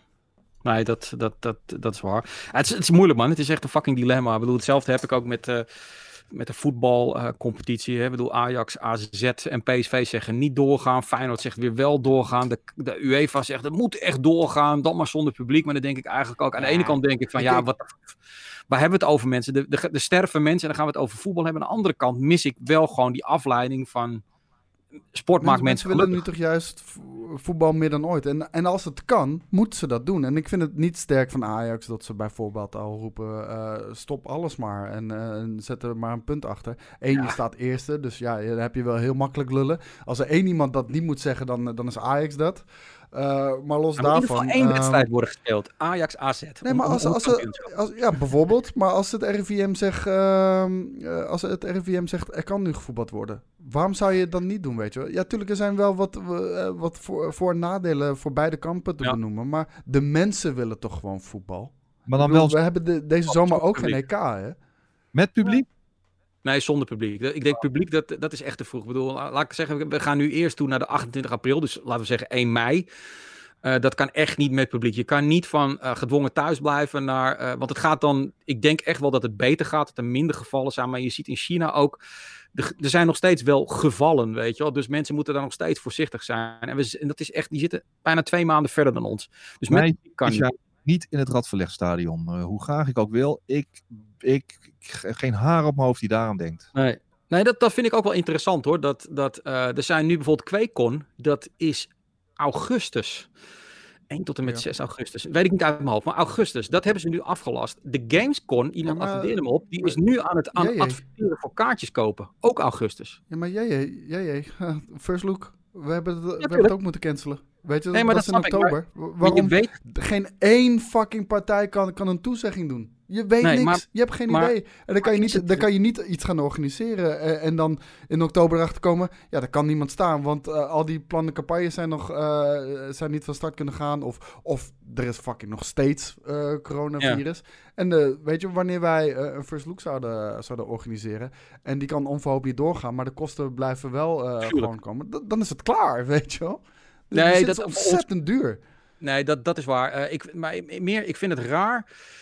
Nee, dat, dat, dat, dat is waar. Het is, het is moeilijk, man. Het is echt een fucking dilemma. Ik bedoel, hetzelfde heb ik ook met, eh, met de voetbalcompetitie. Ik bedoel, Ajax, A Z en P S V zeggen niet doorgaan. Feyenoord zegt weer wel doorgaan. De, de UEFA zegt, het moet echt doorgaan. Dan maar zonder publiek. Maar dan denk ik eigenlijk ook... Aan de ene kant denk ik van, ja, wat... Waar hebben we het over, mensen? De, de, de sterven mensen en dan gaan we het over voetbal hebben. Aan de andere kant mis ik wel gewoon die afleiding van... Sport maakt mensen willen gelukkig. nu toch juist vo- voetbal meer dan ooit. En, en als het kan, moeten ze dat doen. En ik vind het niet sterk van Ajax dat ze bijvoorbeeld al roepen... eh, stop alles maar en, eh, en zet er maar een punt achter. Eén, Ja. je staat eerste, dus ja, dan heb je wel heel makkelijk lullen. Als er één iemand dat niet moet zeggen, dan, dan is Ajax dat. Uh, maar los Er moet in ieder daarvan... geval één ehm, wedstrijd worden gespeeld. Ajax A Z. Nee, Om- maar om- als, om als, kampioenschap. ze, als, ja, bijvoorbeeld. Maar als het R I V M zegt, ehm, eh, als het R I V M zegt, er kan nu gevoetbald worden. Waarom zou je het dan niet doen, weet je wel? Ja, tuurlijk, er zijn wel wat, eh, wat voor, voor- en nadelen voor beide kampen te Ja. benoemen. Maar de mensen willen toch gewoon voetbal. Maar dan Ik bedoel, wel we hebben de, deze zomer ook geen publiek. E K, hè? met publiek? Nee, zonder publiek. Ik denk publiek, dat, dat is echt te vroeg. Ik bedoel, laat ik zeggen, we gaan nu eerst toe naar de achtentwintig april. Dus laten we zeggen één mei. Uh, dat kan echt niet met publiek. Je kan niet van uh, gedwongen thuisblijven naar... Uh, want het gaat dan... Ik denk echt wel dat het beter gaat. Dat er minder gevallen zijn. Maar je ziet in China ook... De, er zijn nog steeds wel gevallen, weet je wel. Dus mensen moeten daar nog steeds voorzichtig zijn. En, we, en dat is echt... Die zitten bijna twee maanden verder dan ons. Dus met Nee, kan is niet. ja niet in het Radverlegstadion. Uh, hoe graag ik ook wil. Ik, ik, ik... Geen haar op mijn hoofd die daaraan denkt. Nee, nee dat, dat vind ik ook wel interessant, hoor. Dat, dat, uh, er zijn nu bijvoorbeeld Kweekcon. Dat is... augustus. één tot en met ja. zes augustus. Weet ik niet uit mijn hoofd, maar augustus. Dat hebben ze nu afgelast. De Gamescon, iemand ja, maar, attendeerde me op, die is nu aan het aan jee, jee. adverteren voor kaartjes kopen. Ook augustus. Ja, maar jij, jij, first look. We hebben het, ja, we hebben het ook moeten cancelen. Weet je, nee, maar dat, dat dat is in oktober. Ik, maar, Waarom weet... geen één fucking partij kan, kan een toezegging doen? Je weet nee, niks. Maar, je hebt geen maar, idee. En dan kan, je niet, dan kan je niet iets gaan organiseren. Uh, en dan in oktober erachter komen. Ja, daar kan niemand staan. Want uh, al die plannen campagnes zijn nog uh, zijn niet van start kunnen gaan. Of, of er is fucking nog steeds uh, coronavirus. Ja. En uh, weet je, wanneer wij uh, een first look zouden, zouden organiseren. En die kan onverhoopt niet doorgaan. Maar de kosten blijven wel uh, gewoon komen. D- dan is het klaar, weet je wel. Dus nee, dat is ontzettend duur. Nee, dat, dat is waar. Uh, ik, maar meer, ik vind het raar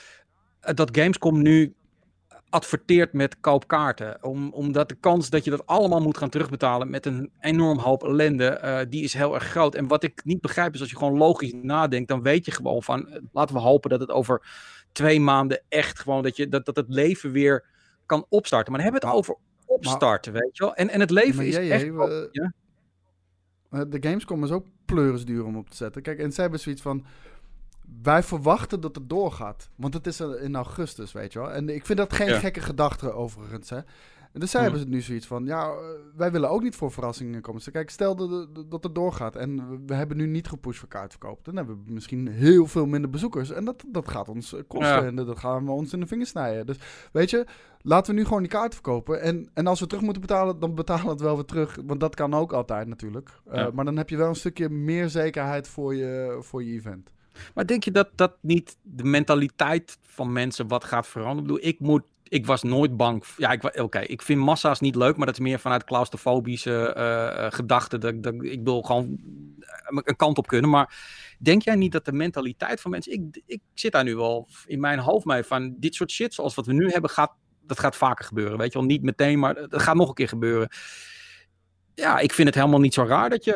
uh, dat Gamescom nu adverteert met koopkaarten. Om, omdat de kans dat je dat allemaal moet gaan terugbetalen met een enorm hoop ellende, uh, die is heel erg groot. En wat ik niet begrijp is als je gewoon logisch nadenkt, dan weet je gewoon van, uh, laten we hopen dat het over twee maanden echt gewoon, dat, je, dat, dat het leven weer kan opstarten. Maar dan hebben we het over opstarten, maar, weet je wel. En, en het leven maar is jij, echt... jij, we, ja? De Gamescom is ook pleurisduur om op te zetten. Kijk, en zij hebben zoiets van... Wij verwachten dat het doorgaat. Want het is in augustus, weet je wel. En ik vind dat geen ja. gekke gedachte overigens, hè. En dus zij hmm. hebben ze nu zoiets van... Ja, wij willen ook niet voor verrassingen komen. Dus kijk, stel dat, dat het doorgaat... en we hebben nu niet gepusht voor kaartverkoop... dan hebben we misschien heel veel minder bezoekers... en dat, dat gaat ons kosten... Ja. en dat gaan we ons in de vingers snijden. Dus weet je, laten we nu gewoon die kaart verkopen... en, en als we terug moeten betalen... dan betalen we het wel weer terug... want dat kan ook altijd natuurlijk. Ja. Uh, maar dan heb je wel een stukje meer zekerheid... voor je, voor je event. Maar denk je dat dat niet de mentaliteit van mensen wat gaat veranderen? Ik bedoel, ik moet... Ik was nooit bang. Ja, ik, oké, okay, ik vind massa's niet leuk, maar dat is meer vanuit claustrofobische uh, gedachten. Dat, dat, ik wil gewoon een kant op kunnen. Maar denk jij niet dat de mentaliteit van mensen... Ik, ik zit daar nu wel in mijn hoofd mee van dit soort shit zoals wat we nu hebben, gaat, dat gaat vaker gebeuren. Weet je wel, niet meteen, maar dat gaat nog een keer gebeuren. Ja, ik vind het helemaal niet zo raar dat je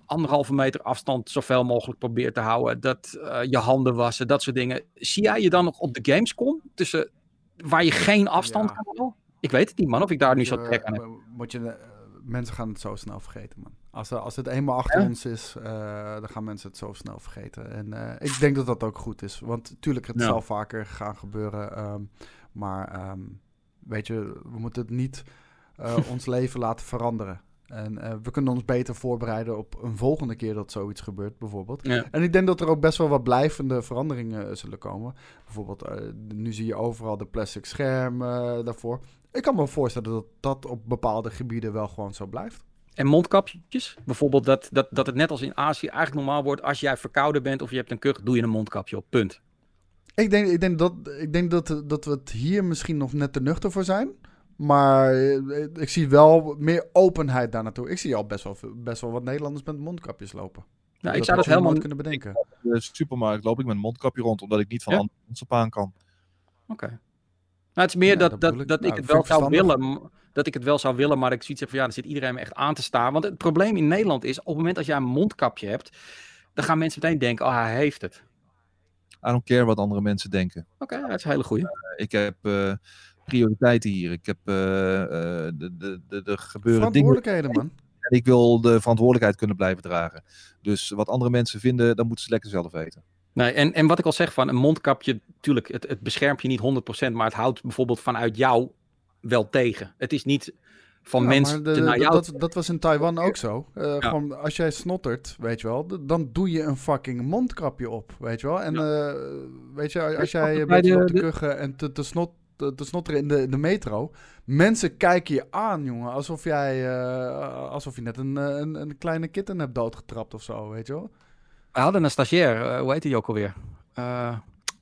anderhalve meter afstand zoveel mogelijk probeert te houden. Dat uh, je handen wassen, dat soort dingen. Zie jij je dan nog op de Gamescom tussen waar je geen afstand Ja. kan houden? Ik weet het niet, man, of ik daar nu Moet zo je, trek aan uh, heb. moet je, uh, mensen gaan het zo snel vergeten, man. Als, als het eenmaal achter Ja? ons is, uh, dan gaan mensen het zo snel vergeten. En uh, ik denk dat dat ook goed is. Want natuurlijk, het Ja. zal vaker gaan gebeuren. Um, maar um, weet je, we moeten het niet uh, ons leven laten veranderen. En uh, we kunnen ons beter voorbereiden op een volgende keer dat zoiets gebeurt, bijvoorbeeld. Ja. En ik denk dat er ook best wel wat blijvende veranderingen uh, zullen komen. Bijvoorbeeld, uh, nu zie je overal de plastic scherm uh, daarvoor. Ik kan me voorstellen dat dat op bepaalde gebieden wel gewoon zo blijft. En mondkapjes? Bijvoorbeeld dat, dat, dat het net als in Azië eigenlijk normaal wordt. Als jij verkouden bent of je hebt een kuch, doe je een mondkapje op. Punt. Ik denk, ik denk, dat, ik denk dat, dat we het hier misschien nog net te nuchter voor zijn. Maar ik zie wel meer openheid daar naartoe. Ik zie al best wel, best wel wat Nederlanders met mondkapjes lopen. Nou, ik dat zou dat had je helemaal nooit niet kunnen bedenken. In de supermarkt loop ik met een mondkapje rond, omdat ik niet van Ja? andere mensen op aan kan. Oké. Nou, het is meer Ja, dat, dat dat, bedoel dat, ik. ik Nou, het wel vind ik zou verstandig. willen. m- Dat ik het wel zou willen, maar ik zoiets heb van ja, dan zit iedereen me echt aan te staan. Want het probleem in Nederland is, op het moment dat jij een mondkapje hebt, dan gaan mensen meteen denken, oh, hij heeft het. I don't care wat andere mensen denken. Oké, dat is een hele goeie. Ik heb uh, prioriteiten hier. Ik heb uh, uh, de, de, de, de gebeuren dingen. Verantwoordelijkheden, man. En ik wil de verantwoordelijkheid kunnen blijven dragen. Dus wat andere mensen vinden, dat moeten ze lekker zelf weten. Nee, en, en wat ik al zeg van een mondkapje, natuurlijk, het, het beschermt je niet honderd procent, maar het houdt bijvoorbeeld vanuit jou wel tegen. Het is niet van Ja, mensen maar de- naar de- jou. dat, dat was in Taiwan ook zo. Uh, gewoon, als jij snottert, weet je wel, d- dan doe je een fucking mondkapje op, weet je wel. En uh, weet je, als jij een bij beetje de- loopt te de- kuchen en te, te, snot, te, te snotteren in de, de metro, mensen kijken je aan, jongen, alsof jij, uh, alsof je net een, een, een kleine kitten hebt doodgetrapt of zo, weet je wel. We hadden een stagiair, uh, hoe heet die ook alweer? Uh,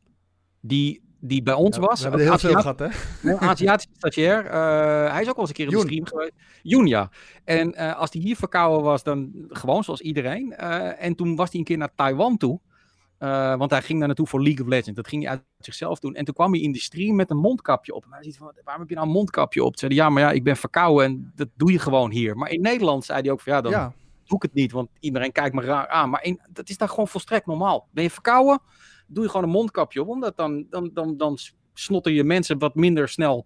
die, die bij ons Ja, was. we hebben er heel veel Aziat- gehad, hè? Een Aziatische stagiair. Uh, hij is ook wel eens een keer op de Joen. stream geweest. Joen, ja. En uh, als hij hier verkouden was, dan gewoon zoals iedereen. Uh, en toen was hij een keer naar Taiwan toe. Uh, want hij ging daar naartoe voor League of Legends. Dat ging hij uit zichzelf doen. En toen kwam hij in de stream met een mondkapje op. En hij ziet van, waarom heb je nou een mondkapje op? Toen zei hij, ja, maar ja, ik ben verkouden en dat doe je gewoon hier. Maar in Nederland zei hij ook van, ja, dan Ja. doe ik het niet. Want iedereen kijkt me raar aan. Maar in, dat is daar gewoon volstrekt normaal. Ben je verkouden? Doe je gewoon een mondkapje op. Omdat dan, dan, dan, dan snotten je mensen wat minder snel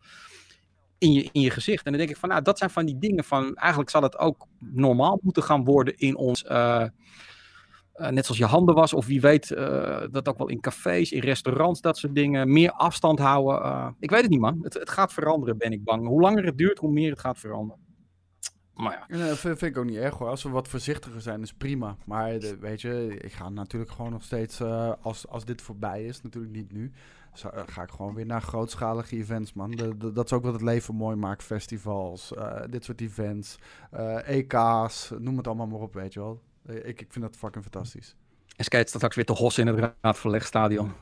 in je, in je gezicht. En dan denk ik van, nou, dat zijn van die dingen van, eigenlijk zal het ook normaal moeten gaan worden in ons, uh, uh, net zoals je handen was, of wie weet, uh, dat ook wel in cafés, in restaurants, dat soort dingen, meer afstand houden. Uh, ik weet het niet, man. Het, het gaat veranderen, ben ik bang. Hoe langer het duurt, hoe meer het gaat veranderen. Maar ja. En, uh, vind, vind ik ook niet erg hoor. Als we wat voorzichtiger zijn, is prima. Maar de, weet je, ik ga natuurlijk gewoon nog steeds, uh, als, als dit voorbij is, natuurlijk niet nu, zo, uh, ga ik gewoon weer naar grootschalige events, man. De, de, dat is ook wat het leven mooi maakt. Festivals, uh, dit soort events, uh, E K's, noem het allemaal maar op, weet je wel. Ik, ik vind dat fucking fantastisch. En Skate staat straks weer te hossen in het Raadverlegstadion.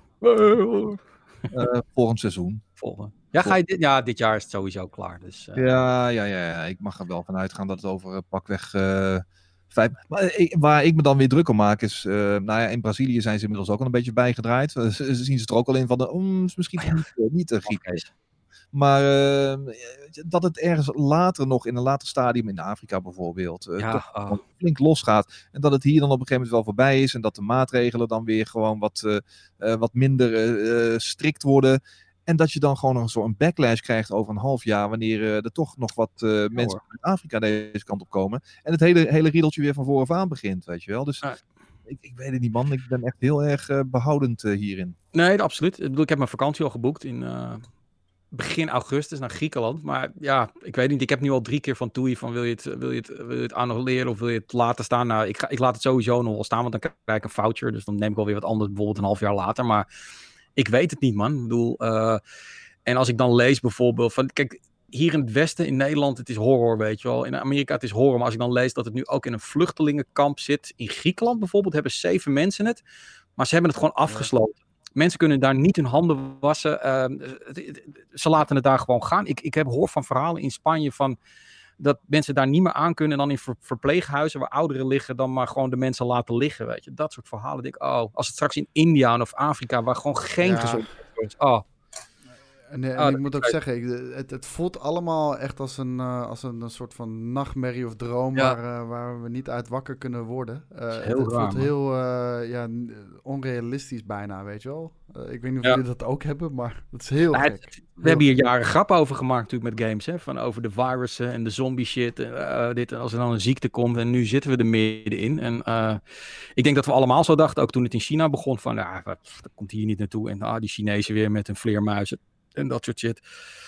Uh, volgend seizoen. Volgende. Ja, ga je dit, ja, dit jaar is het sowieso klaar. Dus, uh... ja, ja, ja, ja, ik mag er wel van uitgaan dat het over uh, pakweg uh, vijf... Maar, ik, waar ik me dan weer druk om maak is... Uh, nou ja, in Brazilië zijn ze inmiddels ook al een beetje bijgedraaid. Uh, ze, ze zien ze er ook al in van... De, um, misschien oh, ja. niet, uh, niet uh, griep. Maar uh, dat het ergens later nog, in een later stadium in Afrika bijvoorbeeld, uh, ja, toch oh. flink losgaat. En dat het hier dan op een gegeven moment wel voorbij is. En dat de maatregelen dan weer gewoon wat, uh, uh, wat minder uh, strikt worden. En dat je dan gewoon nog zo'n backlash krijgt over een half jaar. Wanneer uh, er toch nog wat uh, ja, mensen hoor. uit Afrika deze kant op komen. En het hele, hele riedeltje weer van vooraf aan begint, weet je wel. Dus... Ja. Ik, ik weet het niet, man. Ik ben echt heel erg uh, behoudend uh, hierin. Nee, absoluut. Ik bedoel, ik heb mijn vakantie al geboekt in... Uh... begin augustus naar Griekenland. Maar ja, ik weet niet. Ik heb nu al drie keer van Toei van wil je het, wil je het, wil je het annuleren of wil je het laten staan? Nou, ik, ga, ik laat het sowieso nog wel staan, want dan krijg ik een voucher. Dus dan neem ik alweer wat anders, bijvoorbeeld een half jaar later. Maar ik weet het niet, man. Ik bedoel, uh, en als ik dan lees bijvoorbeeld van, kijk, hier in het westen, in Nederland, het is horror, weet je wel. In Amerika, het is horror. Maar als ik dan lees dat het nu ook in een vluchtelingenkamp zit, in Griekenland bijvoorbeeld, hebben zeven mensen het. Maar ze hebben het gewoon afgesloten. Ja. Mensen kunnen daar niet hun handen wassen. Uh, ze laten het daar gewoon gaan. Ik, ik heb hoor van verhalen in Spanje van dat mensen daar niet meer aan kunnen. En dan in ver, verpleeghuizen waar ouderen liggen, dan maar gewoon de mensen laten liggen. Weet je, dat soort verhalen. Denk ik, oh, als het straks in India of Afrika, waar gewoon geen ja. gezondheid is. Oh. En, en Oh, ik dat moet is ook leuk. zeggen, ik- het, het voelt allemaal echt als een, eh, als een, een soort van nachtmerrie of droom Ja. waar, eh, waar we niet uit wakker kunnen worden. Eh, is het heel het raar, voelt man. heel eh, ja, n- onrealistisch bijna, weet je wel. Eh, ik weet niet of Ja. jullie dat ook hebben, maar dat is heel Nou, gek. het- we Heel hebben hier gek. jaren grappen over gemaakt natuurlijk met games. Hè? Van over de virussen en de zombie shit. eh, dit, als er dan een ziekte komt. En nu zitten we er middenin. En eh, ik denk dat we allemaal zo dachten. Ook toen het in China begon. Van ja, wat, dat komt hier niet naartoe. En ah, die Chinezen weer met hun vleermuizen. En dat soort shit.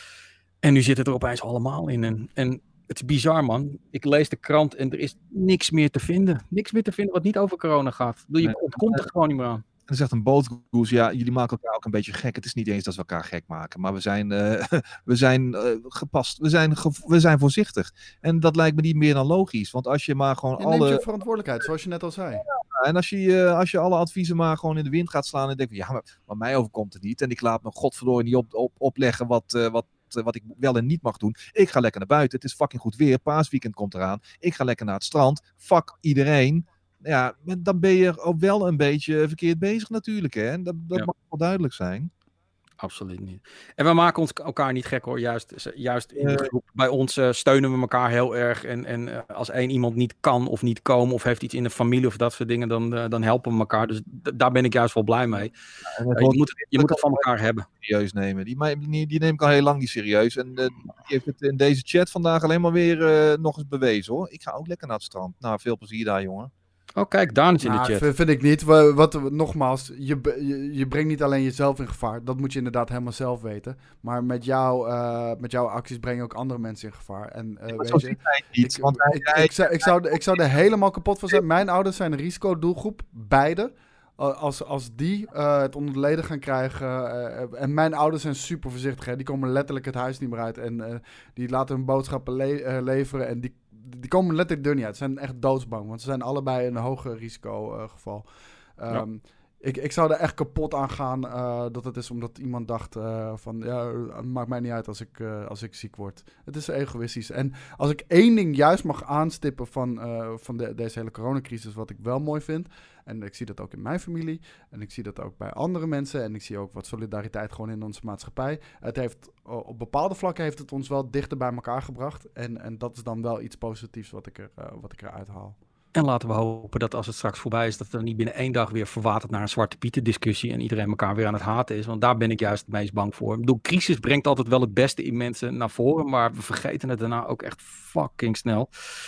En nu zitten er opeens allemaal in. En, en het is bizar, man. Ik lees de krant en er is niks meer te vinden. Niks meer te vinden wat niet over corona gaat. Ik bedoel, je Nee. ontkomt er gewoon niet meer aan. En dan zegt een bootgoes, ja, jullie maken elkaar ook een beetje gek. Het is niet eens dat we elkaar gek maken, maar we zijn, eh, we zijn eh, gepast, we zijn, ge- we zijn voorzichtig. En dat lijkt me niet meer dan logisch, want als je maar gewoon Je neemt alle... je verantwoordelijkheid, zoals je net al zei. En als je, eh, als je alle adviezen maar gewoon in de wind gaat slaan en denkt, van, ja, maar, maar mij overkomt het niet. En ik laat me godverdorie niet op, op, opleggen wat, eh, wat, eh, wat ik wel en niet mag doen. Ik ga lekker naar buiten. Het is fucking goed weer. Paasweekend komt eraan. Ik ga lekker naar het strand. Fuck iedereen. Ja, dan ben je ook wel een beetje verkeerd bezig natuurlijk. Hè? En dat dat Ja. mag wel duidelijk zijn. Absoluut niet. En we maken ons elkaar niet gek hoor. Juist, juist in de Nee. groep. Bij ons eh, steunen we elkaar heel erg. En, en eh, als één iemand niet kan of niet komen. Of heeft iets in de familie of dat soort dingen. Dan, eh, dan helpen we elkaar. Dus d- daar ben ik juist wel blij mee. En het Eh, je, wordt moet, het- je moet het van elkaar hebben. serieus nemen. Die, me- die, die neem ik al heel lang niet serieus. En eh, die heeft het in deze chat vandaag alleen maar weer eh, nog eens bewezen hoor. Ik ga ook lekker naar het strand. Nou, veel plezier daar jongen. Oh kijk, Daan is in Nou, de chat. v- vind ik niet. Wa- Wat, wat- nogmaals, je, be- je, je brengt niet alleen jezelf in gevaar. Dat moet je inderdaad helemaal zelf weten. Maar met, jou, eh, met jouw acties breng je ook andere mensen in gevaar. En eh, Maar weet zo je, ziet hij het niet. ik, want hij, ik, hij- ik, zou, ik, zou, ik zou er helemaal kapot van zijn. Mijn ouders zijn een risicodoelgroep, beide. Uh, Als, als die uh, het onder de leden gaan krijgen. Uh, en mijn ouders zijn super voorzichtig. Hè? Die komen letterlijk het huis niet meer uit. En uh, die laten hun boodschappen le- uh, leveren. En die, die komen letterlijk de deur niet uit. Ze zijn echt doodsbang. Want ze zijn allebei in een hoger risicogeval. Uh, um, ja. Ik, ik zou er echt kapot aan gaan uh, dat het is omdat iemand dacht uh, van... ja, het maakt mij niet uit als ik, uh, als ik ziek word. Het is egoïstisch. En als ik één ding juist mag aanstippen van, uh, van de, deze hele coronacrisis... wat ik wel mooi vind... en ik zie dat ook in mijn familie... en ik zie dat ook bij andere mensen... en ik zie ook wat solidariteit gewoon in onze maatschappij. Het heeft, op bepaalde vlakken heeft het ons wel dichter bij elkaar gebracht... en, en dat is dan wel iets positiefs wat ik, er, uh, wat ik eruit haal. En laten we hopen dat als het straks voorbij is, dat het niet binnen één dag weer verwatert naar een Zwarte Pieten discussie en iedereen elkaar weer aan het haten is. Want daar ben ik juist het meest bang voor. Ik bedoel, crisis brengt altijd wel het beste in mensen naar voren, maar we vergeten het daarna ook echt fucking snel.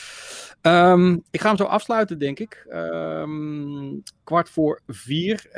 Um, ik ga hem zo afsluiten, denk ik. Um, kwart voor vier. Uh,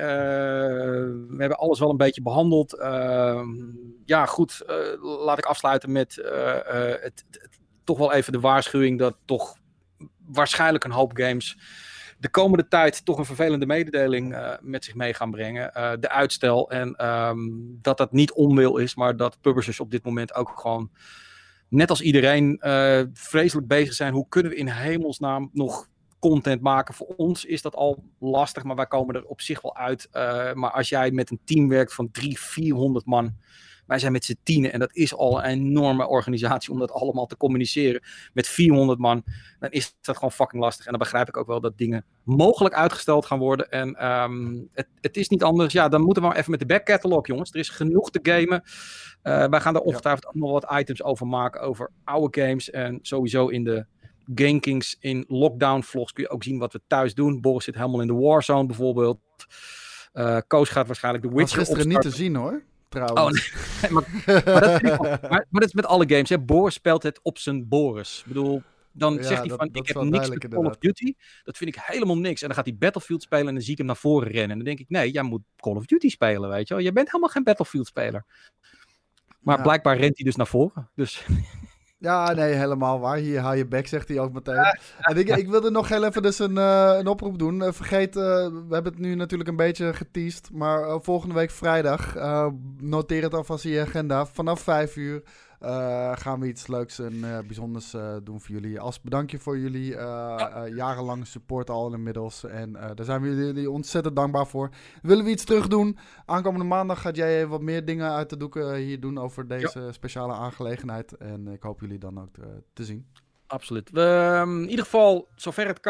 we hebben alles wel een beetje behandeld. Uh, ja, goed. Uh, laat ik afsluiten met uh, uh, het, het, het, toch wel even de waarschuwing dat toch waarschijnlijk een hoop games de komende tijd toch een vervelende mededeling uh, met zich mee gaan brengen. Uh, de uitstel en um, dat dat niet onwil is, maar dat publishers op dit moment ook gewoon, net als iedereen, uh, vreselijk bezig zijn. Hoe kunnen we in hemelsnaam nog content maken? Voor ons is dat al lastig, maar wij komen er op zich wel uit. Uh, maar als jij met een team werkt van driehonderd, vierhonderd man... Wij zijn met z'n tienen en dat is al een enorme organisatie om dat allemaal te communiceren. Met vierhonderd man, dan is dat gewoon fucking lastig. En dan begrijp ik ook wel dat dingen mogelijk uitgesteld gaan worden. En um, het, het is niet anders. Ja, dan moeten we maar even met de back catalog, jongens. Er is genoeg te gamen. Uh, wij gaan daar ongetwijfeld ja. ook nog wat items over maken, over oude games. En sowieso in de GameKings in lockdown vlogs kun je ook zien wat we thuis doen. Boris zit helemaal in de Warzone bijvoorbeeld. Uh, Koos gaat waarschijnlijk de Witcher opstarten. Dat is gisteren niet te zien, hoor. Trouwens. Oh, nee. maar, maar, dat ik, maar, maar dat is met alle games. Hè. Boris speelt het op zijn Boris. Ik bedoel, dan ja, zegt hij dat, van, dat ik heb niks met Call of Duty. Dat vind ik helemaal niks. En dan gaat hij Battlefield spelen en dan zie ik hem naar voren rennen. En dan denk ik, nee, jij moet Call of Duty spelen, weet je wel. Je bent helemaal geen Battlefield speler. Maar ja. blijkbaar rent hij dus naar voren. Dus... Ja, nee, helemaal waar. Hier haal je bek, zegt hij ook meteen. Ja. En ik, ik wilde nog heel even dus een, uh, een oproep doen. Uh, vergeet, uh, we hebben het nu natuurlijk een beetje geteased, maar uh, volgende week vrijdag, uh, noteer het alvast in je agenda. Vanaf vijf uur uh, gaan we iets leuks en uh, bijzonders uh, doen voor jullie. Als bedankje voor jullie uh, uh, jarenlange support al inmiddels. En uh, daar zijn we jullie ontzettend dankbaar voor. Willen we iets terug doen? Aankomende maandag gaat jij wat meer dingen uit de doeken hier doen over deze ja. speciale aangelegenheid. En ik hoop jullie dan ook te, te zien. Absoluut. We, um, in ieder geval, zover het kan,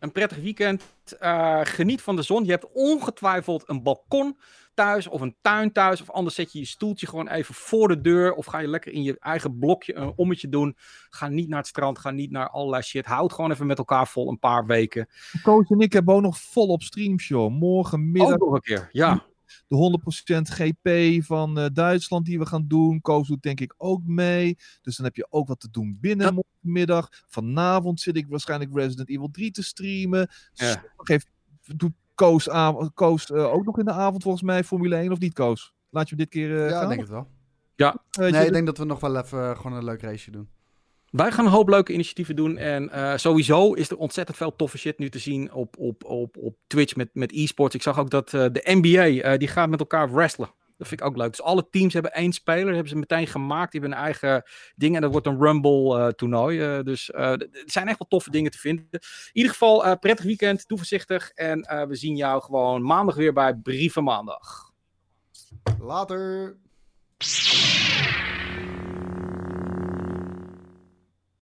een prettig weekend. Uh, geniet van de zon. Je hebt ongetwijfeld een balkon thuis of een tuin thuis. Of anders zet je je stoeltje gewoon even voor de deur. Of ga je lekker in je eigen blokje een ommetje doen. Ga niet naar het strand. Ga niet naar allerlei shit. Houd gewoon even met elkaar vol een paar weken. Koos en ik hebben ook nog volop streamshow. Morgenmiddag. Ook nog een keer, ja. De honderd procent G P van uh, Duitsland die we gaan doen. Koos doet denk ik ook mee. Dus dan heb je ook wat te doen binnen dat... morgenmiddag. Vanavond zit ik waarschijnlijk Resident Evil drie te streamen. Ja. Geef, doet Koos, av- Koos uh, ook nog in de avond volgens mij Formule één of niet, Koos? Laat je hem dit keer uh, ja, gaan? ik denk het wel. Ja. Weet nee, je, ik denk dat we nog wel even uh, gewoon een leuk raceje doen. Wij gaan een hoop leuke initiatieven doen. En uh, sowieso is er ontzettend veel toffe shit nu te zien op, op, op, op Twitch met, met e-sports. Ik zag ook dat uh, de N B A, uh, die gaat met elkaar wrestlen. Dat vind ik ook leuk. Dus alle teams hebben één speler. Dat hebben ze meteen gemaakt. Die hebben een eigen ding. En dat wordt een Rumble uh, toernooi. Uh, dus uh, er zijn echt wel toffe dingen te vinden. In ieder geval, uh, prettig weekend. Doe voorzichtig. En uh, we zien jou gewoon maandag weer bij Brieven Maandag. Later.